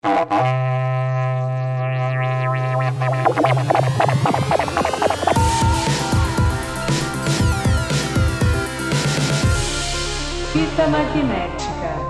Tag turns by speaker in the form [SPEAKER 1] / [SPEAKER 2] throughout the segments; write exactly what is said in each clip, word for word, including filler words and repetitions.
[SPEAKER 1] Fita magnética.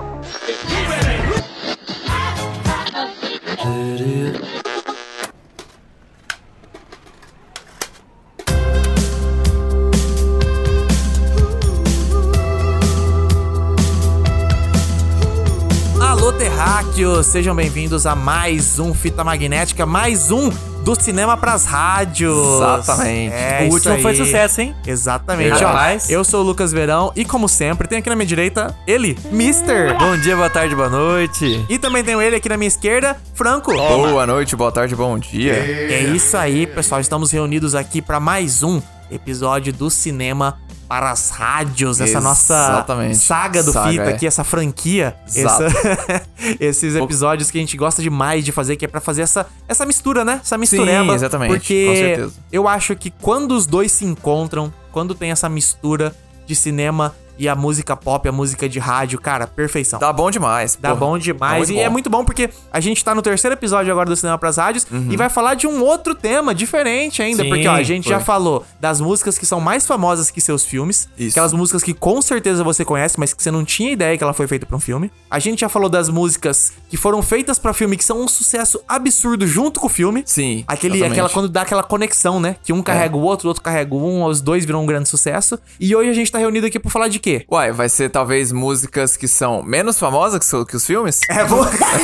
[SPEAKER 2] Alô, terráqueos! Sejam bem-vindos a mais um Fita Magnética, mais um do cinema pras rádios.
[SPEAKER 3] Exatamente.
[SPEAKER 2] É,
[SPEAKER 3] o último
[SPEAKER 2] aí.
[SPEAKER 3] foi sucesso, hein?
[SPEAKER 2] Exatamente. Ó, eu sou o Lucas Verão e, como sempre, tem aqui na minha direita ele, Mister.
[SPEAKER 3] Bom dia, boa tarde, boa noite.
[SPEAKER 2] E também tenho ele aqui na minha esquerda, Franco.
[SPEAKER 3] Boa noite, boa tarde, bom dia.
[SPEAKER 2] É isso aí, pessoal. Estamos reunidos aqui para mais um episódio do cinema para as rádios, essa
[SPEAKER 3] Exatamente.
[SPEAKER 2] nossa saga do
[SPEAKER 3] Saga,
[SPEAKER 2] Fita
[SPEAKER 3] é.
[SPEAKER 2] aqui, essa franquia,
[SPEAKER 3] Exato.
[SPEAKER 2] essa- esses episódios que a gente gosta demais de fazer, que é pra fazer essa, essa mistura, né? Essa mistureba.
[SPEAKER 3] Sim, exatamente,
[SPEAKER 2] Porque
[SPEAKER 3] com certeza.
[SPEAKER 2] eu acho que quando os dois se encontram, quando tem essa mistura de cinema e a música pop, a música de rádio, cara, perfeição.
[SPEAKER 3] Dá bom demais.
[SPEAKER 2] Dá
[SPEAKER 3] porra.
[SPEAKER 2] bom demais.
[SPEAKER 3] Tá muito
[SPEAKER 2] E
[SPEAKER 3] bom.
[SPEAKER 2] é muito bom porque a gente tá no terceiro episódio agora do Cinema pras Rádios e vai falar de um outro tema diferente ainda.
[SPEAKER 3] Sim,
[SPEAKER 2] porque, ó, a gente
[SPEAKER 3] foi.
[SPEAKER 2] já falou das músicas que são mais famosas que seus filmes.
[SPEAKER 3] Isso.
[SPEAKER 2] Aquelas músicas que com certeza você conhece, mas que você não tinha ideia que ela foi feita pra um filme. A gente já falou das músicas que foram feitas pra filme, que são um sucesso absurdo junto com o filme.
[SPEAKER 3] Sim,
[SPEAKER 2] Aquele,
[SPEAKER 3] exatamente.
[SPEAKER 2] aquela quando dá aquela conexão, né? Que um carrega o outro, o outro carrega um, os dois viram um grande sucesso. E hoje a gente tá reunido aqui pra falar de quê?
[SPEAKER 3] Uai, vai ser talvez músicas que são menos famosas que, so- que os filmes?
[SPEAKER 2] É, vou...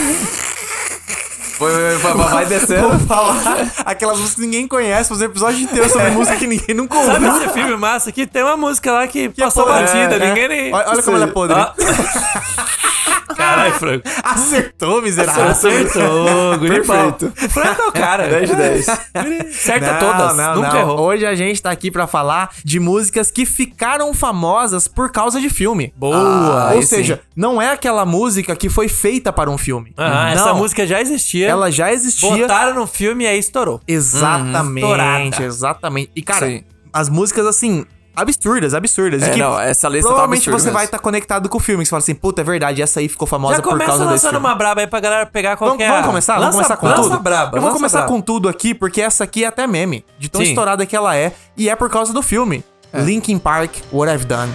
[SPEAKER 3] Vai, vai, vai, vai descendo.
[SPEAKER 2] Vou falar aquelas músicas que ninguém conhece, fazer um episódio inteiro sobre música que ninguém nunca ouviu.
[SPEAKER 4] Sabe esse filme massa aqui? Tem uma música lá que,
[SPEAKER 2] Que é
[SPEAKER 4] passou
[SPEAKER 2] podre.
[SPEAKER 4] batida,
[SPEAKER 2] É,
[SPEAKER 4] ninguém
[SPEAKER 2] é.
[SPEAKER 4] nem...
[SPEAKER 2] Olha, olha como ela é podre.
[SPEAKER 4] Ah. Caralho, Franco.
[SPEAKER 2] Acertou, miserável.
[SPEAKER 4] Acertou, guri pau. O Franco é o cara.
[SPEAKER 3] dez de dez.
[SPEAKER 4] Certa
[SPEAKER 2] Não,
[SPEAKER 4] todas,
[SPEAKER 2] não,
[SPEAKER 4] nunca
[SPEAKER 2] não.
[SPEAKER 4] errou.
[SPEAKER 2] Hoje a gente tá aqui pra falar de músicas que ficaram famosas por causa de filme.
[SPEAKER 4] Boa.
[SPEAKER 2] Ou
[SPEAKER 3] aí
[SPEAKER 2] seja,
[SPEAKER 3] sim.
[SPEAKER 2] não é aquela música que foi feita para um filme.
[SPEAKER 4] Ah, essa
[SPEAKER 2] Não,
[SPEAKER 4] música já existia.
[SPEAKER 2] ela já existia.
[SPEAKER 4] Botaram no filme e aí estourou.
[SPEAKER 2] Exatamente,
[SPEAKER 4] Estourada.
[SPEAKER 2] exatamente. E, cara,
[SPEAKER 3] Sim.
[SPEAKER 2] as músicas, assim, absurdas, absurdas.
[SPEAKER 3] É,
[SPEAKER 2] E que
[SPEAKER 3] não, essa lista tá
[SPEAKER 2] provavelmente
[SPEAKER 3] absurda
[SPEAKER 2] você
[SPEAKER 3] mesmo.
[SPEAKER 2] vai estar conectado com o filme. Que você fala assim, puta, é verdade, essa aí ficou famosa
[SPEAKER 4] Já
[SPEAKER 2] por
[SPEAKER 4] começa
[SPEAKER 2] causa desse
[SPEAKER 4] lançando
[SPEAKER 2] filme.
[SPEAKER 4] uma braba aí pra galera pegar
[SPEAKER 2] Vamos,
[SPEAKER 4] qualquer...
[SPEAKER 2] vamos começar? Vamos
[SPEAKER 4] Lança-
[SPEAKER 2] começar com
[SPEAKER 4] lança
[SPEAKER 2] tudo?
[SPEAKER 4] braba,
[SPEAKER 2] Eu vou
[SPEAKER 4] lança
[SPEAKER 2] começar
[SPEAKER 4] braba.
[SPEAKER 2] com tudo aqui, porque essa aqui é até meme. De tão
[SPEAKER 4] Sim.
[SPEAKER 2] estourada que ela é. E é por causa do filme. Linkin Park, What I've Done.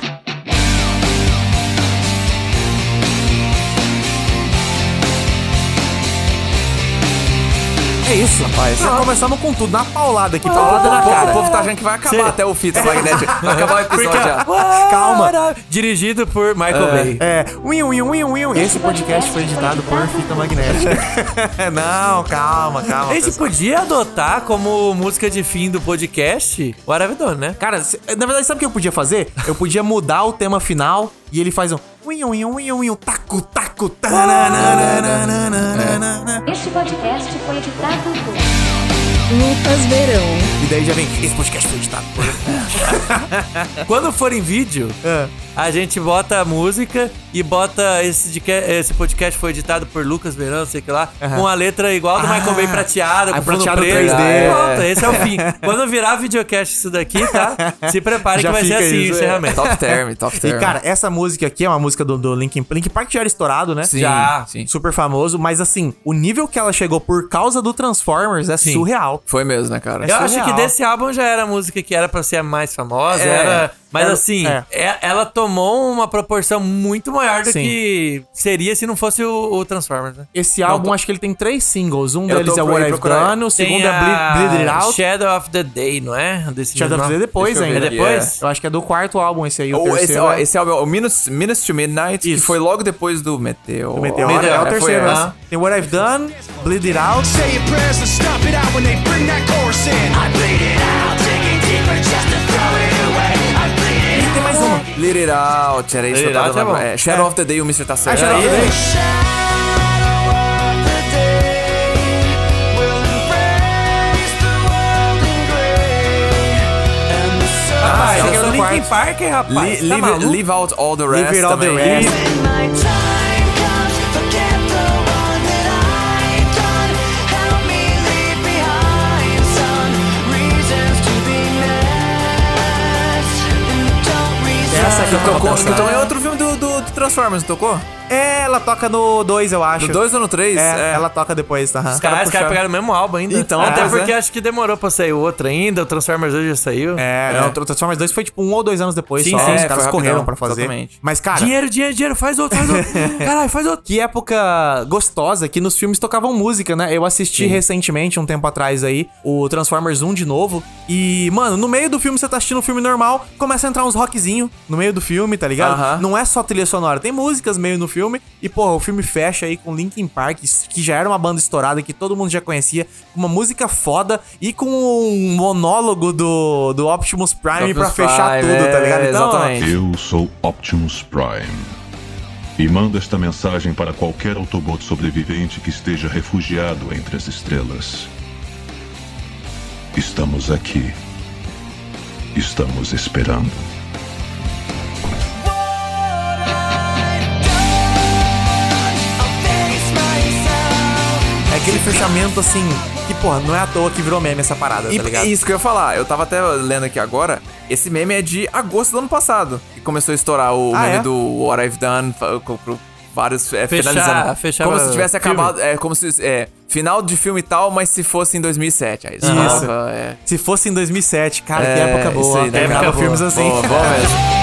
[SPEAKER 2] É isso, rapaz. Já começamos com tudo, na paulada aqui, paulada na
[SPEAKER 3] O povo-
[SPEAKER 2] cara.
[SPEAKER 3] O povo tá achando que vai acabar
[SPEAKER 4] Sim.
[SPEAKER 3] até o Fita Magnética. Vai acabar o episódio já.
[SPEAKER 2] Calma.
[SPEAKER 4] Dirigido por Michael Bay.
[SPEAKER 2] É, win, win, win, win. Esse podcast foi editado por Fita Magnética. Não, calma, calma.
[SPEAKER 4] A gente
[SPEAKER 2] pessoal.
[SPEAKER 4] podia adotar como música de fim do podcast What I've Done, né?
[SPEAKER 2] Cara, se- na verdade, sabe o que eu podia fazer? Eu podia mudar o tema final e ele faz um win, win, win, win, taco, taco, tananana.
[SPEAKER 5] Este podcast foi editado por
[SPEAKER 6] Lucas Verão.
[SPEAKER 2] E daí já vem, esse podcast foi editado por...
[SPEAKER 4] Quando for em vídeo,
[SPEAKER 2] É.
[SPEAKER 4] a gente bota a música e bota esse, de que- esse podcast foi editado por Lucas Verão, sei que lá, com a letra igual do Michael Bay prateada,
[SPEAKER 2] ah,
[SPEAKER 4] com fundo
[SPEAKER 2] prateado
[SPEAKER 4] preto.
[SPEAKER 2] três D.
[SPEAKER 4] Pronto, esse é o fim. Quando virar videocast isso daqui, tá? Se prepare
[SPEAKER 2] Já
[SPEAKER 4] que vai ser
[SPEAKER 2] fica
[SPEAKER 4] assim o
[SPEAKER 2] isso, é.
[SPEAKER 4] encerramento.
[SPEAKER 3] Top term, top term.
[SPEAKER 2] E, cara, essa música aqui é uma música do, do Linkin, Linkin Park, já era estourado, né?
[SPEAKER 3] Sim,
[SPEAKER 2] Já.
[SPEAKER 3] sim.
[SPEAKER 2] Super famoso, mas assim, o nível que ela chegou por causa do Transformers é
[SPEAKER 4] Sim.
[SPEAKER 2] surreal.
[SPEAKER 3] Foi mesmo, né, cara?
[SPEAKER 2] É
[SPEAKER 4] Eu acho
[SPEAKER 2] surreal.
[SPEAKER 4] que desse álbum já era a música que era pra ser a mais famosa,
[SPEAKER 3] É.
[SPEAKER 4] era... Mas
[SPEAKER 2] Era-
[SPEAKER 4] assim,
[SPEAKER 2] é.
[SPEAKER 4] é- ela tomou uma proporção muito maior do
[SPEAKER 2] Sim.
[SPEAKER 4] que seria se não fosse o, o Transformers, né?
[SPEAKER 2] Esse álbum, acho que ele tem três singles. Um
[SPEAKER 3] Eu
[SPEAKER 2] deles
[SPEAKER 3] tô
[SPEAKER 2] é
[SPEAKER 3] por
[SPEAKER 2] What
[SPEAKER 3] aí
[SPEAKER 2] I've
[SPEAKER 3] procurar.
[SPEAKER 2] Done, o segundo
[SPEAKER 4] Tem
[SPEAKER 2] é Bleed,
[SPEAKER 4] a
[SPEAKER 2] Bleed It Out.
[SPEAKER 4] Shadow of the Day, não é? Desse
[SPEAKER 2] Shadow of the Day depois
[SPEAKER 3] Deixa eu ver
[SPEAKER 2] ainda.
[SPEAKER 4] É depois?
[SPEAKER 2] Eu acho que é do quarto álbum esse aí, o
[SPEAKER 3] Ou esse,
[SPEAKER 2] terceiro.
[SPEAKER 3] ó,
[SPEAKER 2] é-
[SPEAKER 3] esse álbum, é o Minutes, Minutes to Midnight,
[SPEAKER 2] Isso.
[SPEAKER 3] que foi logo depois do Meteor.
[SPEAKER 2] O Meteor,
[SPEAKER 4] Meteor,
[SPEAKER 2] é o
[SPEAKER 3] foi,
[SPEAKER 2] terceiro.
[SPEAKER 3] é.
[SPEAKER 2] né? Tem What I've Done, Bleed It Out.
[SPEAKER 7] Say your prayers to stop it out when they bring that chorus in. I bleed it out, digging deeper just to throw it away. I bleed it
[SPEAKER 2] E tem mais uma.
[SPEAKER 3] Let It Out, era isso
[SPEAKER 4] Let
[SPEAKER 3] que eu
[SPEAKER 4] It
[SPEAKER 3] tava
[SPEAKER 4] Out é bom.
[SPEAKER 3] é, Shadow of the Day, o mister tá certo.
[SPEAKER 2] Shadow of the
[SPEAKER 3] Aí,
[SPEAKER 2] Day.
[SPEAKER 7] Shadow of the day will embrace the world in grey and the sun.
[SPEAKER 4] Rapaz,
[SPEAKER 2] Ah,
[SPEAKER 4] eu
[SPEAKER 2] esse é
[SPEAKER 4] sou
[SPEAKER 2] do
[SPEAKER 4] Linkin
[SPEAKER 2] quarto.
[SPEAKER 4] Park, rapaz.
[SPEAKER 3] Li-
[SPEAKER 4] tá
[SPEAKER 3] leave,
[SPEAKER 4] maluco?
[SPEAKER 3] leave out all the rest.
[SPEAKER 2] Leave it all the
[SPEAKER 3] também.
[SPEAKER 2] rest.
[SPEAKER 7] When my time comes, forget the one that I've done. Help me leave behind some reasons to be next. And don't
[SPEAKER 2] Essa aqui
[SPEAKER 7] reason.
[SPEAKER 2] eu tô
[SPEAKER 3] Tocou,
[SPEAKER 2] pensando.
[SPEAKER 3] então é outro filme do, do, do Transformers, não tocou?
[SPEAKER 2] É, ela toca no dois, eu acho.
[SPEAKER 3] No dois ou no três?
[SPEAKER 2] É, ela toca depois, aham.
[SPEAKER 4] Os caras cara pegaram o mesmo álbum ainda.
[SPEAKER 3] Então,
[SPEAKER 4] Até
[SPEAKER 3] pois
[SPEAKER 4] porque
[SPEAKER 3] é.
[SPEAKER 4] acho que demorou pra sair o outro ainda. O Transformers dois já saiu.
[SPEAKER 2] É,
[SPEAKER 3] É.
[SPEAKER 2] não, o Transformers dois foi tipo um ou dois anos depois
[SPEAKER 4] Sim,
[SPEAKER 2] só.
[SPEAKER 4] sim,
[SPEAKER 2] os
[SPEAKER 3] é,
[SPEAKER 2] caras
[SPEAKER 3] foi
[SPEAKER 2] correram
[SPEAKER 3] rapidão,
[SPEAKER 2] pra fazer.
[SPEAKER 3] exatamente.
[SPEAKER 2] Mas, cara,
[SPEAKER 4] Dinheiro, dinheiro, dinheiro. Faz outro, faz outro. Caralho, faz outro.
[SPEAKER 2] que época gostosa que nos filmes tocavam música, né? Eu assisti recentemente, um tempo atrás aí, o Transformers um de novo. E, mano, no meio do filme, você tá assistindo um filme normal, começa a entrar uns rockzinho no meio do filme, tá ligado?
[SPEAKER 3] Aham.
[SPEAKER 2] Não é só trilha sonora, tem músicas meio no filme. E, porra, o filme fecha aí com Linkin Park, que já era uma banda estourada, que todo mundo já conhecia, com uma música foda e com um monólogo do, do Optimus Prime pra
[SPEAKER 3] Optimus
[SPEAKER 2] fechar
[SPEAKER 3] Prime,
[SPEAKER 2] tudo, tá
[SPEAKER 3] é,
[SPEAKER 2] ligado? Então,
[SPEAKER 3] exatamente.
[SPEAKER 8] Eu sou Optimus Prime. E mando esta mensagem para qualquer Autobot sobrevivente que esteja refugiado entre as estrelas. Estamos aqui. Estamos esperando.
[SPEAKER 2] é aquele fechamento assim, que, porra, não é à toa que virou meme essa parada,
[SPEAKER 3] E
[SPEAKER 2] tá ligado?
[SPEAKER 3] isso que eu ia falar, eu tava até lendo aqui agora, esse meme é de agosto do ano passado, que começou a estourar o
[SPEAKER 2] Ah,
[SPEAKER 3] meme
[SPEAKER 2] é?
[SPEAKER 3] do What I've Done, fa- co- pro vários, é,
[SPEAKER 4] Fechar-
[SPEAKER 3] finalizando.
[SPEAKER 4] fechava
[SPEAKER 3] como se tivesse
[SPEAKER 4] filme.
[SPEAKER 3] acabado, é, como se, é, final de filme e tal, mas se fosse em dois mil e sete, aí
[SPEAKER 2] Isso.
[SPEAKER 3] falava, é,
[SPEAKER 2] Se fosse em dois mil e sete, cara, que
[SPEAKER 3] É,
[SPEAKER 2] época boa.
[SPEAKER 3] isso aí, né,
[SPEAKER 2] Época
[SPEAKER 3] cara?
[SPEAKER 2] filmes
[SPEAKER 3] Boa,
[SPEAKER 2] assim.
[SPEAKER 3] boa, boa mesmo.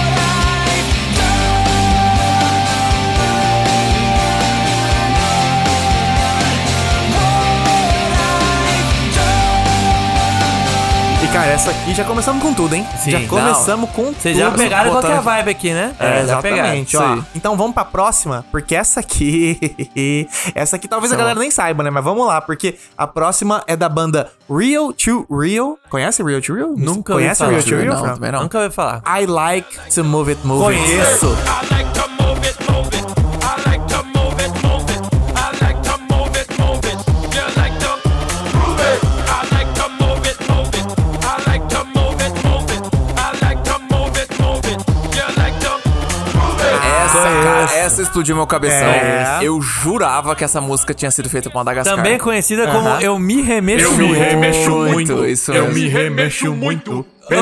[SPEAKER 2] E, cara, essa aqui já começamos com tudo, hein?
[SPEAKER 4] Sim,
[SPEAKER 2] já
[SPEAKER 4] não.
[SPEAKER 2] começamos com
[SPEAKER 4] Vocês
[SPEAKER 2] tudo.
[SPEAKER 4] já pegaram
[SPEAKER 2] botando
[SPEAKER 4] qualquer
[SPEAKER 2] aqui.
[SPEAKER 4] vibe aqui, né?
[SPEAKER 2] É,
[SPEAKER 4] já pegaram.
[SPEAKER 2] exatamente,
[SPEAKER 3] isso
[SPEAKER 2] ó.
[SPEAKER 3] aí.
[SPEAKER 2] Então vamos pra próxima, porque essa aqui... essa aqui talvez a
[SPEAKER 3] Então-
[SPEAKER 2] galera nem saiba, né? Mas vamos lá, porque a próxima é da banda Real to Real. Conhece Real to Real?
[SPEAKER 4] Nunca ouvi
[SPEAKER 2] Conhece
[SPEAKER 4] falar.
[SPEAKER 2] Real to Real,
[SPEAKER 3] Não,
[SPEAKER 2] Fran?
[SPEAKER 3] também não.
[SPEAKER 4] Nunca ouvi falar.
[SPEAKER 2] I like to move it, move it.
[SPEAKER 4] Conheço.
[SPEAKER 9] I like to move it, move it. I like to move it, move it. I like to move it, move it. You like to move it. I like to move it, move it. I like to move it, move it. I like to move it, move it. You like to move it.
[SPEAKER 3] Essa,
[SPEAKER 4] conheço.
[SPEAKER 3] cara, essa explodiu meu cabeção.
[SPEAKER 2] É.
[SPEAKER 3] Eu jurava que essa música tinha sido feita por Madagascar.
[SPEAKER 4] Também conhecida como Eu Me Remexo
[SPEAKER 2] Eu me
[SPEAKER 4] Muito.
[SPEAKER 2] remexo muito.
[SPEAKER 3] Isso
[SPEAKER 2] Eu
[SPEAKER 3] mesmo.
[SPEAKER 2] me remexo muito.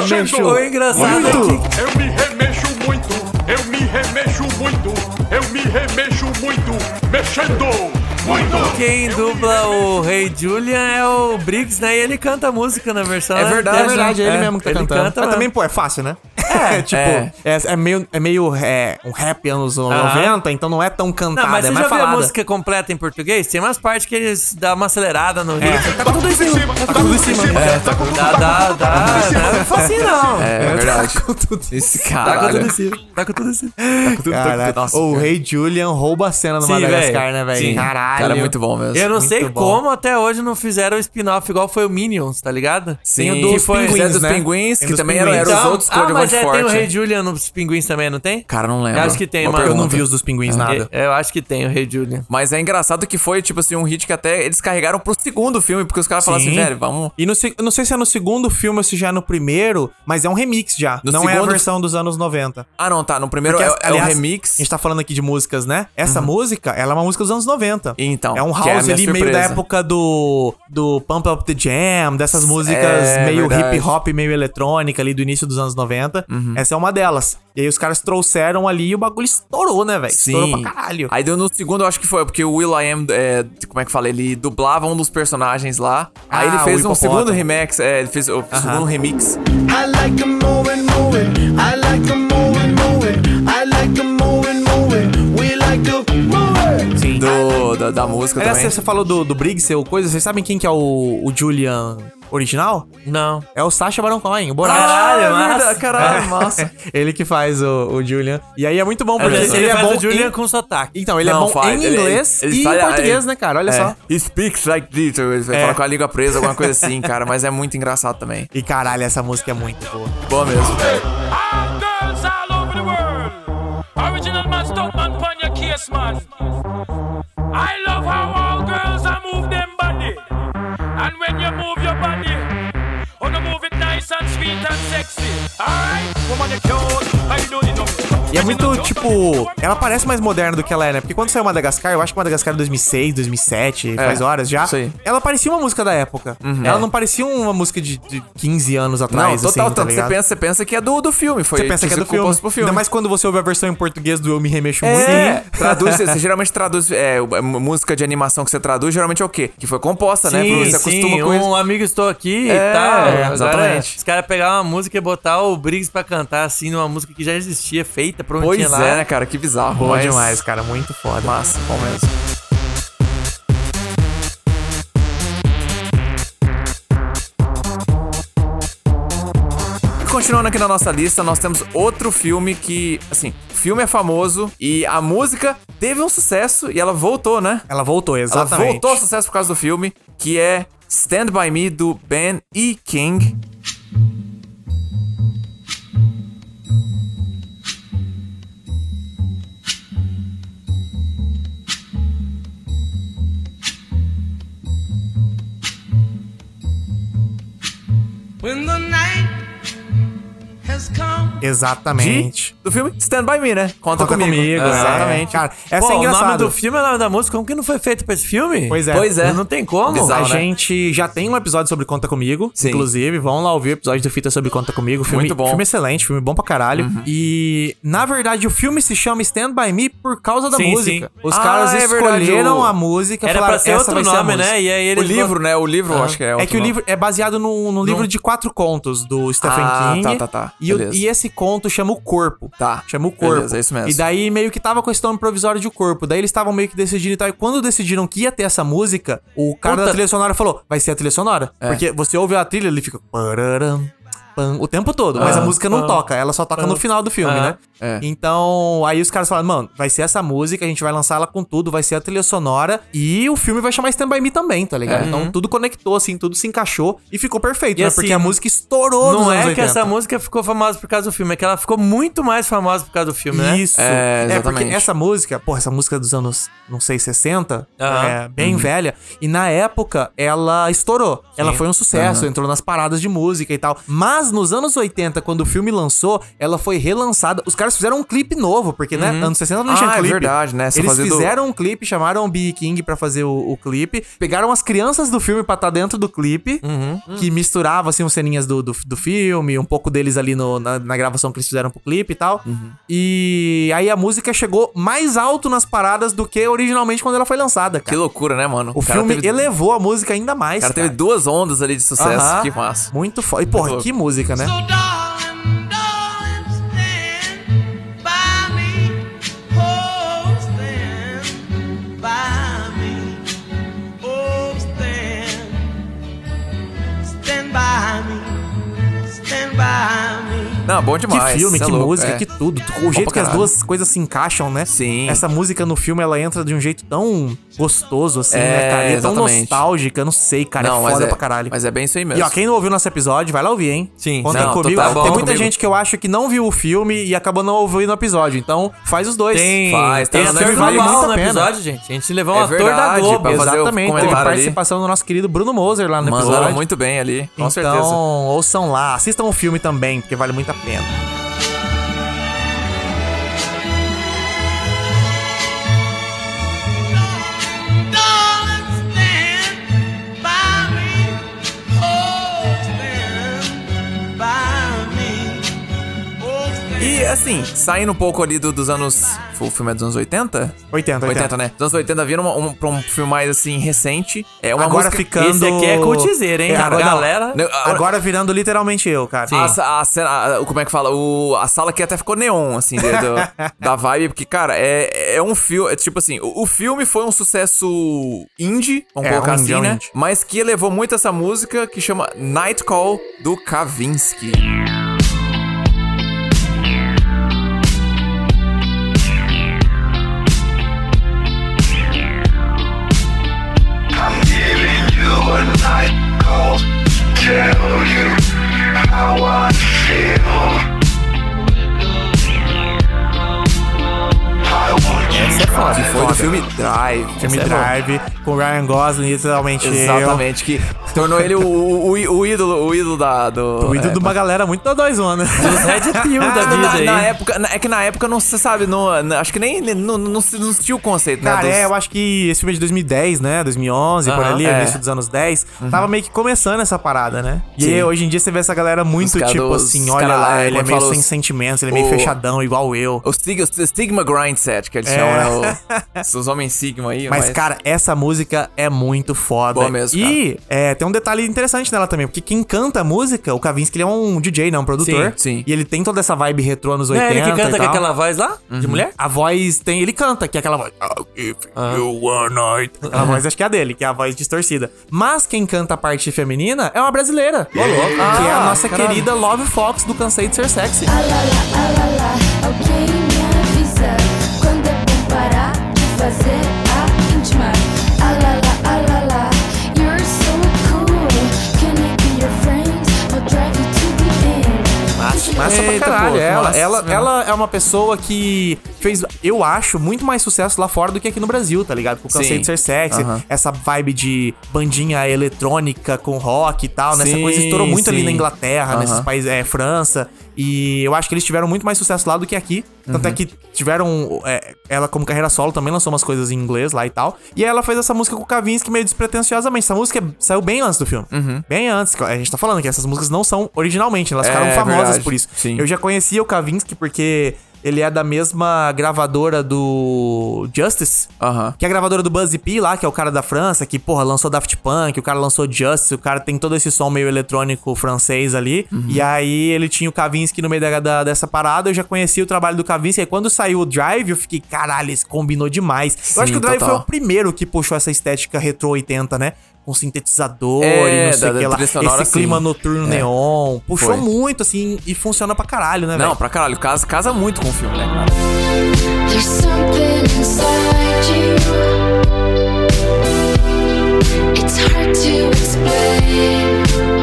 [SPEAKER 4] O engraçado é que
[SPEAKER 9] Eu me remexo muito. Eu me remexo muito. Eu me remexo muito. Mexendo muito.
[SPEAKER 4] quem dubla o Rei Julian é o Briggs, né? E ele canta a música na versão.
[SPEAKER 3] É verdade,
[SPEAKER 2] É
[SPEAKER 4] né?
[SPEAKER 2] verdade, é ele mesmo que tá
[SPEAKER 4] ele
[SPEAKER 2] cantando.
[SPEAKER 4] Canta
[SPEAKER 2] Mas
[SPEAKER 4] mesmo.
[SPEAKER 2] também, pô, é fácil, né? É, tipo,
[SPEAKER 3] É.
[SPEAKER 2] é, é meio, é meio é, um rap anos noventa, então não é tão cantado,
[SPEAKER 4] Não, mas
[SPEAKER 2] é
[SPEAKER 4] você
[SPEAKER 2] mais
[SPEAKER 4] já viu a
[SPEAKER 2] falada.
[SPEAKER 4] música completa em português? Tem umas partes que eles dão uma acelerada no ritmo.
[SPEAKER 2] É, tá tudo em cima, tá tudo em cima. É, tá com
[SPEAKER 4] Dá, dá, dá. Não é fácil, não.
[SPEAKER 3] É, verdade.
[SPEAKER 2] Tá com tudo em
[SPEAKER 3] Esse
[SPEAKER 4] Tá com
[SPEAKER 3] cara.
[SPEAKER 4] tudo em cima. Tá com tudo em cima.
[SPEAKER 2] Cara,
[SPEAKER 3] Nossa,
[SPEAKER 2] o
[SPEAKER 3] cara.
[SPEAKER 2] Rei Julian rouba a cena no
[SPEAKER 4] Sim,
[SPEAKER 2] Madagascar,
[SPEAKER 4] velho.
[SPEAKER 2] né, velho?
[SPEAKER 3] Sim,
[SPEAKER 2] Caralho.
[SPEAKER 3] cara, é muito bom mesmo.
[SPEAKER 4] Eu não
[SPEAKER 2] Muito
[SPEAKER 4] sei
[SPEAKER 2] bom.
[SPEAKER 4] como até hoje não fizeram o spin-off igual foi o Minions, tá ligado?
[SPEAKER 3] Sim,
[SPEAKER 2] Tem o dos
[SPEAKER 3] que foi
[SPEAKER 2] pinguins,
[SPEAKER 3] é dos
[SPEAKER 2] né?
[SPEAKER 3] pinguins,
[SPEAKER 2] Tem
[SPEAKER 3] que
[SPEAKER 2] dos
[SPEAKER 3] também eram,
[SPEAKER 2] pinguins.
[SPEAKER 3] eram os
[SPEAKER 4] Então,
[SPEAKER 3] outros
[SPEAKER 4] ah,
[SPEAKER 3] cor de
[SPEAKER 4] mas é, tem o
[SPEAKER 3] forte.
[SPEAKER 4] Rei Julian nos pinguins também, não tem?
[SPEAKER 3] Cara, não lembro.
[SPEAKER 4] Eu acho que tem,
[SPEAKER 3] Uma
[SPEAKER 4] mano.
[SPEAKER 2] Eu não
[SPEAKER 3] pergunta.
[SPEAKER 2] vi os dos pinguins, nada.
[SPEAKER 4] Eu acho que tem o Rei Julian.
[SPEAKER 3] Mas é engraçado que foi, tipo assim, um hit que até eles carregaram pro segundo filme, porque os caras falaram assim,
[SPEAKER 2] Sim.
[SPEAKER 3] velho, vamos...
[SPEAKER 2] E no, se- eu não sei se é no segundo filme ou se já é no primeiro, mas é um remix já.
[SPEAKER 3] No
[SPEAKER 2] não é a
[SPEAKER 3] segundo-
[SPEAKER 2] versão dos anos noventa.
[SPEAKER 3] Ah, não, tá. No primeiro
[SPEAKER 2] Porque,
[SPEAKER 3] é, é
[SPEAKER 2] aliás,
[SPEAKER 3] um remix.
[SPEAKER 2] A gente tá falando aqui de músicas, né? Essa música, ela é uma música dos anos noventa.
[SPEAKER 3] Então,
[SPEAKER 2] É um
[SPEAKER 3] que é a
[SPEAKER 2] house
[SPEAKER 3] minha
[SPEAKER 2] ali meio da
[SPEAKER 3] surpresa.
[SPEAKER 2] época do, do Pump Up the Jam, dessas músicas
[SPEAKER 3] É,
[SPEAKER 2] meio
[SPEAKER 3] verdade.
[SPEAKER 2] hip hop, meio eletrônica ali do início dos anos noventa.
[SPEAKER 3] Uhum.
[SPEAKER 2] Essa é uma delas. E aí os caras trouxeram ali e o bagulho estourou, né, velho? Estourou
[SPEAKER 3] Sim.
[SPEAKER 2] pra caralho.
[SPEAKER 3] Aí deu no segundo, eu acho que foi, porque o Will.i.am, é, como é que fala? Ele dublava um dos personagens lá. Aí
[SPEAKER 2] Ah,
[SPEAKER 3] ele fez
[SPEAKER 2] o
[SPEAKER 3] um
[SPEAKER 2] hipopótamo.
[SPEAKER 3] segundo remix, é, ele fez o segundo remix.
[SPEAKER 7] I like to move it, move it. I like to move it, move it. I like to move it, move it. We like to move it.
[SPEAKER 2] Sim.
[SPEAKER 3] Do, da, da música
[SPEAKER 2] Aliás,
[SPEAKER 3] também.
[SPEAKER 2] você falou do, do Briggs, seu coisa, vocês sabem quem que é o, o Julian original?
[SPEAKER 4] Não.
[SPEAKER 2] É o Sacha Baron Cohen, o Borat.
[SPEAKER 4] Caralho,
[SPEAKER 3] é
[SPEAKER 4] massa.
[SPEAKER 3] verdade, caralho, massa.
[SPEAKER 2] Ele que faz o, o Julian. E aí é muito bom,
[SPEAKER 4] Eu
[SPEAKER 2] porque
[SPEAKER 4] já sei,
[SPEAKER 2] ele,
[SPEAKER 4] ele
[SPEAKER 2] é
[SPEAKER 4] faz
[SPEAKER 2] bom
[SPEAKER 4] o Julian
[SPEAKER 2] em...
[SPEAKER 4] com sotaque.
[SPEAKER 2] Então, ele
[SPEAKER 3] Não,
[SPEAKER 2] é bom
[SPEAKER 3] faz,
[SPEAKER 2] em
[SPEAKER 3] ele-
[SPEAKER 2] inglês
[SPEAKER 3] ele
[SPEAKER 2] e
[SPEAKER 3] faz-
[SPEAKER 2] em português,
[SPEAKER 3] é,
[SPEAKER 2] né, cara? Olha
[SPEAKER 3] é,
[SPEAKER 2] só.
[SPEAKER 3] He speaks like this. Ele vai
[SPEAKER 2] É.
[SPEAKER 3] falar com a língua presa, alguma coisa assim, cara. Mas é muito engraçado também.
[SPEAKER 2] E caralho, essa música é muito boa.
[SPEAKER 3] Boa mesmo.
[SPEAKER 9] All girls all over the world. Original man, stunt man, pon your case, man. I love how all girls are move them body. And when you move your body, oh, you move it nice and sweet and sexy. Alright, woman, you cute. How you doing, you know?
[SPEAKER 2] E é muito, tipo... Ela parece mais moderna do que ela é, né? Porque quando saiu Madagascar, eu acho que Madagascar é dois mil e seis, dois mil e sete,
[SPEAKER 3] É,
[SPEAKER 2] faz horas já.
[SPEAKER 3] isso aí.
[SPEAKER 2] Ela parecia uma música da época. Ela
[SPEAKER 3] É.
[SPEAKER 2] não parecia uma música de, de quinze anos atrás,
[SPEAKER 3] Não, total,
[SPEAKER 2] assim, tá
[SPEAKER 3] tanto você
[SPEAKER 2] ligado?
[SPEAKER 3] pensa, você pensa que é do, do filme. Foi
[SPEAKER 2] Você pensa que é do filme.
[SPEAKER 3] composto pro filme.
[SPEAKER 2] Ainda mais quando você ouve a versão em português do Eu Me Remexo Muito.
[SPEAKER 3] É, traduz, você, você geralmente traduz é, m- música de animação que você traduz, geralmente é o quê? Que foi composta, né?
[SPEAKER 4] Sim,
[SPEAKER 3] Você
[SPEAKER 4] sim,
[SPEAKER 3] acostuma com isso.
[SPEAKER 4] um amigo estou aqui
[SPEAKER 3] É,
[SPEAKER 4] e tal. Agora,
[SPEAKER 3] exatamente.
[SPEAKER 4] os caras pegaram uma música e botar o Briggs pra cantar, assim, numa música que já existia, feita, prontinha
[SPEAKER 3] Pois
[SPEAKER 4] lá.
[SPEAKER 3] é, né, cara? Que bizarro.
[SPEAKER 2] Boa
[SPEAKER 3] mas-
[SPEAKER 2] demais, cara. Muito foda.
[SPEAKER 3] Massa, bom mesmo. E continuando aqui na nossa lista, nós temos outro filme que, assim, o filme é famoso e a música teve um sucesso e ela voltou, né?
[SPEAKER 2] Ela voltou,
[SPEAKER 3] Ela
[SPEAKER 2] exatamente.
[SPEAKER 3] voltou ao sucesso por causa do filme, que é Stand By Me, do Ben E. King.
[SPEAKER 7] When the night has come.
[SPEAKER 2] Exatamente.
[SPEAKER 3] De, do filme Stand By Me, né? Conta,
[SPEAKER 2] Conta
[SPEAKER 3] comigo.
[SPEAKER 2] comigo, é.
[SPEAKER 3] Exatamente.
[SPEAKER 2] Cara, essa
[SPEAKER 4] Pô,
[SPEAKER 2] é
[SPEAKER 4] o
[SPEAKER 2] engraçada.
[SPEAKER 4] nome do filme é o nome da música, como que não foi feito pra esse filme?
[SPEAKER 2] Pois é.
[SPEAKER 3] Pois é.
[SPEAKER 4] Não tem como.
[SPEAKER 3] Bizarro,
[SPEAKER 2] A
[SPEAKER 3] né?
[SPEAKER 2] gente já tem um episódio sobre Conta Comigo,
[SPEAKER 3] Sim.
[SPEAKER 2] inclusive. Vão lá ouvir o episódio do Fita sobre Conta Comigo. Filme,
[SPEAKER 3] Muito bom.
[SPEAKER 2] Filme excelente, filme bom pra caralho.
[SPEAKER 3] Uhum.
[SPEAKER 2] E, na verdade, o filme se chama Stand By Me por causa da
[SPEAKER 4] Sim,
[SPEAKER 2] música.
[SPEAKER 4] sim.
[SPEAKER 2] Os
[SPEAKER 3] Ah,
[SPEAKER 2] caras
[SPEAKER 3] é verdade,
[SPEAKER 2] escolheram
[SPEAKER 3] o-
[SPEAKER 2] a música e
[SPEAKER 4] Era
[SPEAKER 2] falaram,
[SPEAKER 4] pra ser
[SPEAKER 2] essa
[SPEAKER 4] outro
[SPEAKER 2] vai ser a
[SPEAKER 4] nome,
[SPEAKER 2] música.
[SPEAKER 4] né? E aí
[SPEAKER 3] O
[SPEAKER 4] eles
[SPEAKER 3] livro, né? O livro, eu acho que é
[SPEAKER 2] É
[SPEAKER 3] outro
[SPEAKER 2] que o
[SPEAKER 3] nome.
[SPEAKER 2] livro é baseado num, num livro
[SPEAKER 3] Não.
[SPEAKER 2] de quatro contos do Stephen
[SPEAKER 3] Ah,
[SPEAKER 2] King.
[SPEAKER 3] tá, tá, tá.
[SPEAKER 2] E, o-
[SPEAKER 3] Beleza.
[SPEAKER 2] e esse conto chama O Corpo.
[SPEAKER 3] Tá.
[SPEAKER 2] Chama O Corpo.
[SPEAKER 3] Beleza, é isso mesmo.
[SPEAKER 2] E daí meio que tava com esse nome provisório de O Corpo. Daí eles estavam meio que decidindo e tal. E quando decidiram que ia ter essa música, o cara
[SPEAKER 4] Puta.
[SPEAKER 2] da trilha sonora falou, vai ser a trilha sonora.
[SPEAKER 3] É.
[SPEAKER 2] Porque você ouve a trilha, ele fica... pararam, pam, o tempo todo, mas
[SPEAKER 3] Ah,
[SPEAKER 2] a música não
[SPEAKER 4] ah,
[SPEAKER 2] toca, ela só toca no final do filme,
[SPEAKER 4] ah,
[SPEAKER 2] né?
[SPEAKER 3] é.
[SPEAKER 2] Então, aí os caras falaram, mano, vai ser essa música, a gente vai lançar ela com tudo, vai ser a trilha sonora e o filme vai chamar Stand By Me também, tá ligado?
[SPEAKER 3] É.
[SPEAKER 2] Então tudo conectou, assim, tudo se encaixou e ficou perfeito,
[SPEAKER 4] E
[SPEAKER 2] né?
[SPEAKER 4] assim,
[SPEAKER 2] Porque a música estourou nos
[SPEAKER 4] Não
[SPEAKER 2] anos
[SPEAKER 4] é que
[SPEAKER 2] oitenta.
[SPEAKER 4] essa música ficou famosa por causa do filme, é que ela ficou muito mais famosa por causa do filme, né?
[SPEAKER 2] Isso.
[SPEAKER 3] É,
[SPEAKER 2] É, porque
[SPEAKER 3] exatamente.
[SPEAKER 2] essa música, porra, essa música dos anos, não sei, sessenta,
[SPEAKER 4] Aham.
[SPEAKER 2] é bem velha. E na época, ela estourou. Ela foi um sucesso, entrou nas paradas de música e tal. Mas nos anos oitenta, quando o filme lançou, ela foi relançada. Os caras fizeram um clipe novo, porque, né, anos sessenta não tinha
[SPEAKER 3] Ah, é
[SPEAKER 2] clipe.
[SPEAKER 3] verdade, né? Só
[SPEAKER 2] Eles
[SPEAKER 3] fazer do-
[SPEAKER 2] fizeram um clipe, chamaram o B. King pra fazer o, o clipe. Pegaram as crianças do filme pra estar dentro do clipe, que misturava, assim, umas ceninhas do, do, do filme, um pouco deles ali no, na, na gravação que eles fizeram pro clipe e tal. E aí a música chegou mais alto nas paradas do que originalmente quando ela foi lançada,
[SPEAKER 3] Que
[SPEAKER 2] cara.
[SPEAKER 3] loucura, né, mano?
[SPEAKER 2] O
[SPEAKER 3] cara
[SPEAKER 2] filme
[SPEAKER 3] teve-
[SPEAKER 2] elevou a música ainda mais,
[SPEAKER 3] O cara
[SPEAKER 2] cara.
[SPEAKER 3] teve duas ondas ali de sucesso.
[SPEAKER 2] Aham.
[SPEAKER 3] Que massa.
[SPEAKER 2] Muito foda. E, porra,
[SPEAKER 3] louco.
[SPEAKER 2] que música, né?
[SPEAKER 7] So darling, darling, stand by me. Oh, stand by me. Oh, stand. Stand by me. Stand by me.
[SPEAKER 3] Não, bom demais.
[SPEAKER 2] Que filme,
[SPEAKER 3] cê é
[SPEAKER 2] que
[SPEAKER 3] louco,
[SPEAKER 2] música,
[SPEAKER 3] é.
[SPEAKER 2] que tudo. O jeito
[SPEAKER 3] pra
[SPEAKER 2] que as
[SPEAKER 3] caralho.
[SPEAKER 2] duas coisas se encaixam, né?
[SPEAKER 3] Sim.
[SPEAKER 2] Essa música no filme, ela entra de um jeito tão gostoso, assim,
[SPEAKER 3] É,
[SPEAKER 2] né, cara? E é tão
[SPEAKER 3] exatamente.
[SPEAKER 2] nostálgica, não sei, cara.
[SPEAKER 3] Não,
[SPEAKER 2] é
[SPEAKER 3] mas
[SPEAKER 2] foda
[SPEAKER 3] é,
[SPEAKER 2] pra caralho.
[SPEAKER 3] Mas é bem isso aí mesmo.
[SPEAKER 2] E ó, quem não ouviu nosso episódio, vai lá ouvir, hein?
[SPEAKER 4] Sim,
[SPEAKER 2] Contem
[SPEAKER 3] não,
[SPEAKER 2] comigo.
[SPEAKER 3] total,
[SPEAKER 2] Tem
[SPEAKER 3] bom
[SPEAKER 2] muita
[SPEAKER 3] comigo.
[SPEAKER 2] gente que eu acho que não viu o filme e acabou não ouvindo o episódio. Então, faz os dois.
[SPEAKER 4] Tem,
[SPEAKER 3] Faz, tá
[SPEAKER 4] tem
[SPEAKER 3] no
[SPEAKER 4] ator
[SPEAKER 3] Netflix.
[SPEAKER 2] Vale
[SPEAKER 4] global
[SPEAKER 2] muito a
[SPEAKER 4] no
[SPEAKER 2] pena.
[SPEAKER 4] episódio, gente. A gente levou um
[SPEAKER 3] É
[SPEAKER 4] ator
[SPEAKER 3] verdade,
[SPEAKER 4] da Globo.
[SPEAKER 3] pra fazer o
[SPEAKER 2] Exatamente. Teve
[SPEAKER 3] comentário ali.
[SPEAKER 2] participação do nosso querido Bruno Moser lá no
[SPEAKER 3] Mandaram
[SPEAKER 2] episódio.
[SPEAKER 3] muito bem ali, com
[SPEAKER 2] então,
[SPEAKER 3] certeza.
[SPEAKER 2] ouçam lá. Assistam o filme também, porque vale muito a pena.
[SPEAKER 7] Darling, stand by me. Oh, stand by me. Oh, stand.
[SPEAKER 3] E assim, saindo um pouco ali do- dos anos. O filme é dos anos oitenta?
[SPEAKER 2] oitenta,
[SPEAKER 3] oitenta, né? Dos anos oitenta vindo uma, um, pra um filme mais assim, recente. É uma
[SPEAKER 2] Agora
[SPEAKER 3] música.
[SPEAKER 2] ficando...
[SPEAKER 4] Esse aqui é cultizeira, hein?
[SPEAKER 2] É,
[SPEAKER 4] A
[SPEAKER 2] agora, não.
[SPEAKER 4] galera-
[SPEAKER 3] Não, a-
[SPEAKER 2] Agora virando literalmente eu, cara.
[SPEAKER 3] A, sa- a cena, a- como é que fala? O, a sala aqui até ficou neon, assim, de- do- da vibe, porque, cara, é, é um filme. É tipo assim, o, o filme foi um sucesso indie, vamos
[SPEAKER 2] É,
[SPEAKER 3] colocar
[SPEAKER 2] um
[SPEAKER 3] assim,
[SPEAKER 2] indie, é um
[SPEAKER 3] né?
[SPEAKER 2] indie.
[SPEAKER 3] Mas que elevou muito essa música que chama Night Call do Kavinsky.
[SPEAKER 2] Essa é foda.
[SPEAKER 3] Que foi do filme Drive.
[SPEAKER 2] Filme
[SPEAKER 3] Essa é boa.
[SPEAKER 2] Drive, com Ryan Gosling, literalmente eu.
[SPEAKER 3] Exatamente, que Tornou ele o, o, o, o ídolo, o ídolo da... Do,
[SPEAKER 2] O ídolo
[SPEAKER 3] é,
[SPEAKER 2] de uma galera muito dodóizona.
[SPEAKER 4] Dos Red Pill da vida
[SPEAKER 3] na,
[SPEAKER 4] aí.
[SPEAKER 3] na época, na- é que na época, não se sabe, não, na- acho que nem, nem- não, não, se- não tinha o conceito, né?
[SPEAKER 2] Cara,
[SPEAKER 3] dos-
[SPEAKER 2] é, eu acho que esse filme é de dois mil e dez, né? dois mil e onze, por
[SPEAKER 4] Aham,
[SPEAKER 2] ali,
[SPEAKER 3] é.
[SPEAKER 2] início dos anos dez. Tava meio que começando essa parada, né? E
[SPEAKER 3] Sim.
[SPEAKER 2] aí, hoje em dia você vê essa galera muito,
[SPEAKER 3] Os cara
[SPEAKER 2] tipo
[SPEAKER 3] dos-
[SPEAKER 2] assim,
[SPEAKER 3] os
[SPEAKER 2] olha
[SPEAKER 3] cara,
[SPEAKER 2] lá,
[SPEAKER 3] é,
[SPEAKER 2] ele é
[SPEAKER 3] como
[SPEAKER 2] meio
[SPEAKER 3] fala,
[SPEAKER 2] sem
[SPEAKER 3] os-
[SPEAKER 2] sentimentos, ele é meio
[SPEAKER 3] o-
[SPEAKER 2] fechadão, igual eu.
[SPEAKER 3] O Stigma, o Stigma Grindset, que eles
[SPEAKER 2] É.
[SPEAKER 3] chamam, né? O, os homens Sigma aí.
[SPEAKER 2] Mas, cara, essa música é muito foda.
[SPEAKER 3] Boa mesmo,
[SPEAKER 2] E é, tem um detalhe interessante nela também, porque quem canta a música, o Kavinsky, ele é um D J, né? Um produtor.
[SPEAKER 3] Sim, sim.
[SPEAKER 2] E ele tem toda essa vibe retrô anos
[SPEAKER 4] Não é
[SPEAKER 2] oitenta
[SPEAKER 4] ele que canta
[SPEAKER 2] e
[SPEAKER 4] com
[SPEAKER 2] tal.
[SPEAKER 4] aquela voz lá? De mulher?
[SPEAKER 2] A voz tem. Ele canta, que é aquela voz. I'll give you one night. Aquela voz acho que é a dele, que é a voz distorcida. Mas quem canta a parte feminina é uma brasileira. Ô, louco. Que é a
[SPEAKER 3] Ah,
[SPEAKER 2] nossa
[SPEAKER 3] caralho.
[SPEAKER 2] querida Love Fox do Cansei de Ser Sexy.
[SPEAKER 6] Alguém me avisa quando é bom parar de fazer a íntima. Alala, alala, you're so cool. Can I be your friend? I'll drive you to the end.
[SPEAKER 2] Massa, massa pra
[SPEAKER 3] Eita,
[SPEAKER 2] caralho.
[SPEAKER 3] pô,
[SPEAKER 2] ela,
[SPEAKER 3] massa
[SPEAKER 2] ela,
[SPEAKER 3] mesmo.
[SPEAKER 2] ela é uma pessoa que fez, eu acho, muito mais sucesso lá fora do que aqui no Brasil, tá ligado? Com o Cansei
[SPEAKER 3] Sim.
[SPEAKER 2] de Ser Sexy,
[SPEAKER 3] Aham.
[SPEAKER 2] essa vibe de bandinha eletrônica com rock e tal, né? Essa
[SPEAKER 3] Sim,
[SPEAKER 2] coisa estourou muito ali
[SPEAKER 3] sim.
[SPEAKER 2] na Inglaterra,
[SPEAKER 3] Aham.
[SPEAKER 2] nesses países, é, França. E eu acho que eles tiveram muito mais sucesso lá do que aqui. Tanto
[SPEAKER 3] Uhum.
[SPEAKER 2] é que tiveram. é, ela, como carreira solo, também lançou umas coisas em inglês lá e tal. E aí ela fez essa música com o Kavinsky meio despretensiosamente. Essa música saiu bem antes do filme. Bem antes. A gente tá falando que essas músicas não são originalmente, elas
[SPEAKER 3] Uhum. É,
[SPEAKER 2] ficaram famosas
[SPEAKER 3] verdade.
[SPEAKER 2] por isso.
[SPEAKER 3] Sim.
[SPEAKER 2] Eu já conhecia o Kavinsky porque ele é da mesma gravadora do Justice.
[SPEAKER 3] Aham.
[SPEAKER 2] Que é a gravadora do Buzz P lá, que é o cara da França, que, porra, lançou Daft Punk, o cara lançou Justice, o cara tem todo esse som meio eletrônico francês ali.
[SPEAKER 3] Uhum.
[SPEAKER 2] E aí ele tinha o Kavinsky no meio da, da- dessa parada, eu já conhecia o trabalho do Kavinsky. Aí quando saiu o Drive, eu fiquei, caralho, isso combinou demais. eu acho que o Drive
[SPEAKER 3] total.
[SPEAKER 2] foi o primeiro que puxou essa estética retrô oitenta, né? Com sintetizador
[SPEAKER 3] É,
[SPEAKER 2] e não sei
[SPEAKER 3] da-
[SPEAKER 2] o que
[SPEAKER 3] da
[SPEAKER 2] lá.
[SPEAKER 3] trilha sonora,
[SPEAKER 2] Esse clima
[SPEAKER 3] sim.
[SPEAKER 2] noturno
[SPEAKER 3] É.
[SPEAKER 2] neon. Puxou
[SPEAKER 3] Foi.
[SPEAKER 2] muito, assim, e funciona pra caralho, né, velho?
[SPEAKER 3] Não, pra caralho, casa, casa muito com o filme, né, cara?
[SPEAKER 6] There's something inside you. It's hard to explain.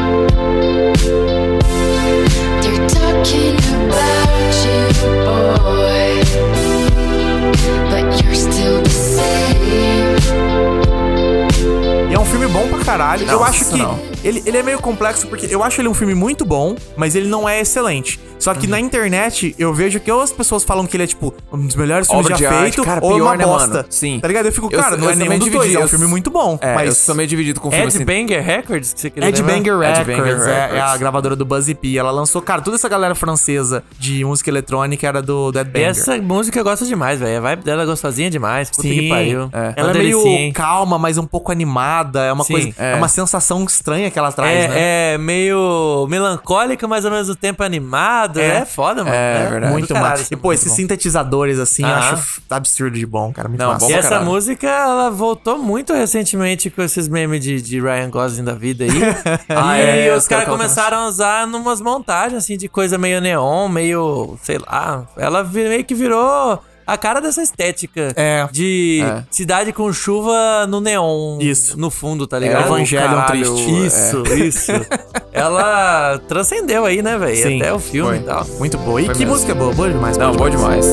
[SPEAKER 6] They're talking about you, boy, but you're still the same.
[SPEAKER 2] E é um filme bom pra caralho. eu
[SPEAKER 3] Nossa,
[SPEAKER 2] acho que
[SPEAKER 3] não.
[SPEAKER 2] ele, ele é meio complexo, porque eu acho ele um filme muito bom, mas ele não é excelente. Só
[SPEAKER 3] Uhum.
[SPEAKER 2] que na internet eu vejo que ou as pessoas falam que ele é, tipo, um dos melhores filmes
[SPEAKER 3] Obra
[SPEAKER 2] já
[SPEAKER 3] de arte,
[SPEAKER 2] feito,
[SPEAKER 3] cara,
[SPEAKER 2] ou é
[SPEAKER 3] pior,
[SPEAKER 2] uma
[SPEAKER 3] né,
[SPEAKER 2] bosta.
[SPEAKER 3] mano? Sim.
[SPEAKER 2] Tá ligado? Eu fico,
[SPEAKER 3] Eu
[SPEAKER 2] cara,
[SPEAKER 3] sou-
[SPEAKER 2] não
[SPEAKER 3] eu
[SPEAKER 2] é
[SPEAKER 3] sou
[SPEAKER 2] nenhum
[SPEAKER 3] meio
[SPEAKER 2] dos dois.
[SPEAKER 3] dividido,
[SPEAKER 2] É um
[SPEAKER 3] eu
[SPEAKER 2] filme
[SPEAKER 3] sou-
[SPEAKER 2] muito bom.
[SPEAKER 3] É,
[SPEAKER 2] mas
[SPEAKER 3] eu sou meio dividido com o filme,
[SPEAKER 4] Ed
[SPEAKER 3] assim.
[SPEAKER 4] Banger Records, que você queria
[SPEAKER 2] Ed
[SPEAKER 4] lembrar?
[SPEAKER 2] Banger
[SPEAKER 3] Ed
[SPEAKER 2] Records,
[SPEAKER 3] Banger
[SPEAKER 2] é, é a
[SPEAKER 3] Records.
[SPEAKER 2] gravadora do Buzz P. Ela lançou, cara, toda essa galera francesa de música eletrônica era do Ed
[SPEAKER 4] E
[SPEAKER 2] Banger.
[SPEAKER 4] essa música eu gosto demais, velho. A vibe dela é gostosinha demais. Puta que pariu.
[SPEAKER 2] Ela
[SPEAKER 4] Uma
[SPEAKER 2] é meio
[SPEAKER 4] delicinha, hein?
[SPEAKER 2] calma, mas um pouco animada. É uma
[SPEAKER 4] Sim,
[SPEAKER 2] coisa. É.
[SPEAKER 3] é.
[SPEAKER 2] uma sensação estranha que ela traz,
[SPEAKER 4] É,
[SPEAKER 2] né?
[SPEAKER 4] é meio melancólica, mas ao mesmo tempo animada.
[SPEAKER 2] É.
[SPEAKER 4] É, foda, mano.
[SPEAKER 3] É, verdade.
[SPEAKER 2] Muito
[SPEAKER 4] do caralho
[SPEAKER 2] massa.
[SPEAKER 4] essa
[SPEAKER 2] E, pô,
[SPEAKER 4] música.
[SPEAKER 2] esses sintetizadores, assim, eu
[SPEAKER 4] Aham.
[SPEAKER 2] acho f- absurdo de bom, cara. Muito
[SPEAKER 3] Não,
[SPEAKER 2] massa.
[SPEAKER 3] bom
[SPEAKER 4] E
[SPEAKER 3] pra
[SPEAKER 4] essa
[SPEAKER 3] caralho.
[SPEAKER 4] música, ela voltou muito recentemente com esses memes de, de Ryan Gosling da vida aí.
[SPEAKER 3] Ah,
[SPEAKER 4] e
[SPEAKER 3] é,
[SPEAKER 4] os
[SPEAKER 3] os
[SPEAKER 4] caras
[SPEAKER 3] caras
[SPEAKER 4] começaram a usar numas montagens, assim, de coisa meio neon, meio, sei lá. Ela vi- meio que virou a cara dessa estética.
[SPEAKER 2] É.
[SPEAKER 4] De
[SPEAKER 3] É.
[SPEAKER 4] cidade com chuva no neon.
[SPEAKER 2] Isso.
[SPEAKER 4] No fundo, tá
[SPEAKER 3] É,
[SPEAKER 4] ligado?
[SPEAKER 3] o Evangelion
[SPEAKER 2] caralho,
[SPEAKER 3] triste.
[SPEAKER 4] Isso, isso. Ela transcendeu aí, né, velho?
[SPEAKER 2] Sim,
[SPEAKER 4] Até o filme
[SPEAKER 3] foi.
[SPEAKER 4] e tal.
[SPEAKER 2] Muito boa. E
[SPEAKER 3] Foi
[SPEAKER 2] que
[SPEAKER 3] mesmo.
[SPEAKER 2] música boa, boa demais.
[SPEAKER 3] Não, boa demais.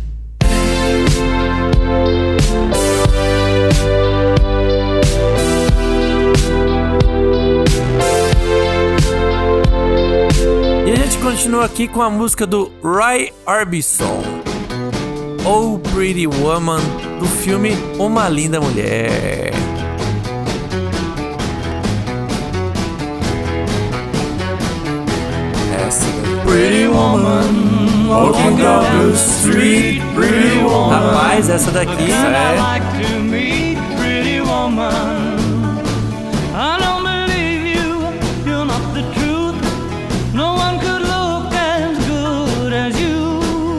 [SPEAKER 4] E a gente continua aqui com a música do Roy Orbison, Oh Pretty Woman, do filme Uma Linda Mulher.
[SPEAKER 3] Essa.
[SPEAKER 2] Pretty woman, walking down the street, pretty woman.
[SPEAKER 4] Rapaz, essa daqui é...
[SPEAKER 9] like to meet pretty woman. I don't believe you, you're not the truth. No one could look as good as you.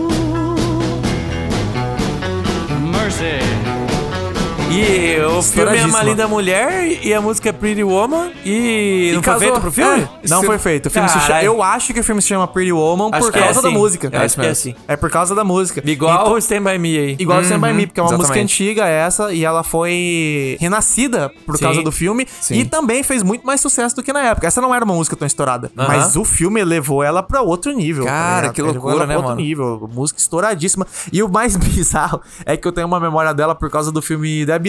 [SPEAKER 9] Mercy.
[SPEAKER 4] E o filme é Uma
[SPEAKER 2] Estouradíssima.
[SPEAKER 4] Linda Mulher e a música é Pretty Woman. E, não foi
[SPEAKER 3] casou.
[SPEAKER 4] feito pro filme?
[SPEAKER 3] É.
[SPEAKER 2] Não
[SPEAKER 3] Se-
[SPEAKER 2] foi feito. O filme se chama,
[SPEAKER 4] Caralho.
[SPEAKER 2] eu acho que o filme se chama Pretty Woman
[SPEAKER 4] Acho
[SPEAKER 2] por
[SPEAKER 4] que é
[SPEAKER 2] causa da
[SPEAKER 4] assim.
[SPEAKER 2] música.
[SPEAKER 4] Eu acho que é assim.
[SPEAKER 2] É por causa da música.
[SPEAKER 4] Igual
[SPEAKER 2] Então-
[SPEAKER 4] o Stand By Me aí.
[SPEAKER 2] Igual o Stand By Me, porque é uma
[SPEAKER 3] exatamente.
[SPEAKER 2] música antiga essa, e ela foi renascida por
[SPEAKER 4] Sim.
[SPEAKER 2] causa do filme,
[SPEAKER 3] Sim.
[SPEAKER 2] e também fez muito mais sucesso do que na época. Essa não era uma música tão estourada,
[SPEAKER 4] Aham.
[SPEAKER 2] mas o filme levou ela pra outro nível.
[SPEAKER 3] Cara,
[SPEAKER 2] ligado?
[SPEAKER 3] que
[SPEAKER 2] Levou
[SPEAKER 3] loucura,
[SPEAKER 2] ela pra
[SPEAKER 3] né,
[SPEAKER 2] outro
[SPEAKER 3] mano?
[SPEAKER 2] nível, música estouradíssima. E o mais bizarro é que eu tenho uma memória dela por causa do filme Debi Lloyd,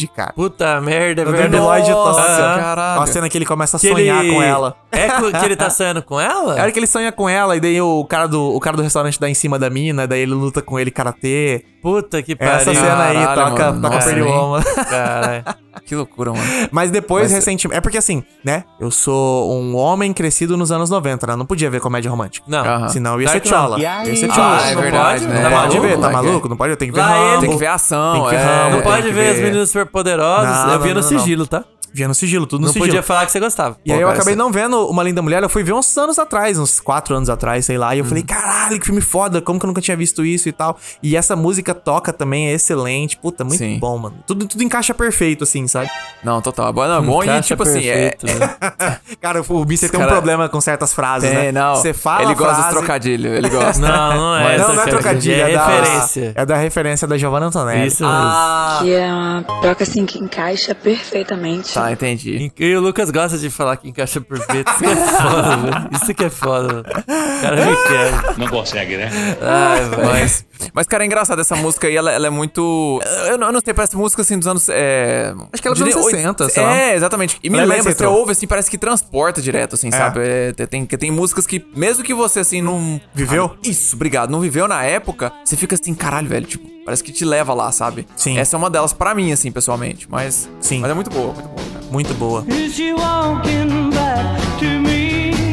[SPEAKER 2] Lloyd, cara.
[SPEAKER 4] Puta merda, é
[SPEAKER 2] O
[SPEAKER 4] verdade.
[SPEAKER 2] Debi Lloyd
[SPEAKER 3] Nossa,
[SPEAKER 2] toca.
[SPEAKER 3] caralho.
[SPEAKER 2] A cena que ele começa a
[SPEAKER 4] Que
[SPEAKER 2] sonhar
[SPEAKER 4] ele-
[SPEAKER 2] com ela.
[SPEAKER 4] É co- que ele tá sonhando com ela?
[SPEAKER 2] É a hora que ele sonha com ela, e daí o cara do, o cara do restaurante dá em cima da mina, daí ele luta com ele karatê.
[SPEAKER 4] Puta que pariu.
[SPEAKER 2] Essa cena aí
[SPEAKER 3] Caralho,
[SPEAKER 2] toca,
[SPEAKER 3] mano.
[SPEAKER 2] toca
[SPEAKER 3] Nossa,
[SPEAKER 2] Pretty
[SPEAKER 3] hein?
[SPEAKER 2] Woman.
[SPEAKER 4] Caralho.
[SPEAKER 3] Que loucura, mano.
[SPEAKER 2] Mas depois,
[SPEAKER 3] Mas-
[SPEAKER 2] recentemente. É porque assim, né? Eu sou um homem crescido nos anos noventa, né? Não podia ver comédia romântica.
[SPEAKER 4] Não.
[SPEAKER 3] Aham.
[SPEAKER 2] Senão eu ia
[SPEAKER 4] Claro
[SPEAKER 2] ser
[SPEAKER 4] que não.
[SPEAKER 2] chola. Ia ser
[SPEAKER 3] Ah,
[SPEAKER 2] chola.
[SPEAKER 3] é
[SPEAKER 4] não
[SPEAKER 3] verdade,
[SPEAKER 4] pode?
[SPEAKER 3] né?
[SPEAKER 2] Não
[SPEAKER 4] Tá
[SPEAKER 2] pode
[SPEAKER 4] maluco,
[SPEAKER 2] ver, tá
[SPEAKER 3] moleque?
[SPEAKER 2] maluco? Não pode, tem que ver
[SPEAKER 4] Lá ele-
[SPEAKER 2] Rambo.
[SPEAKER 3] Tem que ver a ação,
[SPEAKER 2] Tem que ver
[SPEAKER 3] é.
[SPEAKER 2] Rambo,
[SPEAKER 4] Não
[SPEAKER 2] tem
[SPEAKER 4] pode
[SPEAKER 2] que
[SPEAKER 4] ver as
[SPEAKER 2] ver-
[SPEAKER 4] meninas superpoderosas.
[SPEAKER 2] Não,
[SPEAKER 4] Eu via
[SPEAKER 2] não,
[SPEAKER 4] no
[SPEAKER 2] não,
[SPEAKER 4] sigilo, tá?
[SPEAKER 2] Via no sigilo, tudo no
[SPEAKER 4] Não
[SPEAKER 2] sigilo.
[SPEAKER 4] podia falar que você gostava.
[SPEAKER 2] E aí eu
[SPEAKER 3] cara,
[SPEAKER 2] acabei
[SPEAKER 3] essa-
[SPEAKER 2] não vendo Uma Linda Mulher, eu fui ver uns anos atrás, uns quatro anos atrás, sei lá, e eu falei, caralho, que filme foda, como que eu nunca tinha visto isso e tal. E essa música toca também, é excelente, puta, muito
[SPEAKER 3] Sim.
[SPEAKER 2] bom, mano. Tudo, tudo encaixa perfeito, assim, sabe?
[SPEAKER 3] Não, total. Bom, não, bom e
[SPEAKER 4] Encaixa
[SPEAKER 3] tipo assim, é,
[SPEAKER 4] perfeito, né?
[SPEAKER 2] Cara, o Mister tem um
[SPEAKER 3] cara-
[SPEAKER 2] problema com certas frases,
[SPEAKER 3] Tem,
[SPEAKER 2] né?
[SPEAKER 3] não.
[SPEAKER 2] Você fala
[SPEAKER 3] Ele
[SPEAKER 2] a
[SPEAKER 3] gosta
[SPEAKER 2] frase...
[SPEAKER 3] dos trocadilhos, ele gosta.
[SPEAKER 4] Não, não é.
[SPEAKER 2] Não, não é trocadilho, é,
[SPEAKER 4] é
[SPEAKER 2] da,
[SPEAKER 4] referência.
[SPEAKER 2] é da referência da Giovanna Antonelli.
[SPEAKER 4] Isso mesmo.
[SPEAKER 3] Ah,
[SPEAKER 10] Que é uma troca assim que encaixa perfeitamente.
[SPEAKER 3] tá, entendi.
[SPEAKER 4] E o Lucas gosta de falar que encaixa perfeito. Isso que é foda, velho. Isso que é foda. Mano. O cara me quer.
[SPEAKER 11] Não consegue, né?
[SPEAKER 4] Ai, velho.
[SPEAKER 3] Mas, mas, cara, é engraçado, essa música aí, ela, ela é muito... Eu não, eu não sei, parece música, assim, dos anos... É,
[SPEAKER 2] Acho que ela é dos anos
[SPEAKER 3] diria,
[SPEAKER 2] sessenta,
[SPEAKER 3] oit-
[SPEAKER 2] sei lá.
[SPEAKER 3] É, exatamente. E me
[SPEAKER 2] Ela é mais
[SPEAKER 3] lembra, você
[SPEAKER 2] retrô.
[SPEAKER 3] ouve, assim, parece que transporta direto, assim, sabe? É, tem, tem músicas que, mesmo que você, assim, não...
[SPEAKER 2] Viveu?
[SPEAKER 3] Ah, isso, obrigado. Não viveu na época, você fica assim, caralho, velho, tipo, parece que te leva lá, sabe?
[SPEAKER 2] Sim.
[SPEAKER 3] Essa é uma delas pra mim, assim, pessoalmente. Mas,
[SPEAKER 2] Sim.
[SPEAKER 3] mas é muito boa, muito boa, cara.
[SPEAKER 2] Muito boa.
[SPEAKER 9] Is she walking back to me?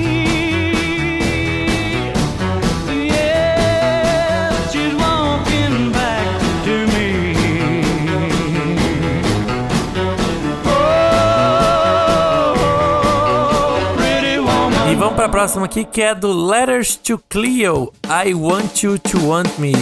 [SPEAKER 9] Yeah, she's walking back to me. Oh, pretty woman.
[SPEAKER 4] E vamos pra próxima aqui, que é do Letters to Cleo. I Want You to Want Me.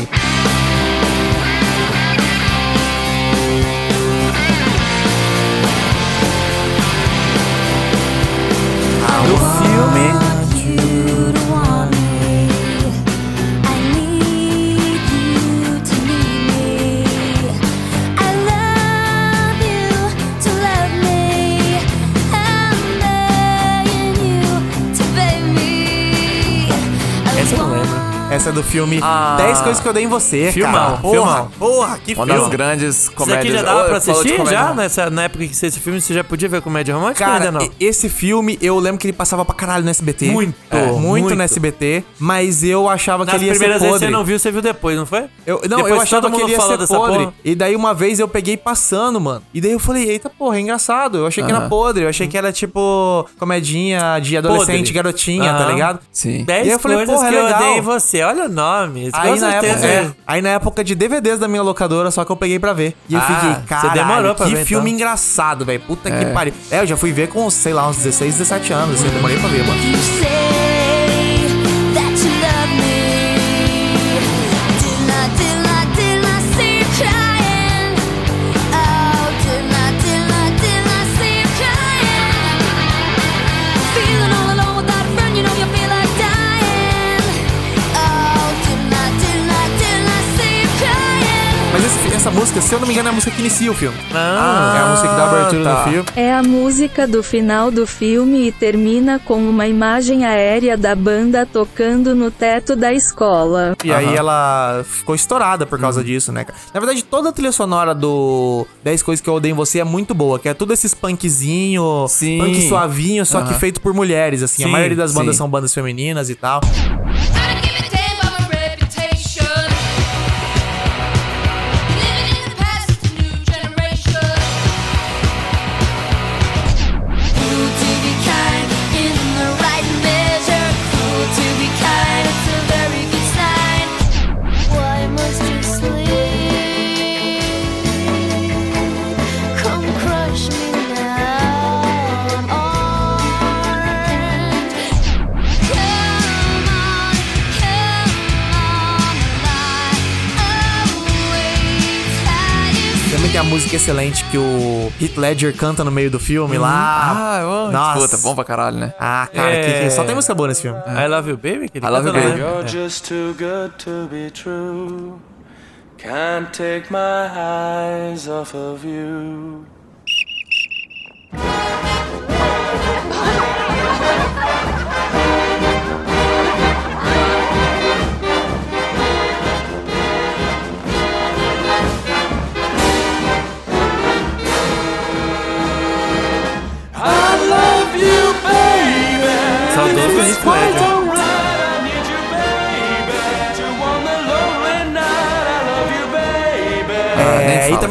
[SPEAKER 4] Do filme.
[SPEAKER 6] You to want me. I need you to need me. I love you to love me. I'm begging you to beg me.
[SPEAKER 4] Essa eu não lembro.
[SPEAKER 2] Essa é do filme
[SPEAKER 3] Ah.
[SPEAKER 2] dez Coisas que eu dei em você,
[SPEAKER 4] Filmão,
[SPEAKER 2] cara. Porra,
[SPEAKER 4] filmão.
[SPEAKER 2] porra, que
[SPEAKER 3] Uma
[SPEAKER 2] filme.
[SPEAKER 3] das grandes
[SPEAKER 4] Isso
[SPEAKER 3] comédias...
[SPEAKER 4] aqui já dava
[SPEAKER 3] Oh,
[SPEAKER 4] pra
[SPEAKER 3] falou de
[SPEAKER 4] assistir
[SPEAKER 3] comédia
[SPEAKER 4] já?
[SPEAKER 3] romântica.
[SPEAKER 4] Nessa, na época que você esse filme, você já podia ver comédia romântica ou
[SPEAKER 2] Cara,
[SPEAKER 4] ainda não?
[SPEAKER 2] e- esse filme, eu lembro que ele passava pra caralho no S B T.
[SPEAKER 4] Muito,
[SPEAKER 2] É, muito,
[SPEAKER 4] muito.
[SPEAKER 2] no S B T, mas eu achava que
[SPEAKER 4] Nas
[SPEAKER 2] ele ia ser
[SPEAKER 4] primeiras vezes
[SPEAKER 2] podre.
[SPEAKER 4] você não viu, você viu depois, não foi?
[SPEAKER 2] Eu, não,
[SPEAKER 4] Depois
[SPEAKER 2] eu achava
[SPEAKER 4] todo
[SPEAKER 2] que
[SPEAKER 4] mundo
[SPEAKER 2] ele ia
[SPEAKER 4] falou
[SPEAKER 2] ser
[SPEAKER 4] dessa
[SPEAKER 2] podre.
[SPEAKER 4] porra.
[SPEAKER 2] E daí uma vez eu peguei passando, mano. E daí eu falei, eita porra, é engraçado. Eu achei que era
[SPEAKER 3] Aham.
[SPEAKER 2] podre. Eu achei que era tipo comedinha de adolescente,
[SPEAKER 4] Podre.
[SPEAKER 2] garotinha, tá
[SPEAKER 4] Aham.
[SPEAKER 2] ligado?
[SPEAKER 3] Sim.
[SPEAKER 2] E
[SPEAKER 4] dez
[SPEAKER 2] aí eu falei,
[SPEAKER 4] coisas
[SPEAKER 2] porra, é
[SPEAKER 4] que eu
[SPEAKER 2] legal.
[SPEAKER 4] odeio em você. Olha o nome.
[SPEAKER 2] Aí
[SPEAKER 4] Com
[SPEAKER 2] na, época,
[SPEAKER 4] certeza.
[SPEAKER 2] é, aí na época de D V Ds da minha locadora, só que eu peguei pra ver. E eu
[SPEAKER 4] Ah,
[SPEAKER 2] fiquei,
[SPEAKER 4] você
[SPEAKER 2] caralho,
[SPEAKER 4] demorou pra
[SPEAKER 2] que
[SPEAKER 4] ver,
[SPEAKER 2] filme
[SPEAKER 4] então.
[SPEAKER 2] engraçado, velho. Puta que pariu. É, eu já fui ver com, sei lá, uns dezesseis, dezessete anos, assim, eu demorei pra ver, mano.
[SPEAKER 6] You say that you love me. Did not, did not, did not see you crying. Oh, did not, did not, did not see you crying. Feeling all alone without a friend, you know you feel like dying. Oh, did not, did not, did not see you crying.
[SPEAKER 2] Mas esse fi- essa música, se eu não me engano, é a música que inicia o filme.
[SPEAKER 4] Ah,
[SPEAKER 2] é a música que dá a abertura
[SPEAKER 3] tá.
[SPEAKER 2] do filme.
[SPEAKER 12] É a música do final do filme e termina com uma imagem aérea da banda tocando no teto da escola.
[SPEAKER 2] E aí
[SPEAKER 3] Aham.
[SPEAKER 2] ela ficou estourada por causa disso, né, cara? Na verdade, toda a trilha sonora do dez Coisas que eu odeio em você é muito boa, que é tudo esses punkzinho,
[SPEAKER 3] Sim.
[SPEAKER 2] punk suavinho, só que
[SPEAKER 3] Aham.
[SPEAKER 2] feito por mulheres, assim.
[SPEAKER 4] Sim,
[SPEAKER 2] a maioria das bandas
[SPEAKER 3] sim.
[SPEAKER 2] são bandas femininas e tal. Também tem a música excelente que o Heath Ledger canta no meio do filme lá.
[SPEAKER 3] Ah, eu...
[SPEAKER 2] Nossa.
[SPEAKER 3] Puta, bom pra caralho, né?
[SPEAKER 2] Ah, cara,
[SPEAKER 4] É.
[SPEAKER 2] que, que- só tem música boa nesse filme.
[SPEAKER 4] I Love You Baby? Que ele
[SPEAKER 3] I Love
[SPEAKER 4] canta,
[SPEAKER 3] You
[SPEAKER 4] não
[SPEAKER 3] Baby.
[SPEAKER 4] lembro.
[SPEAKER 11] You're just too good to be true. Can't take my eyes off of you.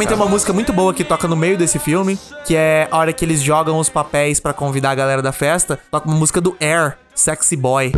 [SPEAKER 2] também
[SPEAKER 3] cara.
[SPEAKER 2] tem uma música muito boa que toca no meio desse filme, que é a hora que eles jogam os papéis pra convidar a galera da festa. Toca uma música do Air, Sexy Boy.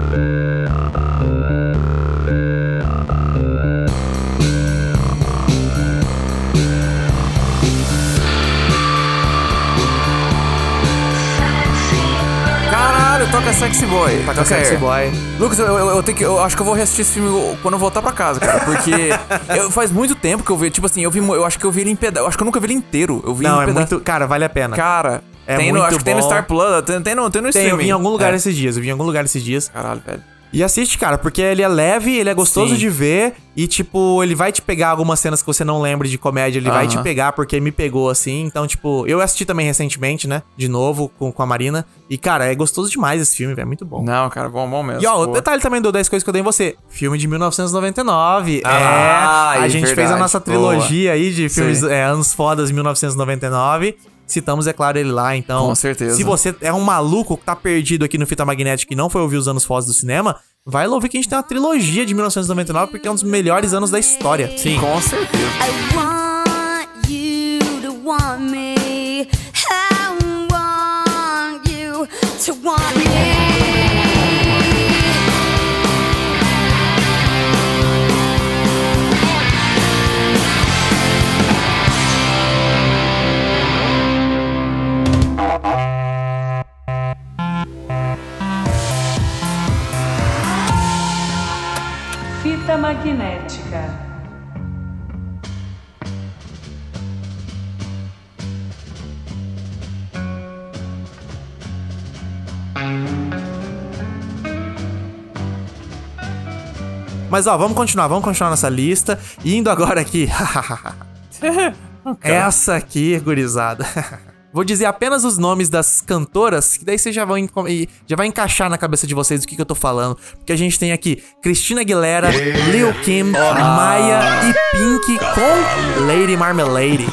[SPEAKER 3] Caralho, toca Sexy Boy.
[SPEAKER 2] Toca
[SPEAKER 3] Toca
[SPEAKER 2] Sexy
[SPEAKER 3] Air.
[SPEAKER 2] Boy.
[SPEAKER 3] Lucas, eu, eu, eu tenho que, eu acho que eu vou reassistir esse filme quando eu voltar pra casa, cara. Porque eu- faz muito tempo que eu vi, tipo assim, eu vi, eu acho que eu vi ele em pedaço. Eu acho que eu nunca vi ele inteiro. Eu vi
[SPEAKER 2] Não,
[SPEAKER 3] em
[SPEAKER 2] é
[SPEAKER 3] pedaço.
[SPEAKER 2] muito... Cara, vale a pena.
[SPEAKER 3] Cara,
[SPEAKER 2] É
[SPEAKER 3] tem no,
[SPEAKER 2] muito
[SPEAKER 3] acho que tem no
[SPEAKER 2] bom.
[SPEAKER 3] Star Plus, tem, tem no, tem no
[SPEAKER 2] Tem, eu
[SPEAKER 3] streaming.
[SPEAKER 2] vi em algum lugar
[SPEAKER 3] É.
[SPEAKER 2] esses dias, eu vi em algum lugar esses dias.
[SPEAKER 3] Caralho, velho.
[SPEAKER 2] E assiste, cara, porque ele é leve, ele é gostoso
[SPEAKER 3] Sim.
[SPEAKER 2] de ver e, tipo, ele vai te pegar algumas cenas que você não lembre de comédia, ele vai
[SPEAKER 3] Aham.
[SPEAKER 2] te pegar porque me pegou, assim. Então, tipo, eu assisti também recentemente, né, de novo, com, com a Marina. E, cara, é gostoso demais esse filme, velho, é muito bom.
[SPEAKER 3] Não, cara, bom, bom mesmo.
[SPEAKER 2] E, ó, o
[SPEAKER 3] Pô.
[SPEAKER 2] detalhe também do dez Coisas que eu dei em você. Filme de mil novecentos e noventa e nove.
[SPEAKER 3] Ah,
[SPEAKER 2] é, a
[SPEAKER 3] é
[SPEAKER 2] gente fez a
[SPEAKER 3] verdade.
[SPEAKER 2] nossa trilogia aí de filmes,
[SPEAKER 3] Sim.
[SPEAKER 2] é, anos fodas mil novecentos e noventa e nove. Citamos, é claro, ele lá, então...
[SPEAKER 3] Com certeza.
[SPEAKER 2] Se você é um maluco que tá perdido aqui no Fita Magnética e não foi ouvir os anos fodas do cinema, vai lá ouvir que a gente tem uma trilogia de mil novecentos e noventa e nove, porque é um dos melhores anos da história.
[SPEAKER 3] Sim. Com certeza.
[SPEAKER 6] I want you to want me. I want you to want me.
[SPEAKER 1] Fita magnética.
[SPEAKER 2] Mas, ó, vamos continuar, vamos continuar nossa lista. Indo agora aqui... Essa aqui, gurizada. Vou dizer apenas os nomes das cantoras, que daí vocês já vão enco- e já vai encaixar na cabeça de vocês do que, que eu tô falando. Porque a gente tem aqui Christina Aguilera, Lil Kim, Maia e Pink com Lady Marmalade.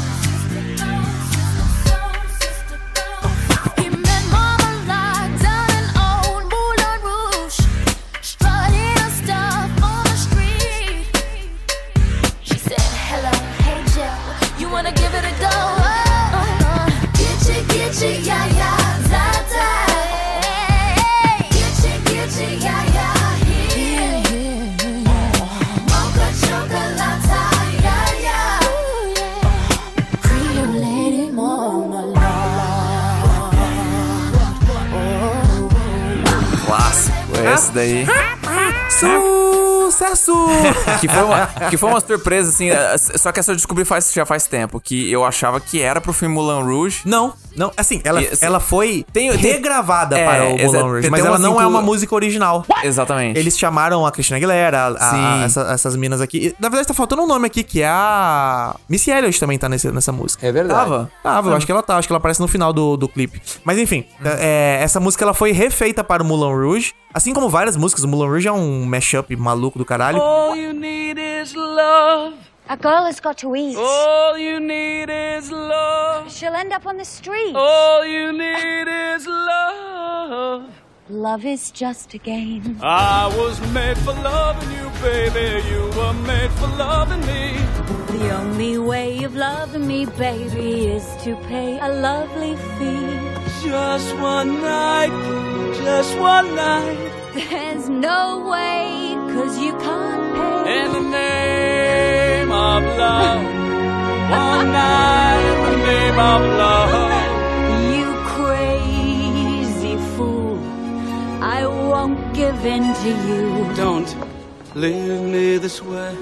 [SPEAKER 3] Clássico, esse daí.
[SPEAKER 2] Sucesso!
[SPEAKER 3] que, foi uma, que foi uma surpresa, assim. Só que essa eu descobri faz, já faz tempo. Que eu achava que era pro filme Moulin Rouge.
[SPEAKER 2] Não, não, assim, ela,
[SPEAKER 3] E, assim,
[SPEAKER 2] ela foi
[SPEAKER 3] tem- tem-
[SPEAKER 2] regravada
[SPEAKER 3] é,
[SPEAKER 2] para o
[SPEAKER 3] exa-
[SPEAKER 2] Moulin Rouge,
[SPEAKER 3] tem
[SPEAKER 2] mas
[SPEAKER 3] umas
[SPEAKER 2] ela não é
[SPEAKER 3] inclu-
[SPEAKER 2] uma música original.
[SPEAKER 3] Exatamente.
[SPEAKER 2] Eles chamaram a Christina Aguilera, a- a-
[SPEAKER 3] Sim.
[SPEAKER 2] essa- essas minas aqui. E, na verdade, tá faltando um nome aqui, que é a Missy Elliott também tá nesse, nessa música.
[SPEAKER 3] É verdade.
[SPEAKER 2] Tava? Tava, eu acho que ela tá. Acho que ela aparece no final do, do clipe. Mas enfim, é, essa música ela foi refeita para o Moulin Rouge. Assim como várias músicas, o Moulin Rouge é um mashup maluco do caralho.
[SPEAKER 9] All you need is love.
[SPEAKER 5] A girl has got to eat.
[SPEAKER 9] All you need is love.
[SPEAKER 5] She'll end up on the street.
[SPEAKER 9] All you need is love.
[SPEAKER 5] Love is just a game.
[SPEAKER 9] I was made for loving you, baby. You were made for loving me.
[SPEAKER 6] The only way of loving me, baby, is to pay a lovely fee.
[SPEAKER 9] Just one night, just one night.
[SPEAKER 6] There's no way, cause you can't pay.
[SPEAKER 9] In the name of love. One night in the name of love.
[SPEAKER 6] You crazy fool, I won't give in to you.
[SPEAKER 9] Don't leave me this way.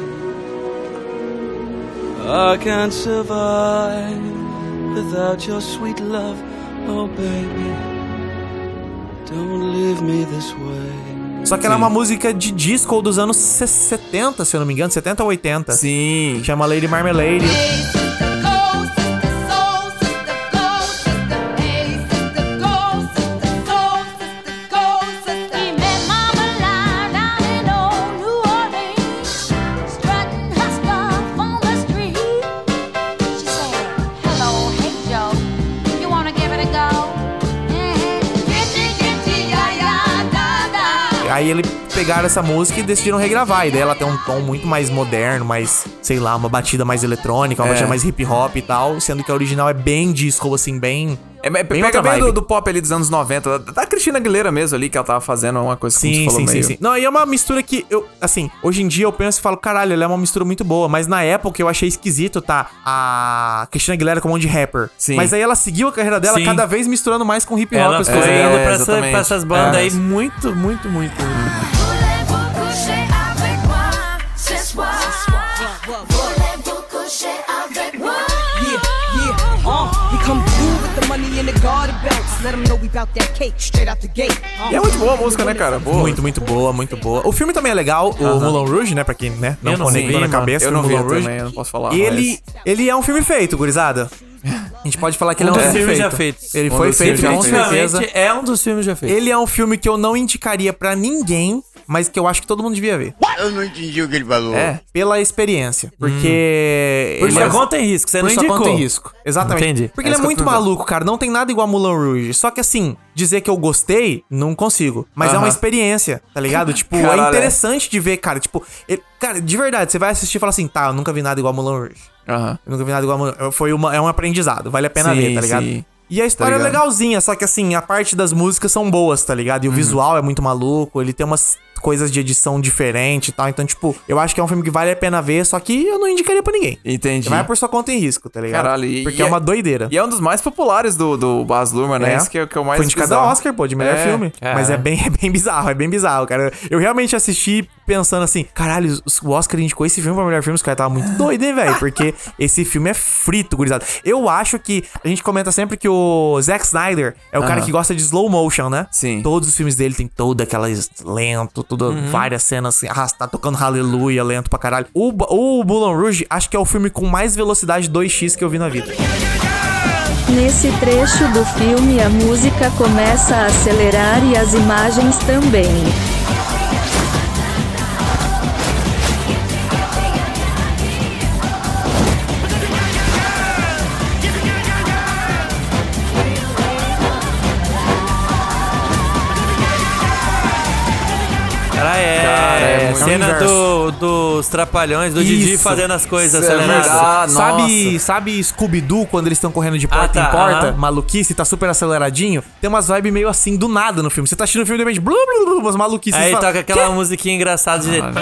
[SPEAKER 9] I can't survive without your sweet love. Oh, baby, don't leave me this way.
[SPEAKER 2] Só que ela é uma música de disco dos anos setenta, se eu não me engano, setenta ou oitenta.
[SPEAKER 3] Sim.
[SPEAKER 2] Chama Lady Marmalade. Aí ele pegaram essa música e decidiram regravar. E daí ela tem um tom muito mais moderno, mais, sei lá, uma batida mais eletrônica, uma
[SPEAKER 3] É.
[SPEAKER 2] batida mais hip hop e tal, sendo que a original é bem disco, assim, bem...
[SPEAKER 3] É, é,
[SPEAKER 2] bem
[SPEAKER 3] pega
[SPEAKER 2] outra
[SPEAKER 3] bem
[SPEAKER 2] vibe.
[SPEAKER 3] do, do pop ali dos anos noventa, da, da Cristina Aguilera mesmo ali, que ela tava fazendo uma coisa que
[SPEAKER 2] Sim,
[SPEAKER 3] você falou
[SPEAKER 2] sim,
[SPEAKER 3] meio...
[SPEAKER 2] sim, sim. Não, e é uma mistura que eu, assim, hoje em dia eu penso e falo, caralho, ela é uma mistura muito boa, mas na época eu achei esquisito, tá? A Cristina Aguilera com um monte de rapper.
[SPEAKER 3] Sim.
[SPEAKER 2] Mas aí ela seguiu a carreira dela
[SPEAKER 4] Sim.
[SPEAKER 2] cada vez misturando mais com hip hop
[SPEAKER 4] Ela
[SPEAKER 2] as
[SPEAKER 4] foi
[SPEAKER 2] coisas
[SPEAKER 3] é,
[SPEAKER 2] dela.
[SPEAKER 4] indo pra, essa-
[SPEAKER 3] exatamente.
[SPEAKER 4] pra essas bandas
[SPEAKER 3] É.
[SPEAKER 4] aí muito, muito, muito.
[SPEAKER 6] Voulez-vous coucher avec moi ce soir? Voulez-vous coucher avec moi?
[SPEAKER 7] Yeah, yeah, uh, he come through with the money in the garden belts. Let him know we bout that cake straight out the gate. Uh,
[SPEAKER 3] E é muito boa a música, né, cara? Boa.
[SPEAKER 2] Muito, muito boa, muito boa. O filme também é legal, o Moulin Rouge, né? Pra quem, né, não
[SPEAKER 4] Eu não
[SPEAKER 2] conectou
[SPEAKER 4] vi,
[SPEAKER 2] na
[SPEAKER 4] mano.
[SPEAKER 2] cabeça.
[SPEAKER 3] Eu
[SPEAKER 2] o
[SPEAKER 3] não vi
[SPEAKER 2] Moulin Rouge.
[SPEAKER 3] também, eu não posso falar.
[SPEAKER 2] Ele, ele é um filme feito, gurizada. A gente pode falar que ele
[SPEAKER 4] Um
[SPEAKER 2] é um
[SPEAKER 4] dos
[SPEAKER 2] filme
[SPEAKER 4] filmes
[SPEAKER 2] feito.
[SPEAKER 4] já feitos.
[SPEAKER 2] Ele
[SPEAKER 3] Um
[SPEAKER 2] foi
[SPEAKER 3] dos
[SPEAKER 2] feito,
[SPEAKER 3] filmes
[SPEAKER 2] com
[SPEAKER 3] já feitos.
[SPEAKER 2] certeza.
[SPEAKER 4] Definitivamente é um dos filmes já feitos.
[SPEAKER 2] Ele é um filme que eu não indicaria pra ninguém, mas que eu acho que todo mundo devia ver.
[SPEAKER 13] Eu não entendi o que ele falou.
[SPEAKER 2] É, pela experiência. Porque.
[SPEAKER 4] Por
[SPEAKER 2] ele
[SPEAKER 4] sua
[SPEAKER 2] é-
[SPEAKER 4] conta em risco, você
[SPEAKER 2] Por
[SPEAKER 4] não
[SPEAKER 2] sua
[SPEAKER 4] indicou.
[SPEAKER 2] conta em risco. Exatamente.
[SPEAKER 4] Entendi.
[SPEAKER 2] Porque
[SPEAKER 3] É
[SPEAKER 2] ele é
[SPEAKER 3] isso que eu
[SPEAKER 2] muito
[SPEAKER 3] tô pensando.
[SPEAKER 2] maluco, cara. Não tem nada igual a Moulin Rouge. Só que assim, dizer que eu gostei, não consigo. Mas é uma
[SPEAKER 3] Aham.
[SPEAKER 2] experiência, tá ligado? Tipo,
[SPEAKER 3] Caralho,
[SPEAKER 2] é
[SPEAKER 3] é.
[SPEAKER 2] interessante de ver, cara. Tipo, ele- cara, de verdade, você vai assistir e fala assim, tá, eu nunca vi nada igual a Moulin Rouge.
[SPEAKER 3] Aham.
[SPEAKER 2] Eu nunca vi nada igual a Moulin Rouge. Foi uma, é um aprendizado, vale a pena
[SPEAKER 3] Sim,
[SPEAKER 2] ver, tá ligado?
[SPEAKER 3] sim.
[SPEAKER 2] E a história é
[SPEAKER 3] ligado.
[SPEAKER 2] legalzinha, só que assim, a parte das músicas são boas, tá ligado? E o visual é muito maluco, ele tem umas coisas de edição diferente e tal. Então, tipo, eu acho que é um filme que vale a pena ver, só que eu não indicaria pra ninguém.
[SPEAKER 3] Entendi.
[SPEAKER 2] Vai por sua conta em risco, tá ligado?
[SPEAKER 3] Caralho, e-
[SPEAKER 2] Porque
[SPEAKER 3] e
[SPEAKER 2] é
[SPEAKER 3] é-
[SPEAKER 2] uma doideira.
[SPEAKER 3] E é um dos mais populares do, do Baz Luhrmann, né?
[SPEAKER 2] É.
[SPEAKER 3] Esse que é, que é o mais
[SPEAKER 2] Foi indicado
[SPEAKER 3] bizarro.
[SPEAKER 2] ao Oscar, pô, de melhor
[SPEAKER 3] É.
[SPEAKER 2] filme. Mas é bem, é bem bizarro, é bem bizarro, cara. Eu realmente assisti pensando assim, caralho, o Oscar indicou esse filme pra melhor filme, os caras tava muito doido, hein, velho? Porque esse filme é frito, gurizada. Eu acho que, a gente comenta sempre que o Zack Snyder é o cara
[SPEAKER 3] Aham.
[SPEAKER 2] que gosta de slow motion, né?
[SPEAKER 3] Sim.
[SPEAKER 2] Todos os filmes dele tem toda aquela lento, tudo, várias cenas assim, arrastar, tocando Hallelujah, lento pra caralho. O, Ba- o Moulin Rouge, acho que é o filme com mais velocidade dois x que eu vi na vida.
[SPEAKER 12] Nesse trecho do filme, a música começa a acelerar e as imagens também.
[SPEAKER 4] Cara, é,
[SPEAKER 3] Cara, é muito
[SPEAKER 4] cena
[SPEAKER 2] universo.
[SPEAKER 4] do, dos trapalhões, do Didi
[SPEAKER 2] Isso.
[SPEAKER 4] fazendo as coisas
[SPEAKER 3] Isso é
[SPEAKER 4] aceleradas.
[SPEAKER 3] verdade.
[SPEAKER 2] sabe,
[SPEAKER 3] nossa.
[SPEAKER 2] sabe Scooby-Doo, quando eles estão correndo de porta
[SPEAKER 4] Ah, tá,
[SPEAKER 2] em porta?
[SPEAKER 4] aham.
[SPEAKER 2] Maluquice, tá super aceleradinho. Tem umas vibes meio assim, do nada no filme. Você tá assistindo o filme e de repente, blu, blu, blu, umas maluquices.
[SPEAKER 4] Aí
[SPEAKER 2] você fala,
[SPEAKER 4] toca aquela musiquinha engraçada de jeito.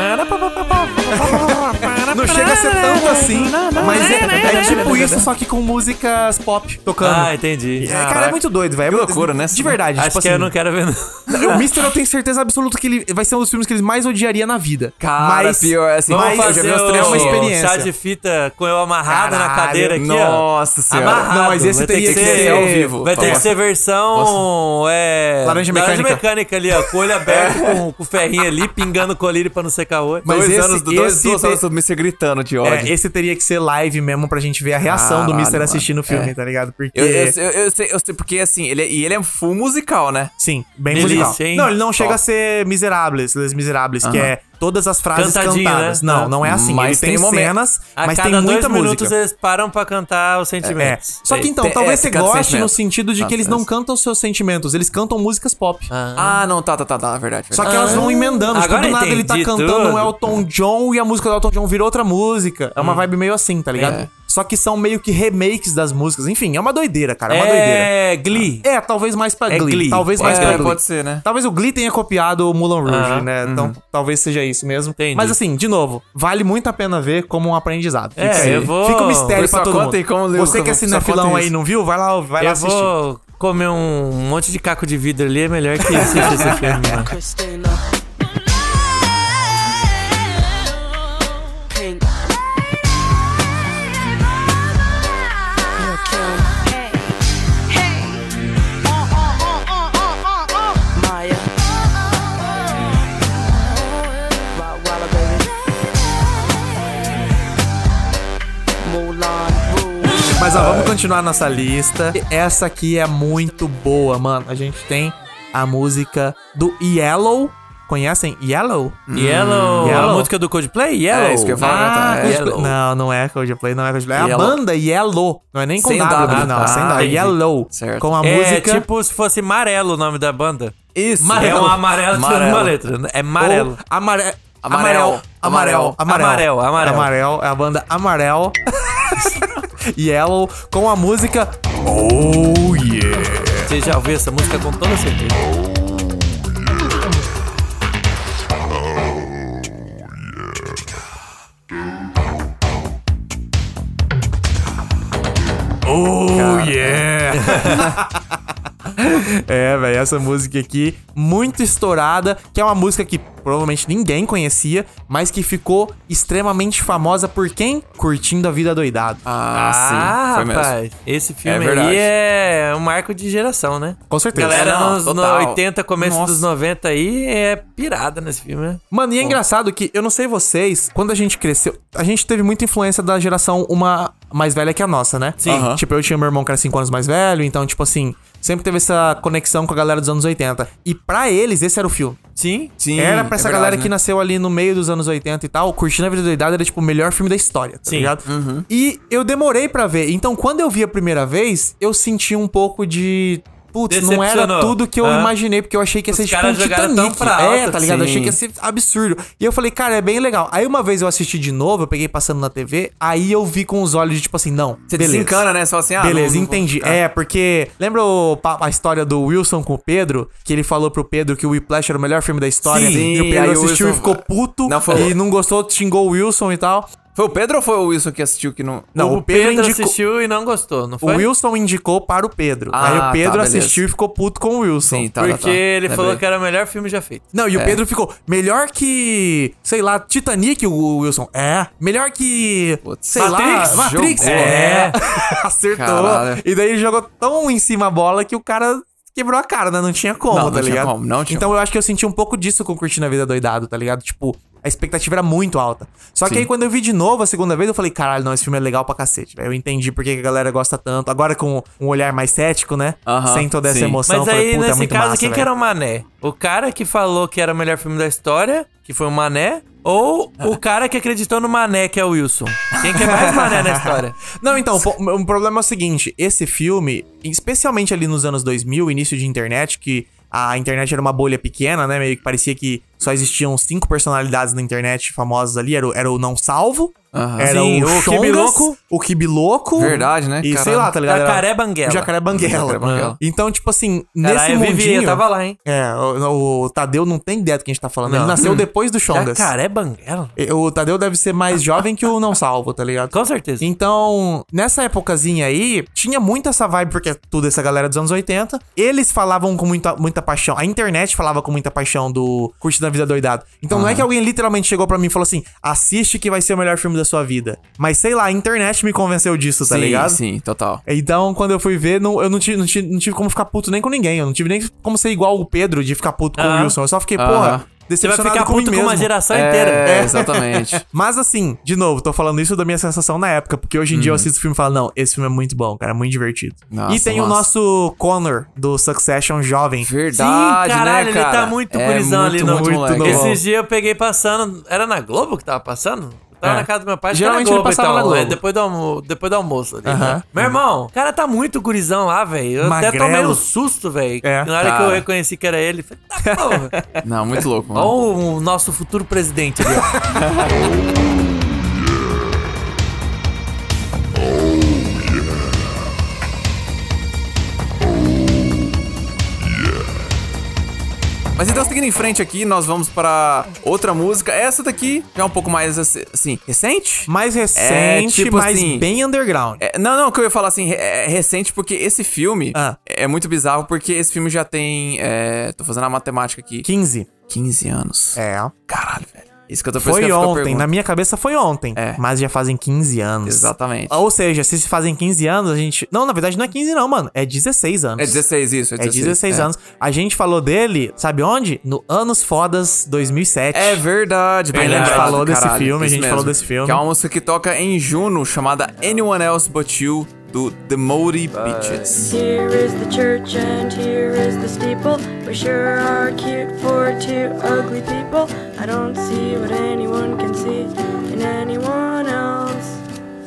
[SPEAKER 2] não chega a ser tanto assim, mas é, é tipo isso, só que com músicas pop tocando.
[SPEAKER 4] Ah, entendi.
[SPEAKER 2] É, cara, é muito doido, velho.
[SPEAKER 3] Que loucura, né?
[SPEAKER 2] De verdade,
[SPEAKER 4] Acho
[SPEAKER 2] tipo
[SPEAKER 4] que
[SPEAKER 2] assim.
[SPEAKER 4] eu não quero ver. não.
[SPEAKER 2] O Mister eu tenho certeza absoluta que ele vai ser um dos filmes que eles mais odiaria na vida.
[SPEAKER 3] Cara,
[SPEAKER 2] mas,
[SPEAKER 3] pior, assim,
[SPEAKER 4] Vamos
[SPEAKER 2] mas
[SPEAKER 3] eu já vi
[SPEAKER 4] fazer
[SPEAKER 3] uns
[SPEAKER 4] o
[SPEAKER 3] trechos.
[SPEAKER 2] é uma experiência.
[SPEAKER 4] chá de fita com eu amarrado na
[SPEAKER 2] Caralho,
[SPEAKER 4] cadeira aqui, ó.
[SPEAKER 3] Nossa senhora.
[SPEAKER 4] Amarrado.
[SPEAKER 2] Não, mas esse
[SPEAKER 4] Vai ter
[SPEAKER 2] teria
[SPEAKER 4] que
[SPEAKER 2] que
[SPEAKER 4] ser
[SPEAKER 2] ser
[SPEAKER 3] ao vivo.
[SPEAKER 4] Vai ter que
[SPEAKER 3] Nossa.
[SPEAKER 4] ser versão é,
[SPEAKER 2] Laranja mecânica.
[SPEAKER 4] mecânica ali, ó. Com o olho aberto, com, com o ferrinho ali, pingando colírio pra não secar o olho.
[SPEAKER 2] Mas
[SPEAKER 3] dois
[SPEAKER 2] esse-
[SPEAKER 3] anos, dois,
[SPEAKER 2] esse
[SPEAKER 3] duas
[SPEAKER 2] te-
[SPEAKER 3] horas do mister gritando de ódio.
[SPEAKER 2] É, esse teria que ser live mesmo pra gente ver a reação do
[SPEAKER 3] Caralho,
[SPEAKER 2] Mister
[SPEAKER 3] mano.
[SPEAKER 2] assistindo o filme,
[SPEAKER 3] É.
[SPEAKER 2] tá ligado? Porque.
[SPEAKER 3] Eu, eu, eu, eu sei, eu sei, porque assim, ele, é- e ele é full musical, né?
[SPEAKER 2] Sim, bem
[SPEAKER 4] Delícia,
[SPEAKER 2] musical.
[SPEAKER 4] hein?
[SPEAKER 2] Não, ele não chega
[SPEAKER 3] Top.
[SPEAKER 2] a ser Miserables, Les Miserables, que
[SPEAKER 3] Aham.
[SPEAKER 2] é todas as frases
[SPEAKER 4] Cantadinho,
[SPEAKER 2] cantadas.
[SPEAKER 4] né?
[SPEAKER 2] Não,
[SPEAKER 4] Ah.
[SPEAKER 2] não é assim.
[SPEAKER 3] Mas
[SPEAKER 2] Ele tem,
[SPEAKER 3] tem momento.
[SPEAKER 2] cenas,
[SPEAKER 4] A
[SPEAKER 2] mas
[SPEAKER 4] cada
[SPEAKER 2] tem
[SPEAKER 4] dois
[SPEAKER 2] muita
[SPEAKER 4] minutos
[SPEAKER 2] música.
[SPEAKER 4] eles param pra cantar os
[SPEAKER 2] É.
[SPEAKER 4] sentimentos.
[SPEAKER 2] Só que então,
[SPEAKER 3] Tem-
[SPEAKER 2] talvez
[SPEAKER 3] é,
[SPEAKER 2] você
[SPEAKER 3] cada
[SPEAKER 2] goste
[SPEAKER 3] sentimento.
[SPEAKER 2] no sentido de que
[SPEAKER 3] Ah,
[SPEAKER 2] eles
[SPEAKER 3] é.
[SPEAKER 2] não cantam seus sentimentos, eles cantam músicas pop.
[SPEAKER 3] Ah, não, tá, tá, tá, tá, verdade.
[SPEAKER 2] Só que
[SPEAKER 3] verdade.
[SPEAKER 2] elas vão emendando. Tipo,
[SPEAKER 4] Agora
[SPEAKER 2] do nada ele tá
[SPEAKER 4] entendi
[SPEAKER 2] cantando
[SPEAKER 4] tudo.
[SPEAKER 2] um Elton John e a música do Elton John vira outra música. É uma vibe meio assim, tá ligado?
[SPEAKER 3] É.
[SPEAKER 2] Só que são meio que remakes das músicas. Enfim, é uma doideira, cara. É uma doideira.
[SPEAKER 4] É Glee.
[SPEAKER 2] É, talvez mais pra
[SPEAKER 4] É
[SPEAKER 2] Glee.
[SPEAKER 4] Glee.
[SPEAKER 2] Talvez
[SPEAKER 3] Pode
[SPEAKER 2] mais
[SPEAKER 3] ser,
[SPEAKER 2] pra Glee.
[SPEAKER 3] pode ser, né?
[SPEAKER 2] Talvez o Glee tenha copiado o Moulin Rouge,
[SPEAKER 4] Aham,
[SPEAKER 2] né? Então talvez seja isso mesmo.
[SPEAKER 4] Entendi.
[SPEAKER 2] Mas assim, de novo, vale muito a pena ver como um aprendizado. Fica
[SPEAKER 4] É,
[SPEAKER 2] aí.
[SPEAKER 4] eu vou-
[SPEAKER 2] Fica um mistério
[SPEAKER 3] Por
[SPEAKER 2] pra
[SPEAKER 3] sua
[SPEAKER 2] todo
[SPEAKER 3] conta
[SPEAKER 2] mundo.
[SPEAKER 3] e como-
[SPEAKER 2] Você que é
[SPEAKER 3] por sua
[SPEAKER 2] cinefilão
[SPEAKER 3] conta
[SPEAKER 2] aí,
[SPEAKER 3] isso.
[SPEAKER 2] não viu? Vai lá, vai lá
[SPEAKER 4] Eu
[SPEAKER 2] assistir.
[SPEAKER 4] vou comer um monte de caco de vidro ali, é melhor que assistir esse filme, mano.
[SPEAKER 7] Christina. Pink. Lil' Kim. Maya. Rock Walla, baby. Moulin Rouge.
[SPEAKER 2] Mas ó, vamos continuar nossa lista. Essa aqui é muito boa, mano. A gente tem a música do Yellow conhecem Yellow?
[SPEAKER 4] Yellow,
[SPEAKER 2] Yellow.
[SPEAKER 4] a música do Coldplay? Yellow.
[SPEAKER 3] É isso que eu ia falar.
[SPEAKER 2] Ah,
[SPEAKER 3] tá, é.
[SPEAKER 2] Coldplay.
[SPEAKER 4] Yellow.
[SPEAKER 2] Não, não é Coldplay, não é Coldplay. É a
[SPEAKER 3] Yellow.
[SPEAKER 2] banda Yellow. Não é nem com
[SPEAKER 3] Sem
[SPEAKER 2] W no
[SPEAKER 3] W,
[SPEAKER 2] final,
[SPEAKER 3] tá.
[SPEAKER 2] sem W.
[SPEAKER 4] Entendi.
[SPEAKER 2] Yellow.
[SPEAKER 3] Certo.
[SPEAKER 2] Com a
[SPEAKER 4] É
[SPEAKER 2] música...
[SPEAKER 4] tipo se fosse Amarelo o nome da banda.
[SPEAKER 3] Isso.
[SPEAKER 4] É um amarelo tirando
[SPEAKER 3] Amarelo.
[SPEAKER 4] uma letra. É amarelo.
[SPEAKER 2] Ou amare...
[SPEAKER 3] Amarelo.
[SPEAKER 2] Amarelo. Amarelo.
[SPEAKER 4] Amarelo, amarelo.
[SPEAKER 2] Amarelo. É a banda Amarelo. Yellow. Com a música... Oh, yeah.
[SPEAKER 4] Você já ouviu essa música com toda certeza.
[SPEAKER 2] Oh, yeah! É, velho, essa música aqui, muito estourada, que é uma música que provavelmente ninguém conhecia, mas que ficou extremamente famosa por quem? Curtindo a Vida Doidado.
[SPEAKER 3] Ah,
[SPEAKER 4] Ah,
[SPEAKER 3] sim. Foi
[SPEAKER 4] rapaz,
[SPEAKER 3] mesmo.
[SPEAKER 4] esse filme
[SPEAKER 3] É verdade.
[SPEAKER 4] aí é um marco de geração, né?
[SPEAKER 2] Com certeza.
[SPEAKER 4] Galera
[SPEAKER 3] É, não,
[SPEAKER 4] nos no
[SPEAKER 3] total.
[SPEAKER 4] oitenta, começo
[SPEAKER 2] Nossa.
[SPEAKER 4] dos noventa aí é pirada nesse filme, né?
[SPEAKER 2] Mano, e é engraçado que, eu não sei vocês, quando a gente cresceu, a gente teve muita influência da geração uma mais velha que a nossa, né?
[SPEAKER 4] Sim.
[SPEAKER 3] Aham.
[SPEAKER 2] Tipo, eu tinha meu irmão que era cinco anos mais velho, então, tipo assim, sempre teve essa conexão com a galera dos anos oitenta. E pra eles, esse era o filme.
[SPEAKER 4] Sim.
[SPEAKER 3] Sim,
[SPEAKER 2] Era pra
[SPEAKER 3] é
[SPEAKER 2] essa
[SPEAKER 3] verdade,
[SPEAKER 2] galera
[SPEAKER 3] né?
[SPEAKER 2] que nasceu ali no meio dos anos oitenta e tal, Curtindo a Vida Doidada era tipo o melhor filme da história, tá
[SPEAKER 4] Sim.
[SPEAKER 2] ligado?
[SPEAKER 3] Uhum.
[SPEAKER 2] E eu demorei pra ver. Então, quando eu vi a primeira vez, eu senti um pouco de... Putz, não era
[SPEAKER 4] Decepcionou.
[SPEAKER 2] tudo que eu
[SPEAKER 4] Hã?
[SPEAKER 2] imaginei, porque eu achei que ia
[SPEAKER 4] Os
[SPEAKER 2] ser tipo um
[SPEAKER 4] caras jogaram
[SPEAKER 2] Titanic.
[SPEAKER 4] tão pra
[SPEAKER 2] É,
[SPEAKER 4] alta,
[SPEAKER 2] tá ligado? Eu
[SPEAKER 3] sim.
[SPEAKER 2] achei que ia ser absurdo. E eu falei, cara, é bem legal. Aí uma vez eu assisti de novo, eu peguei passando na T V, aí eu vi com os olhos de tipo assim, não,
[SPEAKER 3] Você
[SPEAKER 2] beleza.
[SPEAKER 3] desencana, né? Você fala assim, ah,
[SPEAKER 2] Beleza,
[SPEAKER 3] não- não vou
[SPEAKER 2] entendi.
[SPEAKER 3] ficar.
[SPEAKER 2] É, porque lembra o pa- a história do Wilson com o Pedro? Que ele falou pro Pedro que o Whiplash era o melhor filme da história.
[SPEAKER 3] Sim,
[SPEAKER 2] e o
[SPEAKER 3] aí
[SPEAKER 2] Pedro
[SPEAKER 3] o
[SPEAKER 2] assistiu
[SPEAKER 3] Wilson-
[SPEAKER 2] e ficou puto.
[SPEAKER 3] Não, foi-
[SPEAKER 2] E não gostou, xingou o Wilson e tal.
[SPEAKER 3] Foi o Pedro ou foi o Wilson que assistiu que não...
[SPEAKER 2] Não,
[SPEAKER 4] o,
[SPEAKER 2] o Pedro
[SPEAKER 4] Pedro,
[SPEAKER 2] indicou-
[SPEAKER 4] assistiu e não gostou, não
[SPEAKER 2] O
[SPEAKER 4] foi?
[SPEAKER 2] Wilson indicou para o Pedro.
[SPEAKER 3] Ah,
[SPEAKER 2] aí o
[SPEAKER 3] tá,
[SPEAKER 2] Pedro
[SPEAKER 3] beleza.
[SPEAKER 2] assistiu e ficou puto com o Wilson.
[SPEAKER 3] Sim, tá,
[SPEAKER 4] Porque
[SPEAKER 3] tá, tá.
[SPEAKER 4] ele
[SPEAKER 3] Lembrei.
[SPEAKER 4] falou que era o melhor filme já feito.
[SPEAKER 2] Não, e o
[SPEAKER 3] É.
[SPEAKER 2] Pedro ficou melhor que, sei lá, Titanic, o Wilson. É. Melhor que,
[SPEAKER 3] Putz.
[SPEAKER 2] sei
[SPEAKER 4] Matrix.
[SPEAKER 2] lá, Matrix.
[SPEAKER 3] Jogou.
[SPEAKER 2] É. Acertou.
[SPEAKER 3] Caralho.
[SPEAKER 2] E daí ele jogou tão em cima a bola que o cara quebrou a cara, né? Não tinha como,
[SPEAKER 3] Não, não
[SPEAKER 2] tá
[SPEAKER 3] tinha
[SPEAKER 2] ligado?
[SPEAKER 3] como, não tinha
[SPEAKER 2] então eu acho que eu senti um pouco disso com Curtindo a Vida Doidado, tá ligado? Tipo, a expectativa era muito alta. Só que
[SPEAKER 3] Sim.
[SPEAKER 2] aí quando eu vi de novo a segunda vez, eu falei, caralho, não, esse filme é legal pra cacete, velho. Eu entendi por que que a galera gosta tanto. Agora com um olhar mais cético, né?
[SPEAKER 3] Aham,
[SPEAKER 2] Sem toda essa
[SPEAKER 3] sim.
[SPEAKER 2] emoção.
[SPEAKER 4] Mas
[SPEAKER 2] eu falei,
[SPEAKER 4] aí,
[SPEAKER 2] puta, é
[SPEAKER 4] nesse
[SPEAKER 2] muito
[SPEAKER 4] caso,
[SPEAKER 2] massa,
[SPEAKER 4] quem que
[SPEAKER 2] velho.
[SPEAKER 4] era o Mané? O cara que falou que era o melhor filme da história, que foi o Mané, ou o cara que acreditou no Mané, que é o Wilson? Quem que é mais Mané na história?
[SPEAKER 2] Não, então, po- o problema é o seguinte, esse filme, especialmente ali nos anos dois mil, início de internet, que a internet era uma bolha pequena, né, meio que parecia que só existiam cinco personalidades na internet famosas ali, era o, era o Não Salvo,
[SPEAKER 3] Aham.
[SPEAKER 2] era
[SPEAKER 4] Sim,
[SPEAKER 2] o,
[SPEAKER 4] o
[SPEAKER 2] Chongas,
[SPEAKER 4] Kibiloco.
[SPEAKER 2] o Kibiloco,
[SPEAKER 3] Verdade, né?
[SPEAKER 2] e sei
[SPEAKER 3] Caralho.
[SPEAKER 2] lá, tá ligado? Era
[SPEAKER 4] Jacaré Banguela.
[SPEAKER 2] o Jacaré Banguela.
[SPEAKER 3] Jacaré Banguela.
[SPEAKER 2] Então, tipo assim,
[SPEAKER 4] Caralho,
[SPEAKER 2] nesse
[SPEAKER 4] eu
[SPEAKER 2] mundinho...
[SPEAKER 4] vivi, eu tava lá, hein?
[SPEAKER 2] É, o, o Tadeu não tem ideia do que a gente tá falando, ele
[SPEAKER 4] Não.
[SPEAKER 2] nasceu
[SPEAKER 4] Hum.
[SPEAKER 2] depois do Chongas.
[SPEAKER 4] Jacaré Banguela?
[SPEAKER 2] O Tadeu deve ser mais jovem que o Não Salvo, tá ligado?
[SPEAKER 4] Com certeza.
[SPEAKER 2] Então, nessa épocazinha aí, tinha muito essa vibe, porque é tudo essa galera dos anos oitenta. Eles falavam com muita, muita paixão. A internet falava com muita paixão do Curtindo a Vida Doidado. Então não é que alguém literalmente chegou pra mim e falou assim: assiste que vai ser o melhor filme da sua vida. Mas sei lá, a internet me convenceu disso, tá
[SPEAKER 3] sim,
[SPEAKER 2] ligado?
[SPEAKER 3] sim, total.
[SPEAKER 2] Então, quando eu fui ver, não, eu não tive, não, tive, não tive como ficar puto nem com ninguém. Eu não tive nem como ser igual o Pedro de ficar puto com
[SPEAKER 4] Ah.
[SPEAKER 2] o Wilson. Eu só fiquei,
[SPEAKER 3] Ah.
[SPEAKER 2] porra,
[SPEAKER 4] Você vai
[SPEAKER 2] decepcionado
[SPEAKER 4] ficar
[SPEAKER 2] com mim
[SPEAKER 4] puto com uma
[SPEAKER 2] mesmo.
[SPEAKER 4] geração
[SPEAKER 3] É,
[SPEAKER 4] inteira.
[SPEAKER 3] exatamente.
[SPEAKER 2] Mas assim, de novo, tô falando isso da minha sensação na época, porque hoje em dia eu assisto o filme e falo, não, esse filme é muito bom, cara, é muito divertido.
[SPEAKER 3] Nossa,
[SPEAKER 2] e tem o
[SPEAKER 3] nossa.
[SPEAKER 2] nosso Connor, do Succession jovem.
[SPEAKER 3] Verdade,
[SPEAKER 4] Sim, caralho,
[SPEAKER 3] né,
[SPEAKER 4] ele
[SPEAKER 3] cara?
[SPEAKER 4] tá muito
[SPEAKER 3] É
[SPEAKER 4] gurizão ali no
[SPEAKER 3] muito
[SPEAKER 2] muito
[SPEAKER 3] moleque.
[SPEAKER 2] novo.
[SPEAKER 4] Esses dias eu peguei passando. Era na Globo que tava passando? Eu tava
[SPEAKER 2] É.
[SPEAKER 4] na casa do meu pai. acho
[SPEAKER 2] Geralmente
[SPEAKER 4] que era
[SPEAKER 2] ele passava
[SPEAKER 4] Globo,
[SPEAKER 2] na
[SPEAKER 4] então,
[SPEAKER 2] Globo.
[SPEAKER 4] é, depois, do almo depois do almoço ali.
[SPEAKER 2] Aham.
[SPEAKER 4] Né? Meu irmão, o cara tá muito gurizão lá, velho. Eu até
[SPEAKER 2] Magrelo.
[SPEAKER 4] tomei um susto, velho.
[SPEAKER 2] É.
[SPEAKER 4] Na hora que
[SPEAKER 3] Cara.
[SPEAKER 4] eu reconheci que era ele, falei, tá porra.
[SPEAKER 3] Não, muito louco, mano.
[SPEAKER 4] Olha o nosso futuro presidente ali, ó.
[SPEAKER 3] Mas então, seguindo em frente aqui, nós vamos para outra música. Essa daqui já é um pouco mais, assim, recente?
[SPEAKER 2] Mais recente,
[SPEAKER 3] É, tipo
[SPEAKER 2] mas
[SPEAKER 3] assim,
[SPEAKER 2] bem underground.
[SPEAKER 3] É, não, não, que eu ia falar assim, é recente porque esse filme
[SPEAKER 2] Ah.
[SPEAKER 3] é muito bizarro porque esse filme já tem, é, tô fazendo a matemática aqui,
[SPEAKER 2] quinze.
[SPEAKER 3] quinze anos.
[SPEAKER 2] É.
[SPEAKER 3] Caralho, velho. Isso que eu tô
[SPEAKER 2] Foi
[SPEAKER 3] pensando.
[SPEAKER 2] ontem, na minha cabeça foi ontem.
[SPEAKER 3] É.
[SPEAKER 2] Mas já fazem quinze anos.
[SPEAKER 3] Exatamente.
[SPEAKER 2] Ou seja, se se fazem quinze anos, a gente... Não, na verdade não é quinze não, mano. É dezesseis anos.
[SPEAKER 3] É dezesseis, isso. É
[SPEAKER 2] É
[SPEAKER 3] dezesseis,
[SPEAKER 2] dezesseis
[SPEAKER 3] é.
[SPEAKER 2] anos. A gente falou dele, sabe onde? No Anos Fodas dois mil e sete.
[SPEAKER 3] É verdade, bem
[SPEAKER 2] A gente
[SPEAKER 3] lembrado,
[SPEAKER 2] falou desse
[SPEAKER 3] caralho,
[SPEAKER 2] filme, a
[SPEAKER 3] isso
[SPEAKER 2] gente
[SPEAKER 3] mesmo.
[SPEAKER 2] falou desse filme.
[SPEAKER 3] Que é uma música que toca em Juno, chamada Anyone Else But You, do The Moody Peaches.
[SPEAKER 13] Here is the church and here is the steeple. We sure are cute for two ugly people. I don't see what anyone can see in anyone else.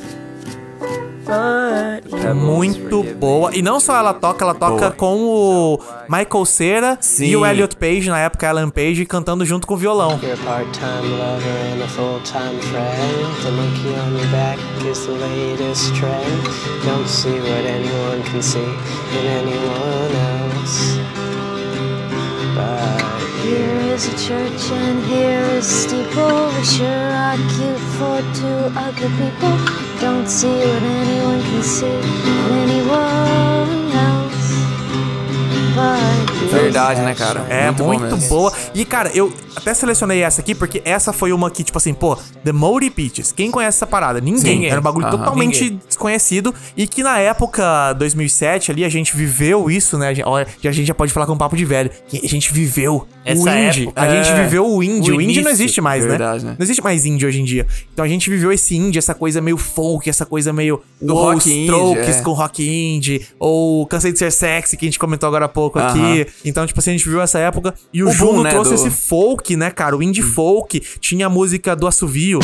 [SPEAKER 13] But you.
[SPEAKER 2] Muito boa. E não só ela toca, ela toca
[SPEAKER 3] Boa.
[SPEAKER 2] com o Michael Cera e o Elliot Page, na época Alan Page, cantando junto com o violão.
[SPEAKER 14] You're a part-time lover and a full-time friend. The monkey on your back is the latest trend. Don't see what anyone can see in anyone else. But
[SPEAKER 6] Here is a church and here is a steeple. We sure are cute for two ugly people. Don't see what anyone can see in anyone else. But
[SPEAKER 3] Verdade, né, cara?
[SPEAKER 2] É
[SPEAKER 3] bom
[SPEAKER 2] muito,
[SPEAKER 3] mesmo.
[SPEAKER 2] boa. E, cara, eu até selecionei essa aqui porque essa foi uma que, tipo assim, pô, The Moody Peaches. Quem conhece essa parada? Ninguém.
[SPEAKER 4] Ninguém.
[SPEAKER 2] Era um bagulho
[SPEAKER 3] Aham.
[SPEAKER 2] totalmente
[SPEAKER 4] Ninguém.
[SPEAKER 2] desconhecido. E que na época, dois mil e sete, ali, a gente viveu isso, né? A gente, olha, a gente já pode falar com um papo de velho. Que a gente viveu
[SPEAKER 4] Essa
[SPEAKER 2] o indie.
[SPEAKER 4] época.
[SPEAKER 2] A gente
[SPEAKER 3] É.
[SPEAKER 2] viveu o indie.
[SPEAKER 4] O
[SPEAKER 2] O, indie não
[SPEAKER 4] início.
[SPEAKER 2] existe mais,
[SPEAKER 3] Verdade,
[SPEAKER 2] né?
[SPEAKER 3] né?
[SPEAKER 2] Não existe mais indie hoje em dia. Então a gente viveu esse indie, essa coisa meio folk, essa coisa meio
[SPEAKER 3] Do
[SPEAKER 2] wow,
[SPEAKER 3] rock indie,
[SPEAKER 2] Strokes
[SPEAKER 3] é.
[SPEAKER 2] com rock indie. Ou Cansei de Ser Sexy, que a gente comentou agora há pouco aqui.
[SPEAKER 3] Aham.
[SPEAKER 2] Então, tipo assim, a gente viveu essa época. E o,
[SPEAKER 3] O
[SPEAKER 2] Juno
[SPEAKER 3] boom, né,
[SPEAKER 2] trouxe
[SPEAKER 3] do-
[SPEAKER 2] esse folk, né, cara? O indie folk. Tinha a música do assovio.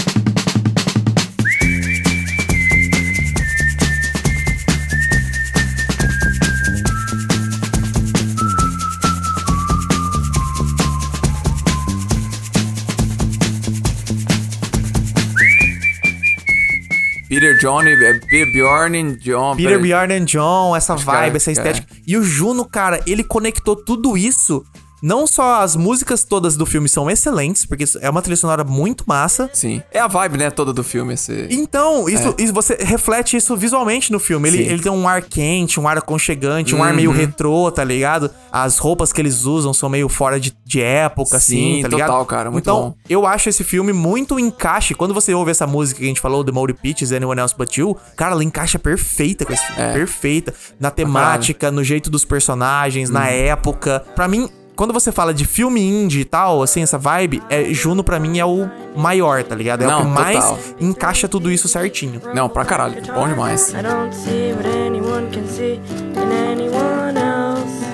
[SPEAKER 3] Peter Johnny, é, P- Bjorn and John.
[SPEAKER 2] Peter,
[SPEAKER 3] peraí.
[SPEAKER 2] Bjorn and John, essa
[SPEAKER 3] Acho
[SPEAKER 2] vibe,
[SPEAKER 3] que é,
[SPEAKER 2] essa
[SPEAKER 3] é.
[SPEAKER 2] estética. E o Juno, cara, ele conectou tudo isso. Não só as músicas todas do filme são excelentes, porque é uma trilha sonora muito massa.
[SPEAKER 3] Sim. É a vibe, né, toda do filme. Esse...
[SPEAKER 2] Então, isso, isso você reflete isso visualmente no filme. Ele,
[SPEAKER 3] Sim.
[SPEAKER 2] ele tem um ar quente, um ar aconchegante, um ar meio retrô, tá ligado? As roupas que eles usam são meio fora de, de época,
[SPEAKER 3] Sim,
[SPEAKER 2] assim, tá ligado?
[SPEAKER 3] total, cara, muito
[SPEAKER 2] então,
[SPEAKER 3] bom.
[SPEAKER 2] eu acho esse filme muito encaixe. Quando você ouve essa música que a gente falou, The Moody Peaches, Anyone Else But You, cara, ela encaixa perfeita com esse filme.
[SPEAKER 3] É.
[SPEAKER 2] Perfeita. Na temática, no jeito dos personagens, na época. Pra mim, quando você fala de filme indie e tal, assim, essa vibe, é, Juno pra mim é o maior, tá ligado? É
[SPEAKER 3] Não,
[SPEAKER 2] o que mais
[SPEAKER 3] total.
[SPEAKER 2] encaixa tudo isso certinho.
[SPEAKER 3] Não, pra caralho. Bom demais.
[SPEAKER 13] I don't see what anyone can see in anyone else.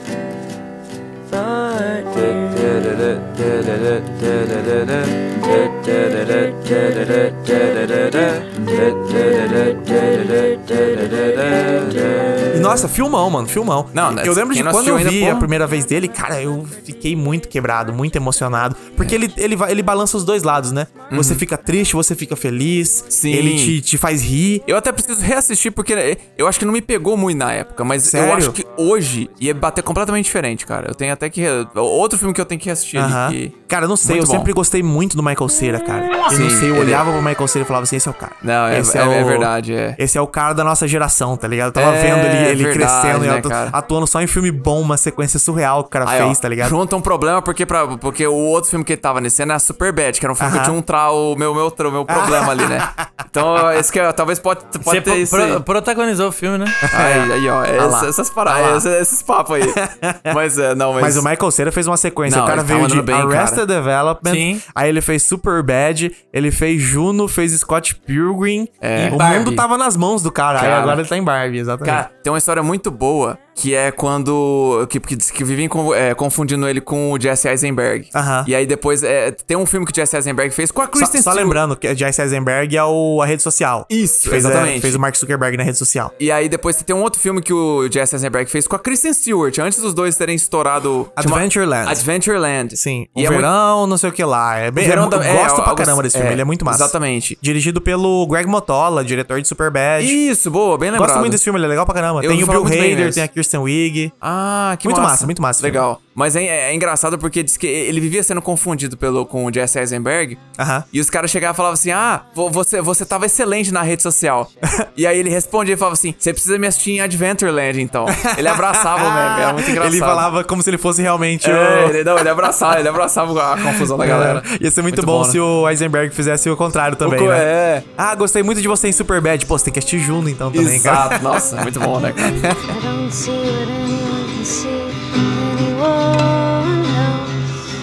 [SPEAKER 13] But
[SPEAKER 2] E nossa, filmão, mano, filmão.
[SPEAKER 3] Não, né,
[SPEAKER 2] eu lembro
[SPEAKER 3] quem
[SPEAKER 2] de
[SPEAKER 3] não
[SPEAKER 2] quando eu
[SPEAKER 3] assistiu
[SPEAKER 2] vi
[SPEAKER 3] ainda,
[SPEAKER 2] a
[SPEAKER 3] pô.
[SPEAKER 2] primeira vez dele, cara, eu fiquei muito quebrado, muito emocionado. Porque ele, ele, vai- ele balança os dois lados, né? Você fica triste, você fica feliz.
[SPEAKER 3] Uhum. Sim.
[SPEAKER 2] Ele te, te faz rir.
[SPEAKER 3] Eu até preciso reassistir porque eu acho que não me pegou muito na época, mas
[SPEAKER 2] Sério?
[SPEAKER 3] eu acho que hoje ia bater completamente diferente, cara. Eu tenho até que. re- Outro filme que eu tenho que reassistir
[SPEAKER 2] Aham.
[SPEAKER 3] ali. Que...
[SPEAKER 2] Cara, eu não sei,
[SPEAKER 3] Muito
[SPEAKER 2] eu
[SPEAKER 3] bom.
[SPEAKER 2] sempre gostei muito do Michael Cera, cara. Eu
[SPEAKER 3] Sim,
[SPEAKER 2] não sei, eu
[SPEAKER 3] ele-
[SPEAKER 2] olhava pro Michael Cera e falava assim, esse é o cara.
[SPEAKER 3] Não, é,
[SPEAKER 2] Esse
[SPEAKER 3] é, é
[SPEAKER 2] o-
[SPEAKER 3] verdade, é.
[SPEAKER 2] Esse é o cara da nossa geração, tá ligado? Eu tava
[SPEAKER 3] É,
[SPEAKER 2] vendo ele, ele
[SPEAKER 3] verdade,
[SPEAKER 2] crescendo,
[SPEAKER 3] né,
[SPEAKER 2] atu-
[SPEAKER 3] cara?
[SPEAKER 2] atuando só em filme bom, uma sequência surreal que o cara
[SPEAKER 3] Aí, ó,
[SPEAKER 2] fez, tá ligado?
[SPEAKER 3] junta um problema porque, pra, porque o outro filme que ele tava nesse ano é Superbad, que era um filme que eu
[SPEAKER 2] Aham.
[SPEAKER 3] tinha um tra, o meu, meu, tra- o meu problema ali, né? Então, esse que é, talvez pode, pode
[SPEAKER 4] Você
[SPEAKER 3] ter
[SPEAKER 4] pro-
[SPEAKER 3] isso aí.
[SPEAKER 4] pro- protagonizou o filme, né?
[SPEAKER 3] Aí, aí, ó,
[SPEAKER 2] Ah lá.
[SPEAKER 3] essa- essas
[SPEAKER 2] Ah
[SPEAKER 3] paradas,
[SPEAKER 2] lá.
[SPEAKER 3] esses, esses papos aí. Mas, é, não, mas...
[SPEAKER 2] Mas o Michael Cera fez uma sequência.
[SPEAKER 3] Não,
[SPEAKER 2] o cara
[SPEAKER 3] ele tá
[SPEAKER 2] veio de
[SPEAKER 3] mandando bem,
[SPEAKER 2] Arrested
[SPEAKER 3] cara.
[SPEAKER 2] Development.
[SPEAKER 4] Sim.
[SPEAKER 2] Aí ele fez Superbad. Ele fez Juno, fez Scott Pilgrim.
[SPEAKER 3] É.
[SPEAKER 2] O
[SPEAKER 4] Barbie.
[SPEAKER 2] mundo tava nas mãos do cara. Aí
[SPEAKER 3] Cara.
[SPEAKER 2] agora ele tá em Barbie, exatamente.
[SPEAKER 3] Cara, tem uma história muito boa, que é quando... Que, que, que vivem com- é, confundindo ele com o Jesse Eisenberg.
[SPEAKER 2] Aham.
[SPEAKER 3] E aí depois, é, tem um filme que o Jesse Eisenberg fez com a
[SPEAKER 2] Só,
[SPEAKER 3] Kristen
[SPEAKER 2] só
[SPEAKER 3] Stewart.
[SPEAKER 2] lembrando que Jesse Eisenberg é o, a rede social.
[SPEAKER 3] Isso,
[SPEAKER 2] fez, é,
[SPEAKER 3] exatamente.
[SPEAKER 2] fez o Mark Zuckerberg na rede social.
[SPEAKER 3] E aí depois tem um outro filme que o Jesse Eisenberg fez com a Kristen Stewart, antes dos dois terem estourado... chama-
[SPEAKER 2] Adventureland.
[SPEAKER 3] Adventureland.
[SPEAKER 2] Sim.
[SPEAKER 3] E
[SPEAKER 2] O
[SPEAKER 3] é muito-
[SPEAKER 2] verão, não sei o que lá. É bem,
[SPEAKER 3] O verão
[SPEAKER 2] é,
[SPEAKER 3] da-
[SPEAKER 2] eu
[SPEAKER 3] é,
[SPEAKER 2] gosto pra
[SPEAKER 3] algo-
[SPEAKER 2] caramba desse filme.
[SPEAKER 3] é,
[SPEAKER 2] Ele é muito massa.
[SPEAKER 3] exatamente.
[SPEAKER 2] Dirigido pelo Greg Motola, diretor de Superbad.
[SPEAKER 3] Isso, boa, bem lembrado.
[SPEAKER 2] Gosto muito desse filme, ele é legal pra caramba.
[SPEAKER 3] Eu
[SPEAKER 2] tem
[SPEAKER 3] ouvi
[SPEAKER 2] o
[SPEAKER 3] falar
[SPEAKER 2] Bill
[SPEAKER 3] muito bem
[SPEAKER 2] Hader,
[SPEAKER 3] mesmo.
[SPEAKER 2] tem a Kirsten Wiig.
[SPEAKER 3] Ah, que
[SPEAKER 2] Muito
[SPEAKER 3] massa.
[SPEAKER 2] massa, muito massa esse
[SPEAKER 3] Legal. Mas é, é engraçado porque diz que ele vivia sendo confundido pelo, com o Jesse Eisenberg.
[SPEAKER 2] Aham.
[SPEAKER 3] E os caras chegavam e falavam assim: ah, vo- você, você tava excelente na rede social. E aí ele respondia e falava assim: você precisa me assistir em Adventureland, então. Ele abraçava o meme, era muito engraçado.
[SPEAKER 2] Ele falava como se ele fosse realmente
[SPEAKER 3] É,
[SPEAKER 2] o...
[SPEAKER 3] ele, não, ele abraçava, ele abraçava a confusão da galera.
[SPEAKER 2] Ia ser muito,
[SPEAKER 3] Muito
[SPEAKER 2] bom,
[SPEAKER 3] bom,
[SPEAKER 2] se
[SPEAKER 3] né?
[SPEAKER 2] o Eisenberg fizesse o contrário também,
[SPEAKER 3] co-
[SPEAKER 2] né?
[SPEAKER 3] é.
[SPEAKER 2] Ah, gostei muito de você em Superbad. Pô, você tem que assistir Juno então também, cara.
[SPEAKER 3] Exato, nossa, muito bom, né, cara?
[SPEAKER 6] I don't see what anyone can see in anyone else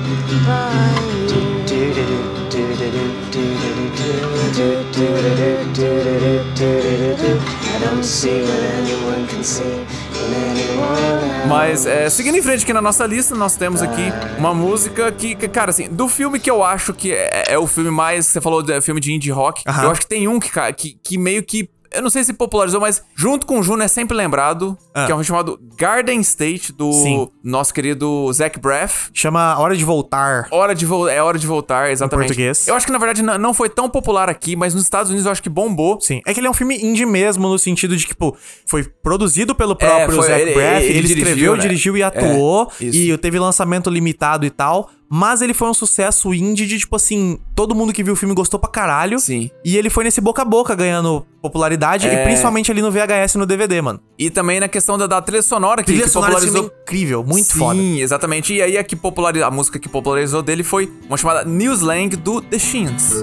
[SPEAKER 6] but you. I don't
[SPEAKER 14] see what anyone can see in anyone else.
[SPEAKER 3] Mas, é, seguindo em frente aqui na nossa lista, nós temos aqui uma música que, que, cara, assim, do filme que eu acho que é, é o filme mais... Você falou de filme de indie rock.
[SPEAKER 2] Aham.
[SPEAKER 3] Eu acho que tem um que, cara, que, que meio que... Eu não sei se popularizou, mas junto com o Juno é sempre lembrado,
[SPEAKER 2] Ah.
[SPEAKER 3] que é um filme chamado Garden State, do
[SPEAKER 2] Sim.
[SPEAKER 3] nosso querido Zach Braff.
[SPEAKER 2] Chama Hora de Voltar.
[SPEAKER 3] Hora de vo É Hora de Voltar, exatamente.
[SPEAKER 2] português.
[SPEAKER 3] Eu acho que, na verdade, n- não foi tão popular aqui, mas nos Estados Unidos eu acho que bombou.
[SPEAKER 2] Sim. É que ele é um filme indie mesmo, no sentido de que, tipo, foi produzido pelo próprio
[SPEAKER 3] foi-
[SPEAKER 2] Zach
[SPEAKER 3] ele-
[SPEAKER 2] Braff,
[SPEAKER 3] ele
[SPEAKER 2] ele,
[SPEAKER 3] dirigiu,
[SPEAKER 2] escreveu,
[SPEAKER 3] né?
[SPEAKER 2] dirigiu e
[SPEAKER 3] É,
[SPEAKER 2] atuou,
[SPEAKER 3] isso.
[SPEAKER 2] e teve lançamento limitado e tal. Mas ele foi um sucesso indie de, tipo assim, todo mundo que viu o filme gostou pra caralho.
[SPEAKER 3] Sim.
[SPEAKER 2] E ele foi nesse boca a boca ganhando popularidade,
[SPEAKER 3] É.
[SPEAKER 2] e principalmente ali no V H S e no D V D, mano.
[SPEAKER 3] E também na questão da, da trilha sonora, que,
[SPEAKER 2] Trilha
[SPEAKER 3] que
[SPEAKER 2] sonora desse
[SPEAKER 3] popularizou.
[SPEAKER 2] filme é incrível, muito
[SPEAKER 3] Sim,
[SPEAKER 2] foda.
[SPEAKER 3] Sim, exatamente. E aí a, que popularizou, a música que popularizou dele foi uma chamada New Slang do The Shins.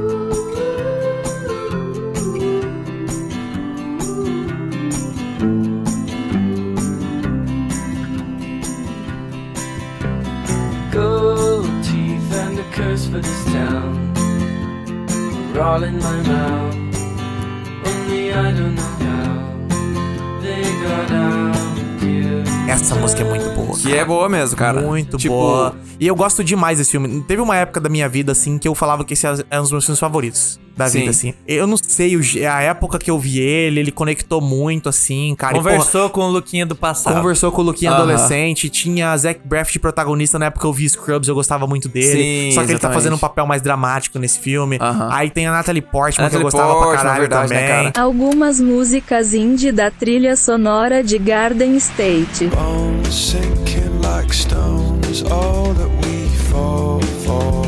[SPEAKER 11] Gold teeth and a curse for this town. We're all in my mouth. Only I don't know how they got out here.
[SPEAKER 2] Essa música é muito boa.
[SPEAKER 3] Que é boa mesmo, cara.
[SPEAKER 2] Muito
[SPEAKER 3] Tipo,
[SPEAKER 2] boa. E eu gosto demais desse filme. Teve uma época da minha vida, assim, que eu falava que esse era um dos meus filmes favoritos da
[SPEAKER 3] Sim.
[SPEAKER 2] vida, assim. Eu não sei, o je- a época que eu vi ele, ele conectou muito, assim, cara. E, porra,
[SPEAKER 4] Conversou com o Luquinha do passado.
[SPEAKER 2] conversou com o Luquinha
[SPEAKER 3] Aham.
[SPEAKER 2] adolescente, tinha Zach Braff de protagonista, na época que eu vi Scrubs, eu gostava muito dele.
[SPEAKER 3] Sim,
[SPEAKER 2] só que ele tá
[SPEAKER 3] exatamente.
[SPEAKER 2] fazendo um papel mais dramático nesse filme.
[SPEAKER 3] Aham.
[SPEAKER 2] Aí tem a Natalie Portman,
[SPEAKER 3] A
[SPEAKER 2] que eu
[SPEAKER 3] Natalie
[SPEAKER 2] gostava pra
[SPEAKER 3] Portman,
[SPEAKER 2] caralho
[SPEAKER 3] verdade, né,
[SPEAKER 2] também.
[SPEAKER 3] cara?
[SPEAKER 12] Algumas músicas indie da trilha sonora de Garden State.
[SPEAKER 15] Bones sinking like stones, all that we fall for.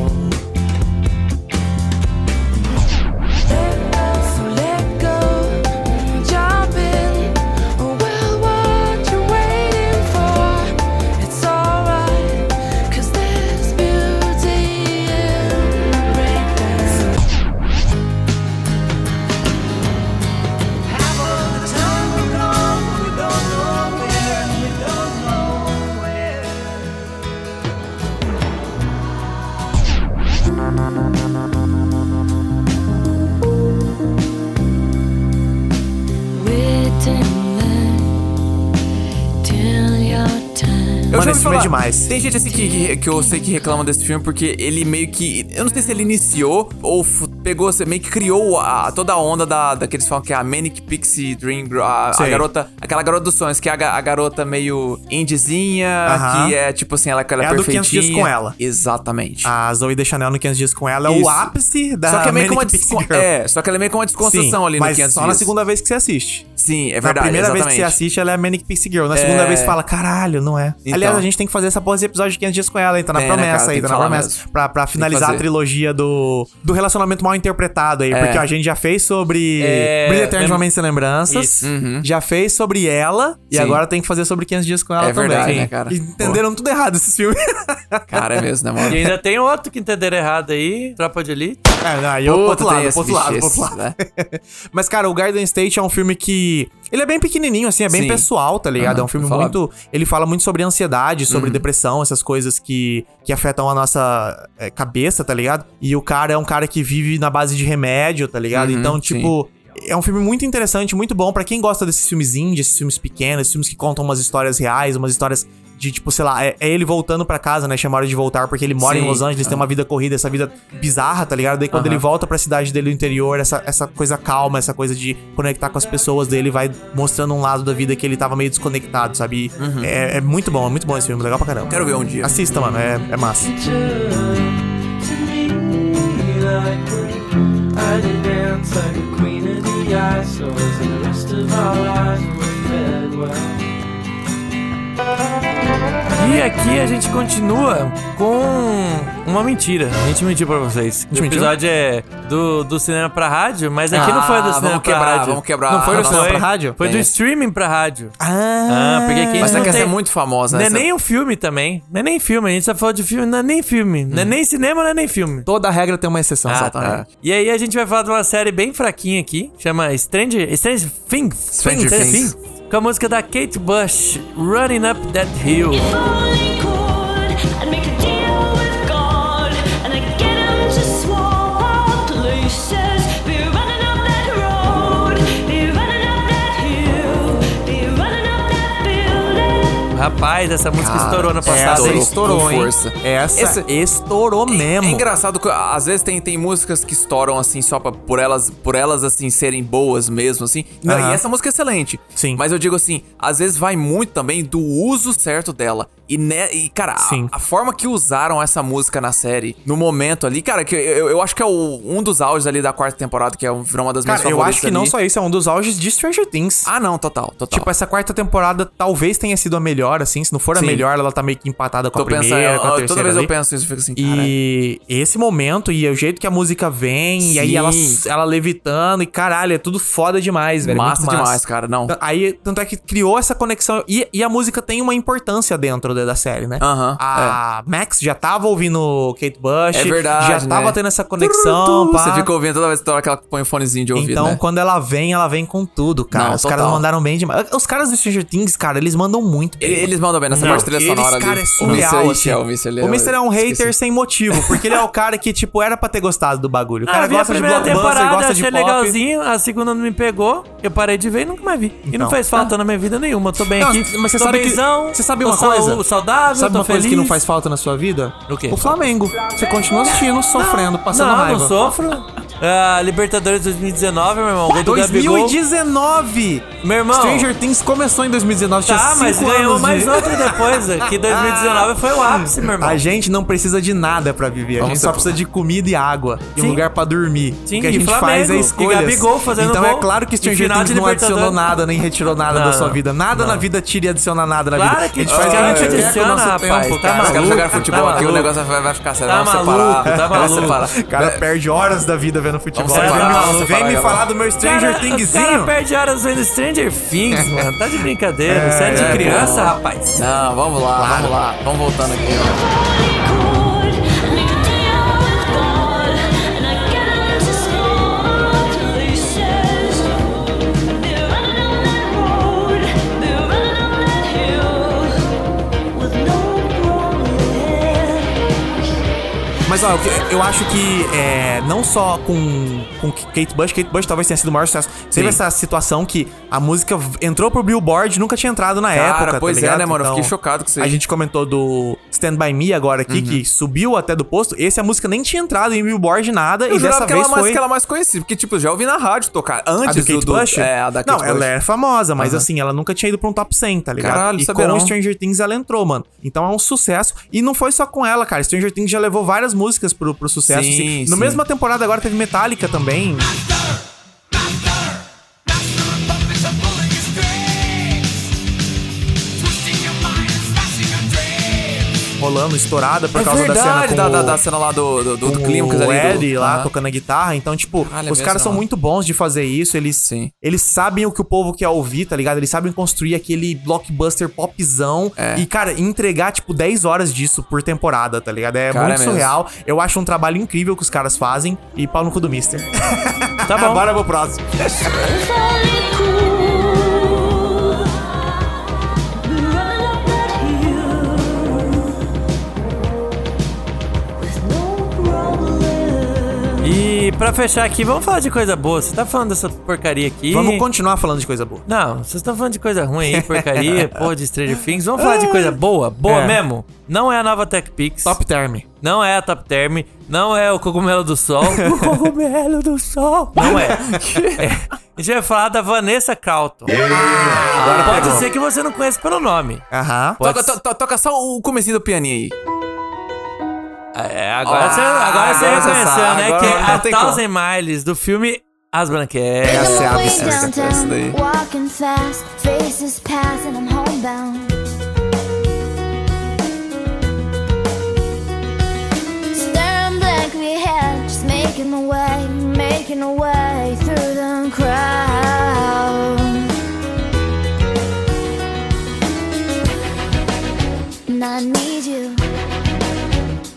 [SPEAKER 6] So let go, jump in. Oh, well, what you waiting for? It's alright, 'cause there's beauty in breakdance. Half of the time we're gone, we don't know where, we don't know where.
[SPEAKER 3] Eu
[SPEAKER 2] Mano,
[SPEAKER 3] já
[SPEAKER 2] esse
[SPEAKER 3] ouvi
[SPEAKER 2] filme é
[SPEAKER 3] falar.
[SPEAKER 2] demais.
[SPEAKER 3] Tem gente assim que, que, que eu sei que reclama desse filme porque ele meio que. Eu não sei se ele iniciou ou f- pegou, se- meio que criou a, toda a onda da, da que eles falam que é a Manic Pixie Dream Girl. A, a
[SPEAKER 2] Sei.
[SPEAKER 3] garota. Aquela garota dos sonhos, que é a, ga- a garota meio indiezinha,
[SPEAKER 2] Aham.
[SPEAKER 3] que é tipo assim, ela, ela
[SPEAKER 2] É
[SPEAKER 3] é
[SPEAKER 2] a do
[SPEAKER 3] perfeitinha.
[SPEAKER 2] quinhentos Dias com Ela.
[SPEAKER 3] Exatamente.
[SPEAKER 2] A Zoe Deschanel no quinhentos Dias com Ela é
[SPEAKER 3] Isso.
[SPEAKER 2] o ápice da
[SPEAKER 3] Só que é meio que uma
[SPEAKER 2] Manic Pixie
[SPEAKER 3] descon-
[SPEAKER 2] Girl.
[SPEAKER 3] É, só que ela é meio que uma desconstrução
[SPEAKER 2] Sim,
[SPEAKER 3] ali no
[SPEAKER 2] mas
[SPEAKER 3] quinhentos
[SPEAKER 2] só
[SPEAKER 3] dias.
[SPEAKER 2] na segunda vez que você assiste.
[SPEAKER 3] Sim, é
[SPEAKER 2] Na
[SPEAKER 3] verdade.
[SPEAKER 2] primeira vez que
[SPEAKER 3] exatamente.
[SPEAKER 2] você assiste, ela é a Manic Pixie Girl. Na
[SPEAKER 3] É.
[SPEAKER 2] segunda vez, você fala, caralho, não é.
[SPEAKER 3] Então.
[SPEAKER 2] Aliás, a gente tem que fazer essa porra de episódio de quinhentos Dias com Ela, hein? Tá na
[SPEAKER 3] Tem, né,
[SPEAKER 2] promessa
[SPEAKER 3] cara?
[SPEAKER 2] aí,
[SPEAKER 3] Tem
[SPEAKER 2] tá
[SPEAKER 3] que
[SPEAKER 2] na
[SPEAKER 3] falar
[SPEAKER 2] promessa.
[SPEAKER 3] mesmo.
[SPEAKER 2] Pra, pra finalizar a
[SPEAKER 3] fazer.
[SPEAKER 2] trilogia do, do relacionamento mal interpretado aí.
[SPEAKER 3] É.
[SPEAKER 2] Porque a gente já fez sobre
[SPEAKER 4] É,
[SPEAKER 2] Brilho Eterno de uma
[SPEAKER 4] lem-
[SPEAKER 2] Mente Sem Lembranças.
[SPEAKER 4] Isso.
[SPEAKER 3] Uhum.
[SPEAKER 2] Já fez sobre ela. E
[SPEAKER 3] Sim.
[SPEAKER 2] agora tem que fazer sobre quinhentos Dias com Ela
[SPEAKER 3] É
[SPEAKER 2] também.
[SPEAKER 3] verdade, né, cara?
[SPEAKER 2] E entenderam tudo errado esses filmes.
[SPEAKER 3] Cara, é mesmo, né, mano?
[SPEAKER 4] E ainda tem outro que entenderam errado aí, Tropa de Elite.
[SPEAKER 2] É, não, e eu pro
[SPEAKER 3] Puta,
[SPEAKER 2] outro
[SPEAKER 3] tem
[SPEAKER 2] lado,
[SPEAKER 3] esse
[SPEAKER 2] pro outro lado,
[SPEAKER 3] bicho,
[SPEAKER 2] pro outro
[SPEAKER 3] esse,
[SPEAKER 2] lado.
[SPEAKER 3] né?
[SPEAKER 2] Mas, cara, o Garden State é um filme que... Ele é bem pequenininho, assim, é bem
[SPEAKER 3] Sim.
[SPEAKER 2] pessoal, tá ligado?
[SPEAKER 3] Aham,
[SPEAKER 2] é um filme
[SPEAKER 3] vou falar.
[SPEAKER 2] muito... Ele fala muito sobre ansiedade, sobre
[SPEAKER 3] Uhum.
[SPEAKER 2] depressão, essas coisas que, que afetam a nossa é, cabeça, tá ligado? E o cara é um cara que vive na base de remédio, tá ligado?
[SPEAKER 3] Uhum,
[SPEAKER 2] Então, tipo... É um filme muito interessante, muito bom pra quem gosta desses filmes indie, esses filmes pequenos, esses filmes que contam umas histórias reais, umas histórias de, tipo, sei lá, é, é ele voltando pra casa, né? Chamaram de voltar porque ele mora
[SPEAKER 3] Sim.
[SPEAKER 2] em Los Angeles, tem uma vida corrida, essa vida bizarra, tá ligado? Daí quando
[SPEAKER 3] Aham.
[SPEAKER 2] ele volta pra cidade dele do interior, essa, essa coisa calma, essa coisa de conectar com as pessoas dele, vai mostrando um lado da vida que ele tava meio desconectado, sabe? E
[SPEAKER 3] Uhum.
[SPEAKER 2] É, é muito bom, é muito bom esse filme, legal pra caramba.
[SPEAKER 3] Quero ver um dia.
[SPEAKER 2] Assista, mano, é, é massa.
[SPEAKER 11] I did dance like a queen of the ice, and the rest of our lives were fed well.
[SPEAKER 4] E aqui a gente continua com uma mentira. A gente mentiu pra vocês. O
[SPEAKER 2] mentiu?
[SPEAKER 4] episódio é do, do cinema pra rádio, mas aqui não foi do
[SPEAKER 3] Ah,
[SPEAKER 4] cinema
[SPEAKER 3] vamos
[SPEAKER 4] pra
[SPEAKER 3] quebrar,
[SPEAKER 4] rádio.
[SPEAKER 3] vamos quebrar.
[SPEAKER 2] Não foi do
[SPEAKER 3] Nossa,
[SPEAKER 2] cinema
[SPEAKER 4] Foi,
[SPEAKER 2] pra rádio?
[SPEAKER 4] foi do
[SPEAKER 3] É.
[SPEAKER 4] streaming pra rádio.
[SPEAKER 2] Ah,
[SPEAKER 4] Ah, porque aqui
[SPEAKER 3] Mas
[SPEAKER 4] não
[SPEAKER 3] essa que essa
[SPEAKER 4] tem...
[SPEAKER 3] é muito famosa.
[SPEAKER 4] Não é
[SPEAKER 3] essa-
[SPEAKER 4] nem um filme também. Não é nem filme. A gente só falou de filme. Não é nem filme. Não é nem cinema, não é nem filme.
[SPEAKER 2] Toda regra tem uma exceção,
[SPEAKER 4] Ah,
[SPEAKER 2] exatamente.
[SPEAKER 4] tá. E aí a gente vai falar de uma série bem fraquinha aqui. Chama Stranger, Stranger Things.
[SPEAKER 3] Stranger Things.
[SPEAKER 4] Com a música da Kate Bush, Running Up That Hill. Rapaz, essa música
[SPEAKER 3] Cara,
[SPEAKER 4] estourou ano passado.
[SPEAKER 2] Essa
[SPEAKER 4] hein?
[SPEAKER 2] estourou,
[SPEAKER 3] com
[SPEAKER 2] hein?
[SPEAKER 3] força.
[SPEAKER 2] Essa
[SPEAKER 3] Esse-
[SPEAKER 2] estourou mesmo.
[SPEAKER 3] É engraçado que às vezes tem, tem músicas que estouram assim só pra, por elas por elas assim serem boas mesmo assim. Não,
[SPEAKER 2] Aham.
[SPEAKER 3] E essa música é excelente.
[SPEAKER 2] Sim.
[SPEAKER 3] Mas eu digo assim, às vezes vai muito também do uso certo dela. E, né, e cara, a,
[SPEAKER 2] Sim.
[SPEAKER 3] a forma que usaram essa música na série, no momento ali, cara, que eu, eu acho que é o- um dos auges ali da quarta temporada, que é um, virou uma das minhas
[SPEAKER 2] Cara, eu
[SPEAKER 3] favoritas
[SPEAKER 2] acho que não
[SPEAKER 3] ali.
[SPEAKER 2] só isso, é um dos auges de Stranger Things.
[SPEAKER 3] Ah, não, total, total.
[SPEAKER 2] Tipo, essa quarta temporada talvez tenha sido a melhor, assim. Se não for a
[SPEAKER 3] Sim.
[SPEAKER 2] melhor, ela tá meio que empatada com
[SPEAKER 3] Tô
[SPEAKER 2] a primeira,
[SPEAKER 3] pensando,
[SPEAKER 2] com a
[SPEAKER 3] eu-
[SPEAKER 2] terceira
[SPEAKER 3] toda vez
[SPEAKER 2] ali.
[SPEAKER 3] eu penso isso, eu fico assim, cara.
[SPEAKER 2] E esse momento, e o jeito que a música vem, e aí
[SPEAKER 3] Sim.
[SPEAKER 2] ela, ela levitando, e caralho, é tudo foda demais, velho.
[SPEAKER 3] Massa
[SPEAKER 2] muito massa
[SPEAKER 3] demais, cara, não.
[SPEAKER 2] T- Aí, tanto é que criou essa conexão, e, e a música tem uma importância dentro da, da série, né?
[SPEAKER 3] Aham,
[SPEAKER 2] A Max já tava ouvindo Kate Bush,
[SPEAKER 3] É verdade,
[SPEAKER 2] já tava
[SPEAKER 3] né?
[SPEAKER 2] tendo essa conexão, pá.
[SPEAKER 3] Você fica ouvindo toda vez que ela põe um fonezinho de ouvido,
[SPEAKER 2] Então,
[SPEAKER 3] né?
[SPEAKER 2] quando ela vem, ela vem com tudo, cara.
[SPEAKER 3] Não,
[SPEAKER 2] Os caras
[SPEAKER 3] total.
[SPEAKER 2] mandaram bem demais. Os caras do Stranger Things, cara, eles mandam muito bem.
[SPEAKER 3] Ele- Eles mandam bem nessa
[SPEAKER 2] Não,
[SPEAKER 3] parte trilha sonora
[SPEAKER 2] eles, cara,
[SPEAKER 3] ali.
[SPEAKER 2] é surreal,
[SPEAKER 3] o
[SPEAKER 2] assim.
[SPEAKER 3] Mister, o Mister, ele
[SPEAKER 2] O Mister é um hater
[SPEAKER 3] esqueci.
[SPEAKER 2] sem motivo, porque ele é o cara que, tipo, era pra ter gostado do bagulho. O
[SPEAKER 4] Ah,
[SPEAKER 2] cara
[SPEAKER 4] eu vi a
[SPEAKER 2] gosta de
[SPEAKER 4] primeira
[SPEAKER 2] blockbuster,
[SPEAKER 4] temporada,
[SPEAKER 2] gosta de
[SPEAKER 4] achei
[SPEAKER 2] pop.
[SPEAKER 4] legalzinho, a segunda não me pegou, eu parei de ver e nunca mais vi. E não
[SPEAKER 2] Então.
[SPEAKER 4] fez falta na minha vida nenhuma, eu tô bem
[SPEAKER 2] Não,
[SPEAKER 4] aqui.
[SPEAKER 2] mas você
[SPEAKER 4] tô
[SPEAKER 2] sabe que-
[SPEAKER 4] benzão,
[SPEAKER 2] você sabe
[SPEAKER 4] tô
[SPEAKER 2] uma coisa?
[SPEAKER 4] sau- saudável,
[SPEAKER 2] Sabe
[SPEAKER 4] tô
[SPEAKER 2] uma coisa
[SPEAKER 4] feliz.
[SPEAKER 2] que não faz falta na sua vida?
[SPEAKER 4] O quê?
[SPEAKER 2] O Flamengo. Você continua assistindo, sofrendo, passando
[SPEAKER 4] não,
[SPEAKER 2] raiva.
[SPEAKER 4] Não, sofro. Ah, Libertadores dois mil e dezenove, meu irmão. Gol do
[SPEAKER 2] dois mil e
[SPEAKER 4] Gabigol.
[SPEAKER 2] dezenove!
[SPEAKER 4] Meu irmão.
[SPEAKER 2] Stranger Things começou em dois mil e dezenove,
[SPEAKER 4] Tá,
[SPEAKER 2] tinha
[SPEAKER 4] mas
[SPEAKER 2] cinco
[SPEAKER 4] ganhamos
[SPEAKER 2] anos
[SPEAKER 4] mais
[SPEAKER 2] de...
[SPEAKER 4] outro depois, que dois mil e dezenove foi o ápice, meu irmão.
[SPEAKER 2] A gente não precisa de nada pra viver. A
[SPEAKER 3] Vamos
[SPEAKER 2] gente só
[SPEAKER 3] ser-
[SPEAKER 2] precisa de comida e água. E um
[SPEAKER 4] Sim.
[SPEAKER 2] lugar pra dormir.
[SPEAKER 4] Sim,
[SPEAKER 2] o que a
[SPEAKER 4] e
[SPEAKER 2] gente
[SPEAKER 4] Flamengo,
[SPEAKER 2] faz é
[SPEAKER 4] e
[SPEAKER 2] escolhas.
[SPEAKER 4] Gabigol fazendo
[SPEAKER 2] Então
[SPEAKER 4] gol,
[SPEAKER 2] é claro que
[SPEAKER 4] e
[SPEAKER 2] Stranger
[SPEAKER 4] final
[SPEAKER 2] Things
[SPEAKER 4] de
[SPEAKER 2] não adicionou
[SPEAKER 4] Libertadores.
[SPEAKER 2] nada, nem retirou nada
[SPEAKER 4] Não,
[SPEAKER 2] da sua
[SPEAKER 4] não.
[SPEAKER 2] vida. Nada
[SPEAKER 4] Não.
[SPEAKER 2] na vida tira e adiciona nada na
[SPEAKER 4] Claro
[SPEAKER 2] vida.
[SPEAKER 4] que
[SPEAKER 2] a gente faz o que a
[SPEAKER 4] claro
[SPEAKER 2] gente
[SPEAKER 4] que
[SPEAKER 2] quer com o
[SPEAKER 4] adiciona,
[SPEAKER 2] nosso
[SPEAKER 4] rapaz.
[SPEAKER 2] tempo,
[SPEAKER 4] Tá
[SPEAKER 2] cara.
[SPEAKER 3] Os caras
[SPEAKER 4] maluco,
[SPEAKER 3] jogaram futebol
[SPEAKER 4] tá
[SPEAKER 3] aqui, o
[SPEAKER 4] maluco.
[SPEAKER 3] negócio vai, vai ficar sério.
[SPEAKER 4] Tá
[SPEAKER 3] Vamos
[SPEAKER 4] maluco,
[SPEAKER 3] separar.
[SPEAKER 4] tá
[SPEAKER 3] Vamos
[SPEAKER 4] maluco.
[SPEAKER 3] separar.
[SPEAKER 2] O cara perde horas da vida vendo futebol.
[SPEAKER 3] Vamos separar,
[SPEAKER 2] Vem me-
[SPEAKER 3] vamos
[SPEAKER 2] Vem
[SPEAKER 3] separar,
[SPEAKER 2] me
[SPEAKER 3] galera.
[SPEAKER 2] falar do meu Stranger
[SPEAKER 4] Cara, o cara
[SPEAKER 2] Thingzinho.
[SPEAKER 4] perde horas vendo Stranger Things, mano. Tá de brincadeira.
[SPEAKER 2] É,
[SPEAKER 4] Série de
[SPEAKER 2] é,
[SPEAKER 4] criança,
[SPEAKER 3] pô.
[SPEAKER 4] rapaz.
[SPEAKER 3] Não, vamos lá, vamos lá. Vamos voltando aqui.
[SPEAKER 2] Mas ó, o que- eu acho que é, não só com, com Kate Bush, Kate Bush talvez tenha sido o maior sucesso. Teve essa situação que a música v- entrou pro Billboard e nunca tinha entrado na
[SPEAKER 3] Cara,
[SPEAKER 2] época.
[SPEAKER 3] pois
[SPEAKER 2] tá
[SPEAKER 3] é,
[SPEAKER 2] ligado?
[SPEAKER 3] né, mano? Eu
[SPEAKER 2] Então,
[SPEAKER 3] fiquei chocado com isso aí.
[SPEAKER 2] A gente comentou do Stand By Me agora aqui, que subiu até do posto. Esse a música nem tinha entrado em Billboard nada.
[SPEAKER 3] Eu
[SPEAKER 2] e
[SPEAKER 3] jurava
[SPEAKER 2] dessa
[SPEAKER 3] que ela
[SPEAKER 2] vez
[SPEAKER 3] mais,
[SPEAKER 2] foi.
[SPEAKER 3] que ela mais conhecida, porque, tipo, eu já ouvi na rádio tocar.
[SPEAKER 2] A
[SPEAKER 3] Antes
[SPEAKER 2] do Kate
[SPEAKER 3] do, do-
[SPEAKER 2] Bush?
[SPEAKER 3] É, a da Kate
[SPEAKER 2] Não,
[SPEAKER 3] Bush.
[SPEAKER 2] ela é famosa, mas
[SPEAKER 3] Aham.
[SPEAKER 2] assim, ela nunca tinha ido pra um top cem, tá ligado?
[SPEAKER 3] Caralho,
[SPEAKER 2] e
[SPEAKER 3] sabia
[SPEAKER 2] com
[SPEAKER 3] não.
[SPEAKER 2] o Stranger Things ela entrou, mano. Então é um sucesso. E não foi só com ela, cara. Stranger Things já levou várias músicas pro, pro sucesso.
[SPEAKER 3] Sim,
[SPEAKER 2] assim.
[SPEAKER 3] sim.
[SPEAKER 2] No mesma temporada agora teve Metallica também. Rolando, estourada por
[SPEAKER 3] É
[SPEAKER 2] causa da cena
[SPEAKER 3] verdade,
[SPEAKER 2] com
[SPEAKER 3] da,
[SPEAKER 2] o...
[SPEAKER 3] da, da cena lá do, do, do, do
[SPEAKER 2] com
[SPEAKER 3] clímax
[SPEAKER 2] o
[SPEAKER 3] ali. do-
[SPEAKER 2] Eddie lá
[SPEAKER 3] Aham.
[SPEAKER 2] tocando a guitarra. Então, tipo,
[SPEAKER 3] Caralho, é
[SPEAKER 2] os
[SPEAKER 3] mesmo,
[SPEAKER 2] caras são
[SPEAKER 3] não.
[SPEAKER 2] muito bons de fazer isso. Eles,
[SPEAKER 3] Sim.
[SPEAKER 2] eles sabem o que o povo quer ouvir, tá ligado? Eles sabem construir aquele blockbuster popzão.
[SPEAKER 3] É.
[SPEAKER 2] E, cara, entregar, tipo, dez horas disso por temporada, tá ligado? É
[SPEAKER 3] Cara,
[SPEAKER 2] muito
[SPEAKER 3] é mesmo.
[SPEAKER 2] surreal. Eu acho um trabalho incrível que os caras fazem. E pau no cu do Mister.
[SPEAKER 4] Tá bom.
[SPEAKER 2] Bora pro próximo.
[SPEAKER 4] E pra fechar aqui, vamos falar de coisa boa. Você tá falando dessa porcaria aqui.
[SPEAKER 2] Vamos continuar falando de coisa boa.
[SPEAKER 4] Não, vocês estão falando de coisa ruim aí, porcaria, porra de Stranger Things. Vamos falar de coisa boa, boa
[SPEAKER 2] É.
[SPEAKER 4] mesmo. Não é a nova Tech Pix.
[SPEAKER 2] Top Term.
[SPEAKER 4] Não é a Top Term. Não é o Cogumelo do Sol. O Cogumelo do Sol. Não é. É. A gente vai falar da Vanessa Carlton. Ah, pode
[SPEAKER 2] pegou.
[SPEAKER 4] ser que você não conheça pelo nome.
[SPEAKER 2] Aham.
[SPEAKER 4] Pode
[SPEAKER 3] Toca,
[SPEAKER 4] ser-
[SPEAKER 3] to- toca só o comecinho do pianinho aí.
[SPEAKER 4] É, agora
[SPEAKER 3] Ah,
[SPEAKER 4] você, agora você
[SPEAKER 3] agora você
[SPEAKER 4] reconheceu,
[SPEAKER 3] sabe,
[SPEAKER 4] né?
[SPEAKER 3] agora
[SPEAKER 4] Que é
[SPEAKER 3] não
[SPEAKER 4] a
[SPEAKER 3] tem
[SPEAKER 4] Thousand Miles do filme As Branquelas.
[SPEAKER 2] Essa é a
[SPEAKER 6] Way
[SPEAKER 2] absurda.
[SPEAKER 3] essa daí.
[SPEAKER 6] downtown, walking fast, faces pass, and I'm homebound. Staring blankly ahead, just making my way, making my way through the crowd. And I need you,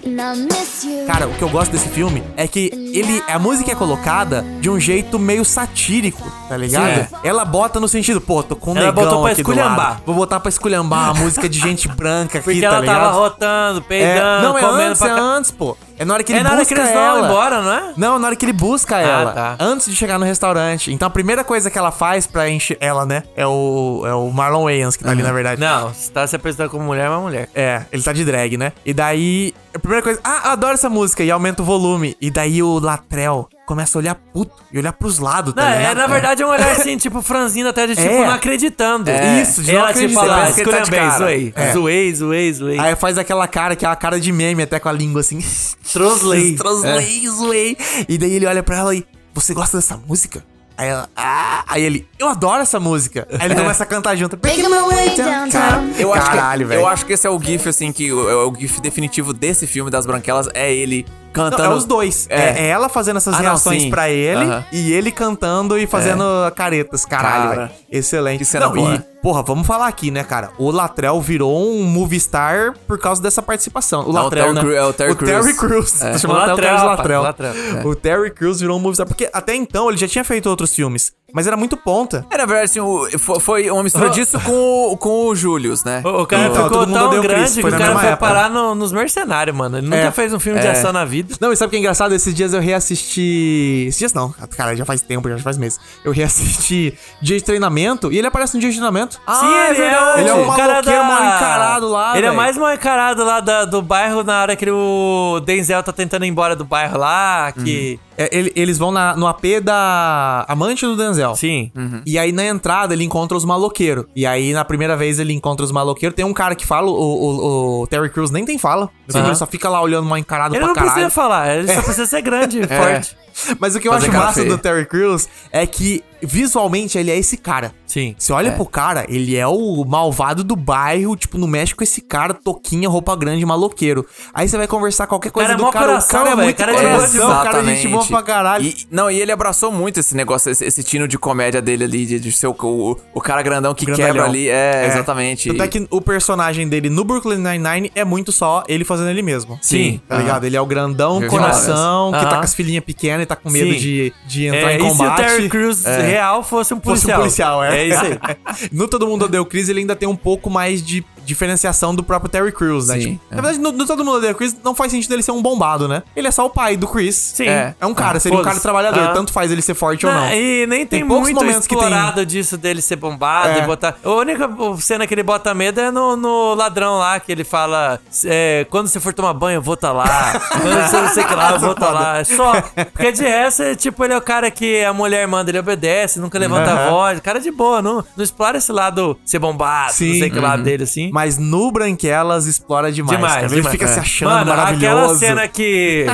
[SPEAKER 6] and I miss you.
[SPEAKER 2] Cara, o que eu gosto desse filme é que ele, a música é colocada de um jeito meio satírico, tá ligado?
[SPEAKER 4] Sim, é.
[SPEAKER 2] Ela bota no sentido, pô, tô com um
[SPEAKER 4] Ela
[SPEAKER 2] negão
[SPEAKER 4] botou pra
[SPEAKER 2] aqui do
[SPEAKER 4] esculhambar.
[SPEAKER 2] lado. Vou botar pra esculhambar a música de gente branca aqui,
[SPEAKER 4] Porque
[SPEAKER 2] tá
[SPEAKER 4] ela
[SPEAKER 2] ligado?
[SPEAKER 4] tava rotando,
[SPEAKER 2] É,
[SPEAKER 4] peidando,
[SPEAKER 2] não, é
[SPEAKER 4] comendo
[SPEAKER 2] antes,
[SPEAKER 4] pra
[SPEAKER 2] é
[SPEAKER 4] cá.
[SPEAKER 2] antes, pô. É na hora que ele
[SPEAKER 4] É na hora
[SPEAKER 2] busca
[SPEAKER 4] que eles
[SPEAKER 2] ela.
[SPEAKER 4] vão embora, não é?
[SPEAKER 2] Não, na hora que ele busca ela.
[SPEAKER 4] tá.
[SPEAKER 2] Antes de chegar no restaurante. Então a primeira coisa que ela faz pra encher... Ela, né? É o, é o Marlon Wayans que tá ali, na verdade.
[SPEAKER 4] Não, você tá se apresentando como mulher, é uma mulher.
[SPEAKER 2] É, ele tá de drag, né? E daí, a primeira coisa, ah, eu adoro essa música, e aumenta o volume. E daí o Latrell começa a olhar puto e olhar pros lados, tá
[SPEAKER 4] Não, é,
[SPEAKER 2] ligado?
[SPEAKER 4] na verdade é um olhar assim, tipo, franzino até de tipo,
[SPEAKER 2] É.
[SPEAKER 4] não acreditando.
[SPEAKER 2] É. Isso, de não
[SPEAKER 4] Ela tipo,
[SPEAKER 2] acreditar.
[SPEAKER 4] fala,
[SPEAKER 2] Parece que ele tá de
[SPEAKER 4] esculhambei,
[SPEAKER 2] cara.
[SPEAKER 4] zoei,
[SPEAKER 2] É.
[SPEAKER 4] zoei, zoei, zoei.
[SPEAKER 2] Aí faz aquela cara que é a cara de meme, até com a língua assim.
[SPEAKER 4] Trosley.
[SPEAKER 2] Trosley, zoei. E daí ele olha pra ela e, você gosta dessa música? Aí ela, ah. Aí ele, eu adoro essa música. Aí ele começa a cantar junto.
[SPEAKER 6] Making my way downtown.
[SPEAKER 3] Cara, eu acho,
[SPEAKER 2] Caralho,
[SPEAKER 3] que,
[SPEAKER 2] velho.
[SPEAKER 3] eu acho que esse é o gif, assim, que o, é o gif definitivo desse filme das branquelas é ele cantando.
[SPEAKER 2] Não, é os dois. É, é ela fazendo essas
[SPEAKER 3] Ah, não,
[SPEAKER 2] reações
[SPEAKER 3] sim.
[SPEAKER 2] pra ele
[SPEAKER 3] Aham.
[SPEAKER 2] e ele cantando e fazendo caretas. Caralho,
[SPEAKER 3] Cara.
[SPEAKER 2] velho. Excelente.
[SPEAKER 3] Que cena
[SPEAKER 2] Não,
[SPEAKER 3] boa.
[SPEAKER 2] e, porra, vamos falar aqui, né, cara? O Latrell virou um movie star por causa dessa participação. O
[SPEAKER 3] Não, o
[SPEAKER 2] Latrell,
[SPEAKER 3] Terry
[SPEAKER 2] né?
[SPEAKER 3] Cru- é o Terry
[SPEAKER 2] o Terry
[SPEAKER 3] Crews.
[SPEAKER 2] Crews.
[SPEAKER 3] É.
[SPEAKER 2] Tô chamando
[SPEAKER 4] O
[SPEAKER 2] até o Terry
[SPEAKER 4] Latrell,
[SPEAKER 2] Latrell.
[SPEAKER 4] Latrell,
[SPEAKER 3] é.
[SPEAKER 2] O Terry Crews virou um movie star. Porque até então ele já tinha feito outros filmes, mas era muito ponta.
[SPEAKER 3] É, na verdade, assim, o- fo- foi uma mistura disso com, o- com o Julius, né?
[SPEAKER 4] O, o cara
[SPEAKER 2] Então,
[SPEAKER 4] ficou
[SPEAKER 2] todo mundo
[SPEAKER 4] tão
[SPEAKER 2] odeia o Chris,
[SPEAKER 4] grande que
[SPEAKER 2] foi
[SPEAKER 4] o
[SPEAKER 2] na
[SPEAKER 4] cara
[SPEAKER 2] mesma
[SPEAKER 4] foi
[SPEAKER 2] época.
[SPEAKER 4] parar no- nos mercenários, mano. Ele nunca
[SPEAKER 2] É.
[SPEAKER 4] fez um filme de
[SPEAKER 3] É.
[SPEAKER 4] ação na vida.
[SPEAKER 2] Não, e sabe o que é engraçado? Esses dias eu reassisti. Esses dias não, cara, já faz tempo, já faz meses. Eu reassisti Dia de Treinamento e ele aparece no Dia de Treinamento.
[SPEAKER 4] Sim, ele é o,
[SPEAKER 2] Ele é um
[SPEAKER 4] o cara
[SPEAKER 2] maloqueiro
[SPEAKER 4] da...
[SPEAKER 2] mal encarado lá.
[SPEAKER 4] Ele é
[SPEAKER 2] velho.
[SPEAKER 4] mais mal encarado lá da- do bairro na hora que o Denzel tá tentando ir embora do bairro lá, que...
[SPEAKER 2] É, ele- eles vão na- no A P da amante do Denzel.
[SPEAKER 4] Sim.
[SPEAKER 2] E aí na entrada ele encontra os maloqueiros. E aí na primeira vez ele encontra os maloqueiros. Tem um cara que fala, o, o- o Terry Crews nem tem fala.
[SPEAKER 4] Aham.
[SPEAKER 2] Ele só fica lá olhando mal encarado
[SPEAKER 4] Ele
[SPEAKER 2] pra
[SPEAKER 4] não
[SPEAKER 2] caralho.
[SPEAKER 4] precisa falar, ele só precisa ser grande, e forte.
[SPEAKER 2] Mas o que eu
[SPEAKER 3] Fazer
[SPEAKER 2] acho
[SPEAKER 3] cara
[SPEAKER 2] massa
[SPEAKER 3] feia.
[SPEAKER 2] do Terry Crews é que visualmente ele é esse cara.
[SPEAKER 4] Sim.
[SPEAKER 2] Você olha
[SPEAKER 3] É.
[SPEAKER 2] pro cara, ele é o malvado do bairro, tipo, não mexe com esse cara, toquinha, roupa grande, maloqueiro. Aí você vai conversar qualquer coisa
[SPEAKER 4] cara é
[SPEAKER 2] do
[SPEAKER 4] mó
[SPEAKER 2] cara,
[SPEAKER 4] coração,
[SPEAKER 2] o cara é
[SPEAKER 4] velho,
[SPEAKER 2] muito
[SPEAKER 4] cara é de boa
[SPEAKER 2] coração, o cara é gente boa
[SPEAKER 3] Exatamente.
[SPEAKER 2] pra caralho.
[SPEAKER 3] E, não, e ele abraçou muito esse negócio, esse, esse tino de comédia dele ali, de, de ser o, o, o cara grandão que
[SPEAKER 2] Grandalhão.
[SPEAKER 3] quebra ali. É, exatamente.
[SPEAKER 2] Tanto é que o personagem dele no Brooklyn Nine-Nine é muito só ele fazendo ele mesmo.
[SPEAKER 4] Sim.
[SPEAKER 2] Tá ligado? Ele é o grandão,
[SPEAKER 3] Eu vi
[SPEAKER 2] coração, que
[SPEAKER 4] várias.
[SPEAKER 2] tá
[SPEAKER 4] Aham.
[SPEAKER 2] com as filhinhas pequenas e tá com medo
[SPEAKER 4] Sim.
[SPEAKER 2] de, de entrar
[SPEAKER 4] É,
[SPEAKER 2] em
[SPEAKER 4] e se o
[SPEAKER 2] combate.
[SPEAKER 4] Terry Crews
[SPEAKER 2] É.
[SPEAKER 4] real fosse um
[SPEAKER 2] Fosse
[SPEAKER 4] policial?
[SPEAKER 2] um policial, é.
[SPEAKER 4] É isso aí.
[SPEAKER 2] No Todo Mundo Odeia o Chris, ele ainda tem um pouco mais de diferenciação do próprio Terry Crews, né?
[SPEAKER 3] Sim,
[SPEAKER 2] Tipo,
[SPEAKER 3] é.
[SPEAKER 2] Na verdade, no, no Todo Mundo Odeia o Chris, não faz sentido ele ser um bombado, né? Ele é só o pai do Chris.
[SPEAKER 4] Sim.
[SPEAKER 2] É, é um cara,
[SPEAKER 4] Ah,
[SPEAKER 2] seria um cara
[SPEAKER 4] foda-se.
[SPEAKER 2] trabalhador.
[SPEAKER 4] Ah.
[SPEAKER 2] Tanto faz ele ser forte ou
[SPEAKER 4] Não,
[SPEAKER 2] não.
[SPEAKER 4] e nem tem,
[SPEAKER 2] Tem poucos
[SPEAKER 4] muito
[SPEAKER 2] momentos que tem-
[SPEAKER 4] explorado disso dele ser bombado
[SPEAKER 2] É.
[SPEAKER 4] e botar... A única cena que ele bota medo é no, no ladrão lá, que ele fala é, quando você for tomar banho, eu vou tá lá. Quando você não sei o que lá, eu vou tá lá. É só... Porque de resto, é, tipo, ele é o cara que a mulher manda, ele obedece, nunca levanta a
[SPEAKER 2] Aham.
[SPEAKER 4] voz. Cara de boa, não, não explora esse lado ser bombado, não sei o que lá dele, assim.
[SPEAKER 2] Mas no Branquelas explora demais.
[SPEAKER 4] Demais,
[SPEAKER 2] cara. Ele
[SPEAKER 4] demais.
[SPEAKER 2] fica se
[SPEAKER 4] É.
[SPEAKER 2] achando
[SPEAKER 4] Mano,
[SPEAKER 2] maravilhoso.
[SPEAKER 4] aquela cena que.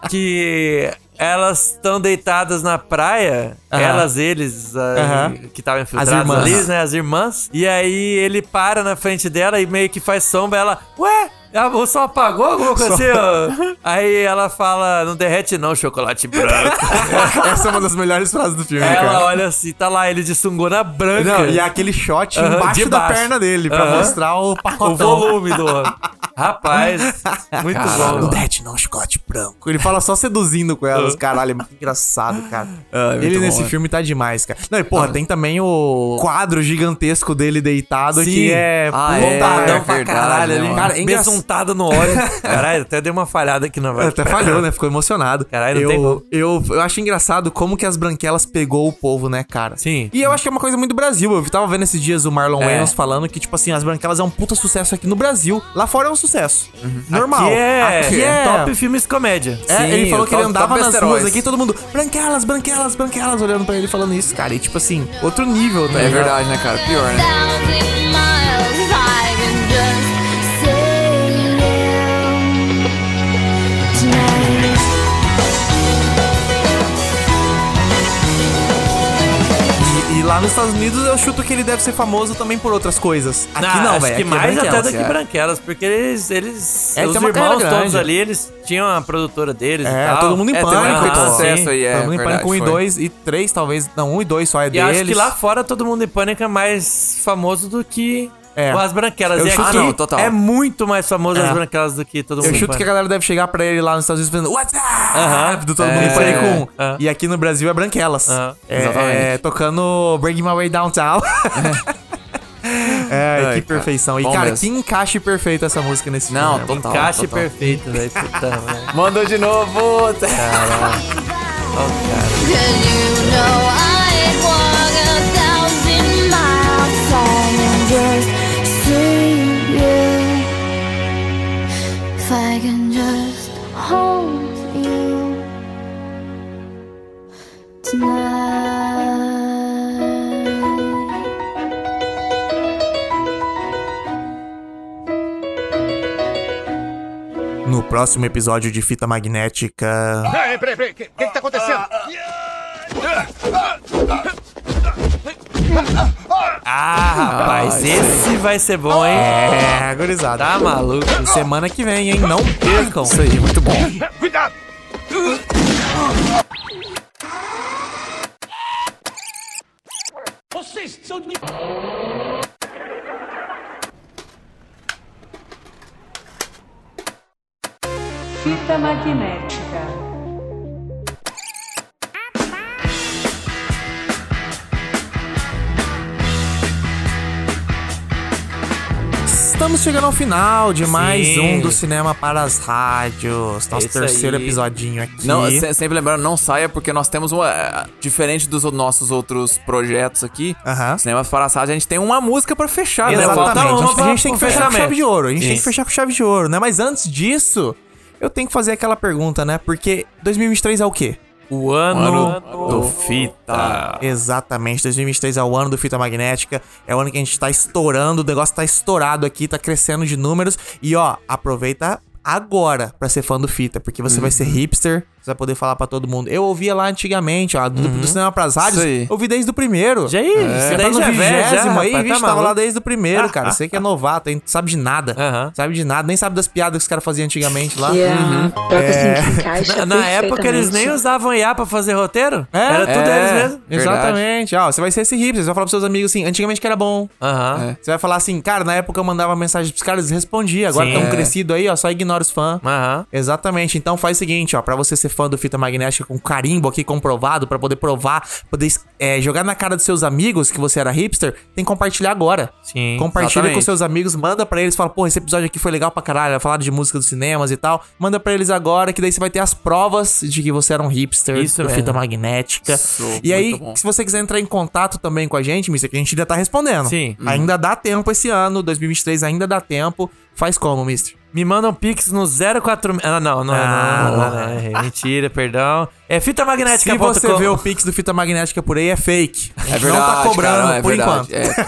[SPEAKER 4] que elas estão deitadas na praia,
[SPEAKER 2] Aham.
[SPEAKER 4] elas, eles, ah,
[SPEAKER 2] Aham.
[SPEAKER 4] que estavam
[SPEAKER 2] As
[SPEAKER 4] infiltrados
[SPEAKER 2] irmãs.
[SPEAKER 4] ali, né? As irmãs. E aí ele para na frente dela e meio que faz sombra. Ela, ué? O sol apagou alguma coisa assim, ó? Aí ela fala, não derrete não, chocolate branco.
[SPEAKER 2] Essa é uma das melhores frases do filme,
[SPEAKER 4] Aí ela
[SPEAKER 2] cara.
[SPEAKER 4] olha assim, tá lá ele de sungona branca.
[SPEAKER 2] Não, e é aquele shot
[SPEAKER 4] Aham,
[SPEAKER 2] embaixo
[SPEAKER 4] de
[SPEAKER 2] da
[SPEAKER 4] baixo.
[SPEAKER 2] perna dele, pra
[SPEAKER 4] Aham.
[SPEAKER 2] mostrar o
[SPEAKER 4] O
[SPEAKER 2] pacotão.
[SPEAKER 4] volume do homem. Rapaz, muito
[SPEAKER 2] Caralho,
[SPEAKER 4] bom.
[SPEAKER 2] não derrete não, chocolate branco. Ele fala só seduzindo com elas, caralho, é muito engraçado, cara. Ele nesse filme tá demais, cara. Não, e porra, tem também o quadro gigantesco dele deitado,
[SPEAKER 4] Sim.
[SPEAKER 2] que é
[SPEAKER 3] Ah,
[SPEAKER 2] montadão
[SPEAKER 3] é,
[SPEAKER 2] pra
[SPEAKER 3] verdade,
[SPEAKER 2] caralho
[SPEAKER 3] né,
[SPEAKER 2] ali.
[SPEAKER 3] mano?
[SPEAKER 2] Cara, é engraçado.
[SPEAKER 4] Besuntado no óleo. Caralho, até deu uma falhada aqui na voz.
[SPEAKER 2] Até falhou, né? Ficou emocionado.
[SPEAKER 4] Caralho, não
[SPEAKER 2] eu,
[SPEAKER 4] tem como.
[SPEAKER 2] eu, eu acho engraçado como que as branquelas pegou o povo, né, cara?
[SPEAKER 4] Sim.
[SPEAKER 2] E eu acho que é uma coisa muito Brasil. Eu tava vendo esses dias o Marlon
[SPEAKER 4] É.
[SPEAKER 2] Wayans falando que, tipo assim, as branquelas é um puta sucesso aqui no Brasil. Lá fora é um sucesso. Normal.
[SPEAKER 4] Aqui é,
[SPEAKER 2] Aqui é
[SPEAKER 4] top filmes de comédia.
[SPEAKER 2] É,
[SPEAKER 3] Sim,
[SPEAKER 2] ele falou que ele
[SPEAKER 3] top-
[SPEAKER 2] andava
[SPEAKER 3] top
[SPEAKER 2] nas
[SPEAKER 3] besteróis.
[SPEAKER 2] ruas aqui, todo mundo, branquelas, branquelas, branquelas, olhando pra ele falando isso, cara. E tipo assim, outro nível, tá
[SPEAKER 3] É
[SPEAKER 2] ligado?
[SPEAKER 3] verdade, né, cara? Pior, né?
[SPEAKER 6] Thousand miles I can just say tonight.
[SPEAKER 2] E, e lá nos Estados Unidos eu chuto que ele deve ser famoso também por outras coisas. Aqui
[SPEAKER 4] Ah,
[SPEAKER 2] não,
[SPEAKER 4] acho
[SPEAKER 2] velho.
[SPEAKER 4] que
[SPEAKER 2] aqui é
[SPEAKER 4] mais até
[SPEAKER 2] Branquelas.
[SPEAKER 4] do que Branquelas, porque eles, eles
[SPEAKER 2] É,
[SPEAKER 4] os
[SPEAKER 2] tem uma
[SPEAKER 4] irmãos
[SPEAKER 2] carreira
[SPEAKER 4] todos
[SPEAKER 2] grande.
[SPEAKER 4] ali, eles tinham a produtora deles
[SPEAKER 2] É,
[SPEAKER 4] e tal.
[SPEAKER 2] todo mundo em
[SPEAKER 3] É, tem
[SPEAKER 2] pânico,
[SPEAKER 3] muito
[SPEAKER 2] pô.
[SPEAKER 3] sucesso aí, é.
[SPEAKER 2] Todo mundo em
[SPEAKER 3] verdade,
[SPEAKER 2] pânico, um e
[SPEAKER 3] foi.
[SPEAKER 2] dois e três, talvez. Não, um e dois só é
[SPEAKER 4] E
[SPEAKER 2] deles.
[SPEAKER 4] acho que lá fora todo mundo em pânico é mais famoso do que
[SPEAKER 2] É.
[SPEAKER 4] As Branquelas.
[SPEAKER 2] Eu
[SPEAKER 4] é,
[SPEAKER 2] chuto
[SPEAKER 4] ah,
[SPEAKER 2] que-
[SPEAKER 4] não, total. É muito mais famoso
[SPEAKER 2] É.
[SPEAKER 4] as Branquelas do que todo mundo.
[SPEAKER 2] Eu chuto
[SPEAKER 4] faz.
[SPEAKER 2] que a galera deve chegar pra ele lá nos Estados Unidos falando What's
[SPEAKER 4] Aham.
[SPEAKER 2] up? Do todo
[SPEAKER 4] É.
[SPEAKER 2] mundo por aí com.
[SPEAKER 4] Aham.
[SPEAKER 2] E aqui no Brasil é Branquelas. É,
[SPEAKER 3] Exatamente.
[SPEAKER 2] é, tocando Bring My Way Downtown. É,
[SPEAKER 3] Ai,
[SPEAKER 2] que
[SPEAKER 3] cara.
[SPEAKER 2] perfeição. E,
[SPEAKER 3] Bom
[SPEAKER 2] cara,
[SPEAKER 3] mesmo.
[SPEAKER 2] que encaixe perfeito essa música nesse
[SPEAKER 3] Não,
[SPEAKER 2] filme. né?
[SPEAKER 3] total.
[SPEAKER 4] Encaixe
[SPEAKER 3] total.
[SPEAKER 4] perfeito, velho. Puta, velho.
[SPEAKER 3] Mandou de novo.
[SPEAKER 6] Cause you know I'd walk a thousand miles and just see you. If I can just hold you tonight.
[SPEAKER 2] No próximo episódio de Fita Magnética.
[SPEAKER 16] Peraí, peraí, peraí. O que, que, que tá acontecendo?
[SPEAKER 4] Ah, rapaz, esse vai ser bom, hein?
[SPEAKER 2] É, gurizada.
[SPEAKER 4] Tá maluco.
[SPEAKER 2] Semana que vem, hein? Não percam.
[SPEAKER 3] Isso aí, muito bom.
[SPEAKER 16] Cuidado! Vocês são de...
[SPEAKER 1] Fita magnética.
[SPEAKER 2] Estamos chegando ao final de mais
[SPEAKER 4] Sim.
[SPEAKER 2] um do Cinema para as Rádios. Nosso
[SPEAKER 4] Isso
[SPEAKER 2] terceiro
[SPEAKER 4] aí.
[SPEAKER 2] episodinho aqui.
[SPEAKER 3] Não, se- sempre lembrando, não saia, porque nós temos uma. é, Diferente dos nossos outros projetos aqui,
[SPEAKER 2] Aham.
[SPEAKER 3] Cinema para a gente tem uma música pra fechar, né?
[SPEAKER 2] Exatamente.
[SPEAKER 4] Falta uma
[SPEAKER 2] a
[SPEAKER 4] pra-
[SPEAKER 2] gente tem que
[SPEAKER 4] pro
[SPEAKER 2] fechar com
[SPEAKER 4] fechamento.
[SPEAKER 2] chave de ouro. A gente tem que
[SPEAKER 4] Isso.
[SPEAKER 2] fechar com chave de ouro, né? Mas antes disso, eu tenho que fazer aquela pergunta, né? Porque dois mil e vinte e três é o quê?
[SPEAKER 4] O ano,
[SPEAKER 3] Ano
[SPEAKER 4] do
[SPEAKER 3] do
[SPEAKER 4] Fita.
[SPEAKER 2] Exatamente, dois mil e vinte e três é o ano do Fita Magnética, é o ano que a gente tá estourando, o negócio tá estourado aqui, tá crescendo de números. E ó, aproveita agora pra ser fã do Fita, porque você vai ser hipster, você vai poder falar pra todo mundo. Eu ouvia lá antigamente, ó, do, do cinema pras rádios,
[SPEAKER 3] Isso aí.
[SPEAKER 2] eu ouvi desde o primeiro.
[SPEAKER 4] Já é,
[SPEAKER 2] Você
[SPEAKER 4] isso
[SPEAKER 2] tá
[SPEAKER 4] daí
[SPEAKER 2] no
[SPEAKER 4] já é velho, já,
[SPEAKER 2] vigésimo aí,
[SPEAKER 4] rapaz,
[SPEAKER 2] vixe,
[SPEAKER 4] tá
[SPEAKER 2] tava lá
[SPEAKER 4] maluco.
[SPEAKER 2] desde o primeiro, cara. Você que é novato, hein, sabe de nada.
[SPEAKER 4] Aham.
[SPEAKER 2] Sabe de nada, nem sabe das piadas que os caras faziam antigamente lá.
[SPEAKER 10] Yeah. Pior que assim, que encaixa
[SPEAKER 4] Na, na época eles nem
[SPEAKER 10] perfeitamente.
[SPEAKER 4] usavam I A pra fazer roteiro.
[SPEAKER 2] É?
[SPEAKER 4] Era tudo
[SPEAKER 3] É.
[SPEAKER 4] eles mesmo.
[SPEAKER 2] Exatamente. Ó, você vai ser esse hipster, você vai falar pros seus amigos assim, antigamente que era bom.
[SPEAKER 4] Aham.
[SPEAKER 2] Você vai falar assim, cara, na época eu mandava mensagem pros caras, eles respondiam. Agora
[SPEAKER 4] Sim.
[SPEAKER 2] estão
[SPEAKER 4] É.
[SPEAKER 2] crescidos aí, ó, só ignora os fãs.
[SPEAKER 4] Aham.
[SPEAKER 2] Exatamente. Então faz o seguinte, ó, pra você ser fã do Fita Magnética com carimbo aqui comprovado, pra poder provar, poder é, jogar na cara dos seus amigos que você era hipster, tem que compartilhar agora.
[SPEAKER 4] Sim.
[SPEAKER 2] Compartilha
[SPEAKER 3] exatamente.
[SPEAKER 2] com seus amigos, manda pra eles, fala, pô, esse episódio aqui foi legal pra caralho, falaram de música dos cinemas e tal. Manda pra eles agora, que daí você vai ter as provas de que você era um hipster
[SPEAKER 4] Isso
[SPEAKER 2] do
[SPEAKER 4] mesmo.
[SPEAKER 2] Fita Magnética.
[SPEAKER 3] Isso,
[SPEAKER 2] e aí,
[SPEAKER 3] muito bom.
[SPEAKER 2] se você quiser entrar em contato também com a gente, mister, que a gente ainda tá respondendo.
[SPEAKER 4] Sim.
[SPEAKER 2] Ainda dá tempo esse ano, dois mil e vinte e três ainda dá tempo. Faz como, mister?
[SPEAKER 4] Me mandam pix no zero quatro... Ah, não, não,
[SPEAKER 2] Ah,
[SPEAKER 4] não, não, não, é, é mentira, perdão. É fita magnética.
[SPEAKER 2] Se você vê o Pix do Fita Magnética por aí, é fake. A gente
[SPEAKER 3] É verdade,
[SPEAKER 2] não tá cobrando
[SPEAKER 3] cara, é
[SPEAKER 2] por
[SPEAKER 3] verdade.
[SPEAKER 2] enquanto.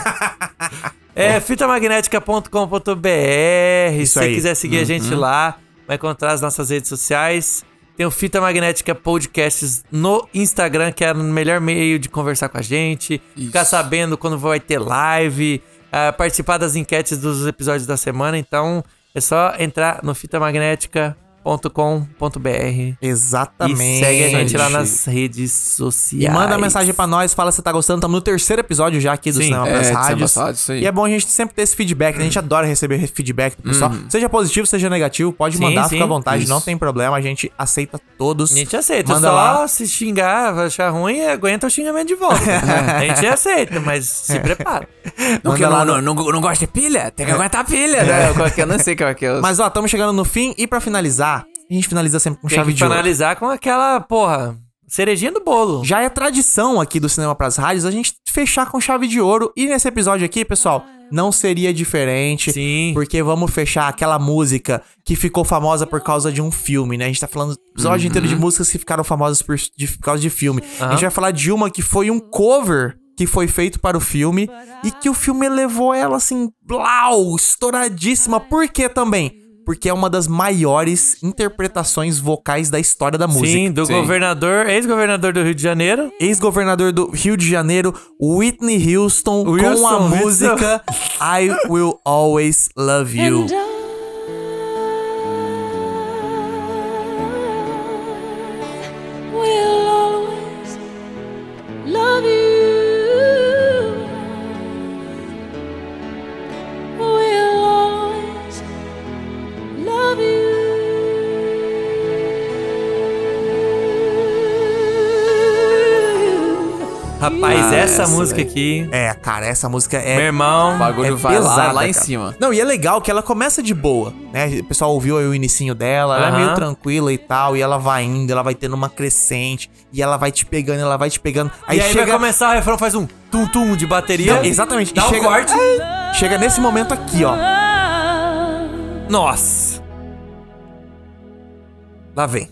[SPEAKER 3] É.
[SPEAKER 4] É fitamagnética ponto com ponto b r.
[SPEAKER 2] Isso
[SPEAKER 4] Se você
[SPEAKER 2] aí.
[SPEAKER 4] quiser seguir a gente lá, vai encontrar as nossas redes sociais. Tem o Fita Magnética Podcasts no Instagram, que é o melhor meio de conversar com a gente. Ficar sabendo quando vai ter live, ah, participar das enquetes dos episódios da semana. Então, é só entrar no fitamagnética ponto com ponto b r.
[SPEAKER 2] Exatamente.
[SPEAKER 4] E segue a gente lá nas redes sociais.
[SPEAKER 2] E manda mensagem pra nós, fala se você tá gostando. Estamos no terceiro episódio já aqui do
[SPEAKER 4] Sim.
[SPEAKER 2] Cinema
[SPEAKER 3] É,
[SPEAKER 2] Pras
[SPEAKER 3] de Cinema
[SPEAKER 2] Rádios.
[SPEAKER 3] Pras Rádios, isso aí.
[SPEAKER 2] E é bom a gente sempre ter esse feedback, né? A gente adora receber feedback do pessoal. Seja positivo, seja negativo, pode
[SPEAKER 4] Sim,
[SPEAKER 2] mandar,
[SPEAKER 4] sim.
[SPEAKER 2] fica à vontade,
[SPEAKER 3] Isso.
[SPEAKER 2] não tem problema. A gente aceita todos.
[SPEAKER 4] A gente aceita,
[SPEAKER 2] Manda
[SPEAKER 4] só
[SPEAKER 2] lá.
[SPEAKER 4] se xingar, achar ruim, aguenta o xingamento de volta. A gente aceita, mas se prepara.
[SPEAKER 3] Não, que
[SPEAKER 2] Manda lá
[SPEAKER 3] não, não, não, não gosta de pilha? Tem que aguentar a pilha, né? Qual que é? Eu não sei qual que é. os-
[SPEAKER 2] Mas ó, estamos chegando no fim. E pra finalizar, a gente finaliza sempre com
[SPEAKER 4] Tem
[SPEAKER 2] chave
[SPEAKER 4] que
[SPEAKER 2] de ouro.
[SPEAKER 4] finalizar com aquela, porra, cerejinha do bolo.
[SPEAKER 2] Já é tradição aqui do Cinema Pras Rádios a gente fechar com chave de ouro. E nesse episódio aqui, pessoal, não seria diferente.
[SPEAKER 4] Sim.
[SPEAKER 2] Porque vamos fechar aquela música que ficou famosa por causa de um filme, né? A gente tá falando do episódio inteiro de músicas que ficaram famosas por, de, por causa de filme. A
[SPEAKER 4] Aham.
[SPEAKER 2] gente vai falar de uma que foi um cover que foi feito para o filme e que o filme elevou ela assim, blau, estouradíssima. Por quê também? Porque é uma das maiores interpretações vocais da história da música.
[SPEAKER 4] Sim, do
[SPEAKER 3] Sim.
[SPEAKER 4] governador, ex-governador do Rio de Janeiro.
[SPEAKER 2] Ex-governador do Rio de Janeiro, Whitney Houston, com a
[SPEAKER 4] Wilson,
[SPEAKER 2] música I Will Always Love You.
[SPEAKER 6] Will always love you.
[SPEAKER 4] Rapaz,
[SPEAKER 3] Ah,
[SPEAKER 4] essa,
[SPEAKER 3] essa,
[SPEAKER 4] música
[SPEAKER 3] velho.
[SPEAKER 4] aqui...
[SPEAKER 2] É, cara, essa música é...
[SPEAKER 4] Meu irmão,
[SPEAKER 3] O bagulho
[SPEAKER 2] é
[SPEAKER 3] vai lá,
[SPEAKER 2] pesada,
[SPEAKER 3] lá em
[SPEAKER 2] cara.
[SPEAKER 3] cima.
[SPEAKER 2] Não, e é legal que ela começa de boa, né? O pessoal ouviu aí o inicinho dela, ela é
[SPEAKER 4] Aham.
[SPEAKER 2] meio tranquila e tal, e ela vai indo, ela vai tendo uma crescente, e ela vai te pegando, ela vai te pegando.
[SPEAKER 4] e aí vai começar o refrão, faz um tum-tum de bateria.
[SPEAKER 2] Não, exatamente.
[SPEAKER 4] Dá
[SPEAKER 2] e
[SPEAKER 4] um
[SPEAKER 2] chega,
[SPEAKER 4] corte.
[SPEAKER 2] chega nesse momento aqui, ó.
[SPEAKER 4] Nossa.
[SPEAKER 2] Lá vem.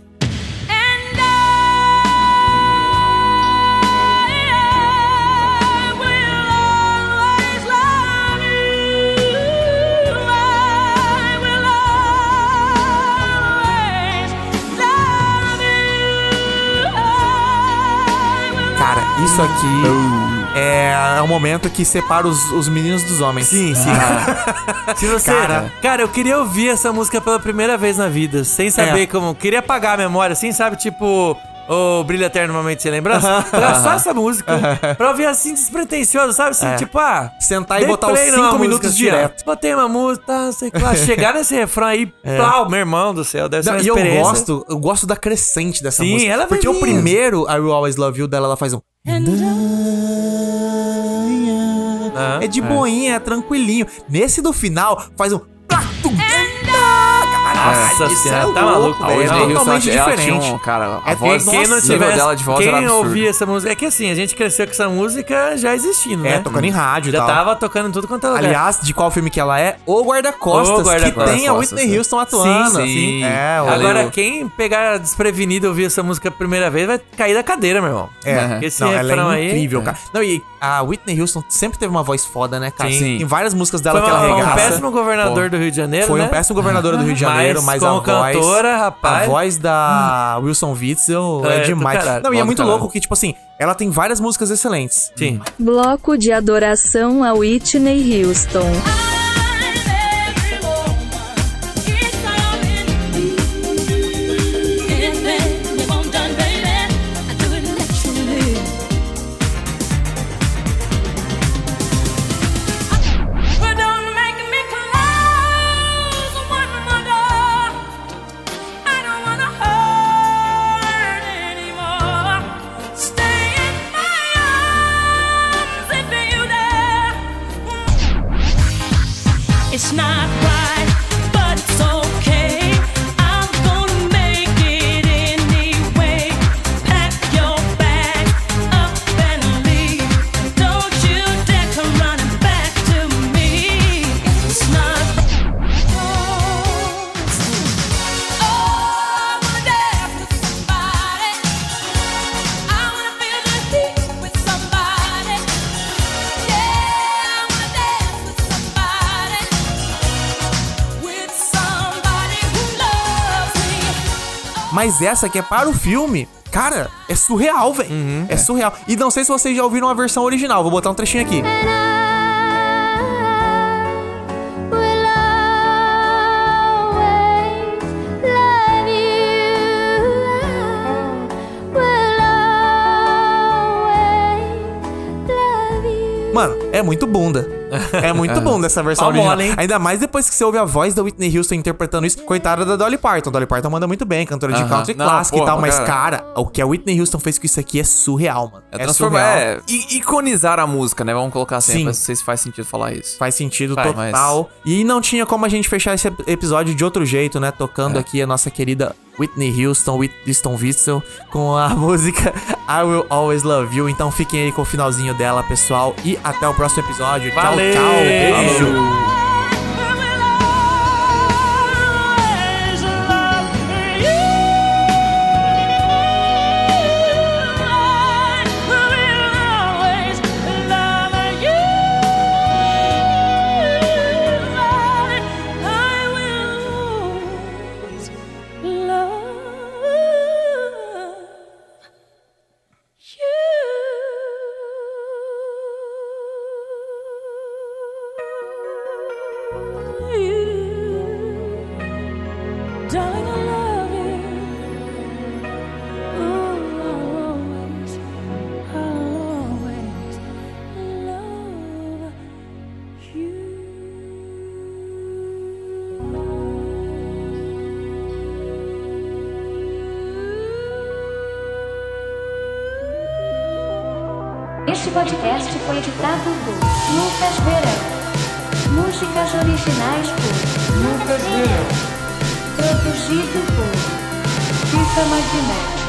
[SPEAKER 2] Cara, isso aqui é, é o momento que separa os, os meninos dos homens.
[SPEAKER 4] Sim, sim. Se você...
[SPEAKER 2] Cara.
[SPEAKER 4] Cara, eu queria ouvir essa música pela primeira vez na vida, sem saber
[SPEAKER 2] É.
[SPEAKER 4] como... Queria apagar a memória, assim, sabe? Tipo... O Brilho Eterno, normalmente, sem lembrança. Era só essa música. Pra ouvir assim, despretensioso, sabe? Assim,
[SPEAKER 2] É.
[SPEAKER 4] tipo, ah...
[SPEAKER 2] Sentar e
[SPEAKER 4] dei
[SPEAKER 2] botar os
[SPEAKER 4] play numa
[SPEAKER 2] cinco
[SPEAKER 4] música
[SPEAKER 2] minutos
[SPEAKER 4] assim, ó.
[SPEAKER 2] direto.
[SPEAKER 4] Botei uma música, tá, sei lá. Chegar nesse refrão aí,
[SPEAKER 2] É.
[SPEAKER 4] plau, meu irmão do céu, deve ser
[SPEAKER 2] Não,
[SPEAKER 4] uma
[SPEAKER 2] e eu
[SPEAKER 4] experiência.
[SPEAKER 2] gosto, eu gosto da crescente dessa
[SPEAKER 4] Sim,
[SPEAKER 2] música.
[SPEAKER 4] ela vai
[SPEAKER 2] Porque o
[SPEAKER 4] vir.
[SPEAKER 2] primeiro, I Will Always Love You, dela, ela faz um...
[SPEAKER 4] Ah,
[SPEAKER 2] É de
[SPEAKER 4] é.
[SPEAKER 2] boinha, é tranquilinho. Nesse do final, faz um...
[SPEAKER 4] Nossa
[SPEAKER 2] isso
[SPEAKER 4] senhora,
[SPEAKER 2] é
[SPEAKER 4] tá
[SPEAKER 2] louco,
[SPEAKER 4] maluco,
[SPEAKER 3] A
[SPEAKER 2] velho.
[SPEAKER 3] Whitney
[SPEAKER 2] É
[SPEAKER 3] Houston,
[SPEAKER 2] totalmente
[SPEAKER 3] ela tinha
[SPEAKER 2] diferente.
[SPEAKER 3] um, cara, a
[SPEAKER 2] É
[SPEAKER 3] voz,
[SPEAKER 2] quem-
[SPEAKER 4] Quem
[SPEAKER 2] Nossa,
[SPEAKER 4] não
[SPEAKER 3] o nível
[SPEAKER 4] tivesse,
[SPEAKER 3] dela de voz era
[SPEAKER 4] quem
[SPEAKER 3] absurdo.
[SPEAKER 4] ouvia essa música... É que assim, a gente cresceu com essa música já existindo, né?
[SPEAKER 2] É, tocando em rádio e
[SPEAKER 4] Já
[SPEAKER 2] tal.
[SPEAKER 4] tava tocando em tudo quanto é lugar.
[SPEAKER 2] Aliás, de qual filme que ela é? O Guarda-Costas,
[SPEAKER 4] O Guarda-Costas.
[SPEAKER 2] que tem a Whitney Houston atuando.
[SPEAKER 4] Sim, sim.
[SPEAKER 2] É, o-
[SPEAKER 4] Agora, quem pegar desprevenido e ouvir essa música a primeira vez vai cair da cadeira, meu irmão.
[SPEAKER 2] É,
[SPEAKER 4] Esse
[SPEAKER 2] não, ela
[SPEAKER 4] refrão
[SPEAKER 2] é
[SPEAKER 4] aí...
[SPEAKER 2] incrível, cara. Não, e a Whitney Houston sempre teve uma voz foda, né, cara?
[SPEAKER 4] Sim.
[SPEAKER 2] Tem várias músicas dela
[SPEAKER 4] Foi
[SPEAKER 2] que ela
[SPEAKER 4] uma- um
[SPEAKER 2] regaça.
[SPEAKER 4] péssimo governador do Rio de Janeiro,
[SPEAKER 2] Foi
[SPEAKER 4] né?
[SPEAKER 2] um péssimo governador do Rio de Janeiro, mas,
[SPEAKER 4] Mas
[SPEAKER 2] a
[SPEAKER 4] como
[SPEAKER 2] voz...
[SPEAKER 4] cantora, rapaz...
[SPEAKER 2] A voz da Wilson Witzel é,
[SPEAKER 4] É, do
[SPEAKER 2] demais.
[SPEAKER 4] caralho.
[SPEAKER 2] Não, e é
[SPEAKER 3] Bom
[SPEAKER 2] muito
[SPEAKER 3] do caralho.
[SPEAKER 2] louco que, tipo assim, ela tem várias músicas excelentes.
[SPEAKER 4] Sim.
[SPEAKER 12] Bloco de adoração a Whitney Houston.
[SPEAKER 6] It's not right, but it's okay. I'm gonna make it anyway. Pack your bag up and leave. Don't you dare come running back to me. It's not oh, I wanna dance with somebody. I wanna feel the heat with somebody. Yeah, I wanna dance with somebody. With somebody who loves me.
[SPEAKER 2] Mas essa que é para o filme, cara, é surreal, velho. é, surreal. E não sei se vocês já ouviram a versão original. Vou botar um trechinho aqui. Mano, é muito bunda. É muito bunda essa versão
[SPEAKER 4] Ó,
[SPEAKER 2] original.
[SPEAKER 4] mole, hein?
[SPEAKER 2] Ainda mais depois que você ouve a voz da Whitney Houston interpretando isso. Coitada da Dolly Parton. Dolly Parton manda muito bem, cantora de
[SPEAKER 3] Aham.
[SPEAKER 2] country
[SPEAKER 3] Não,
[SPEAKER 2] clássica e
[SPEAKER 3] porra,
[SPEAKER 2] tal. Mas,
[SPEAKER 3] cara.
[SPEAKER 2] cara, o que a Whitney Houston fez com isso aqui é surreal, mano.
[SPEAKER 3] É
[SPEAKER 2] É,
[SPEAKER 3] transformar,
[SPEAKER 2] surreal.
[SPEAKER 3] é i- iconizar a música, né? Vamos colocar assim,
[SPEAKER 2] Sim.
[SPEAKER 3] não sei se faz sentido falar isso.
[SPEAKER 2] Faz sentido
[SPEAKER 3] Faz,
[SPEAKER 2] total. E não tinha como a gente fechar esse ep- episódio de outro jeito, né? Tocando
[SPEAKER 3] É.
[SPEAKER 2] aqui a nossa querida Whitney Houston, Whitney Witzel, com a música I Will Always Love You. Então fiquem aí com o finalzinho dela, pessoal. E até o próximo episódio.
[SPEAKER 4] Valeu!
[SPEAKER 2] Tchau, tchau. Beijo.
[SPEAKER 6] Darling, I love you. Ooh, I'll always, I'll always love
[SPEAKER 5] Este podcast foi editado por Lucas Verão. Músicas originais por Lucas Verão. Produzido por Fita Magnética.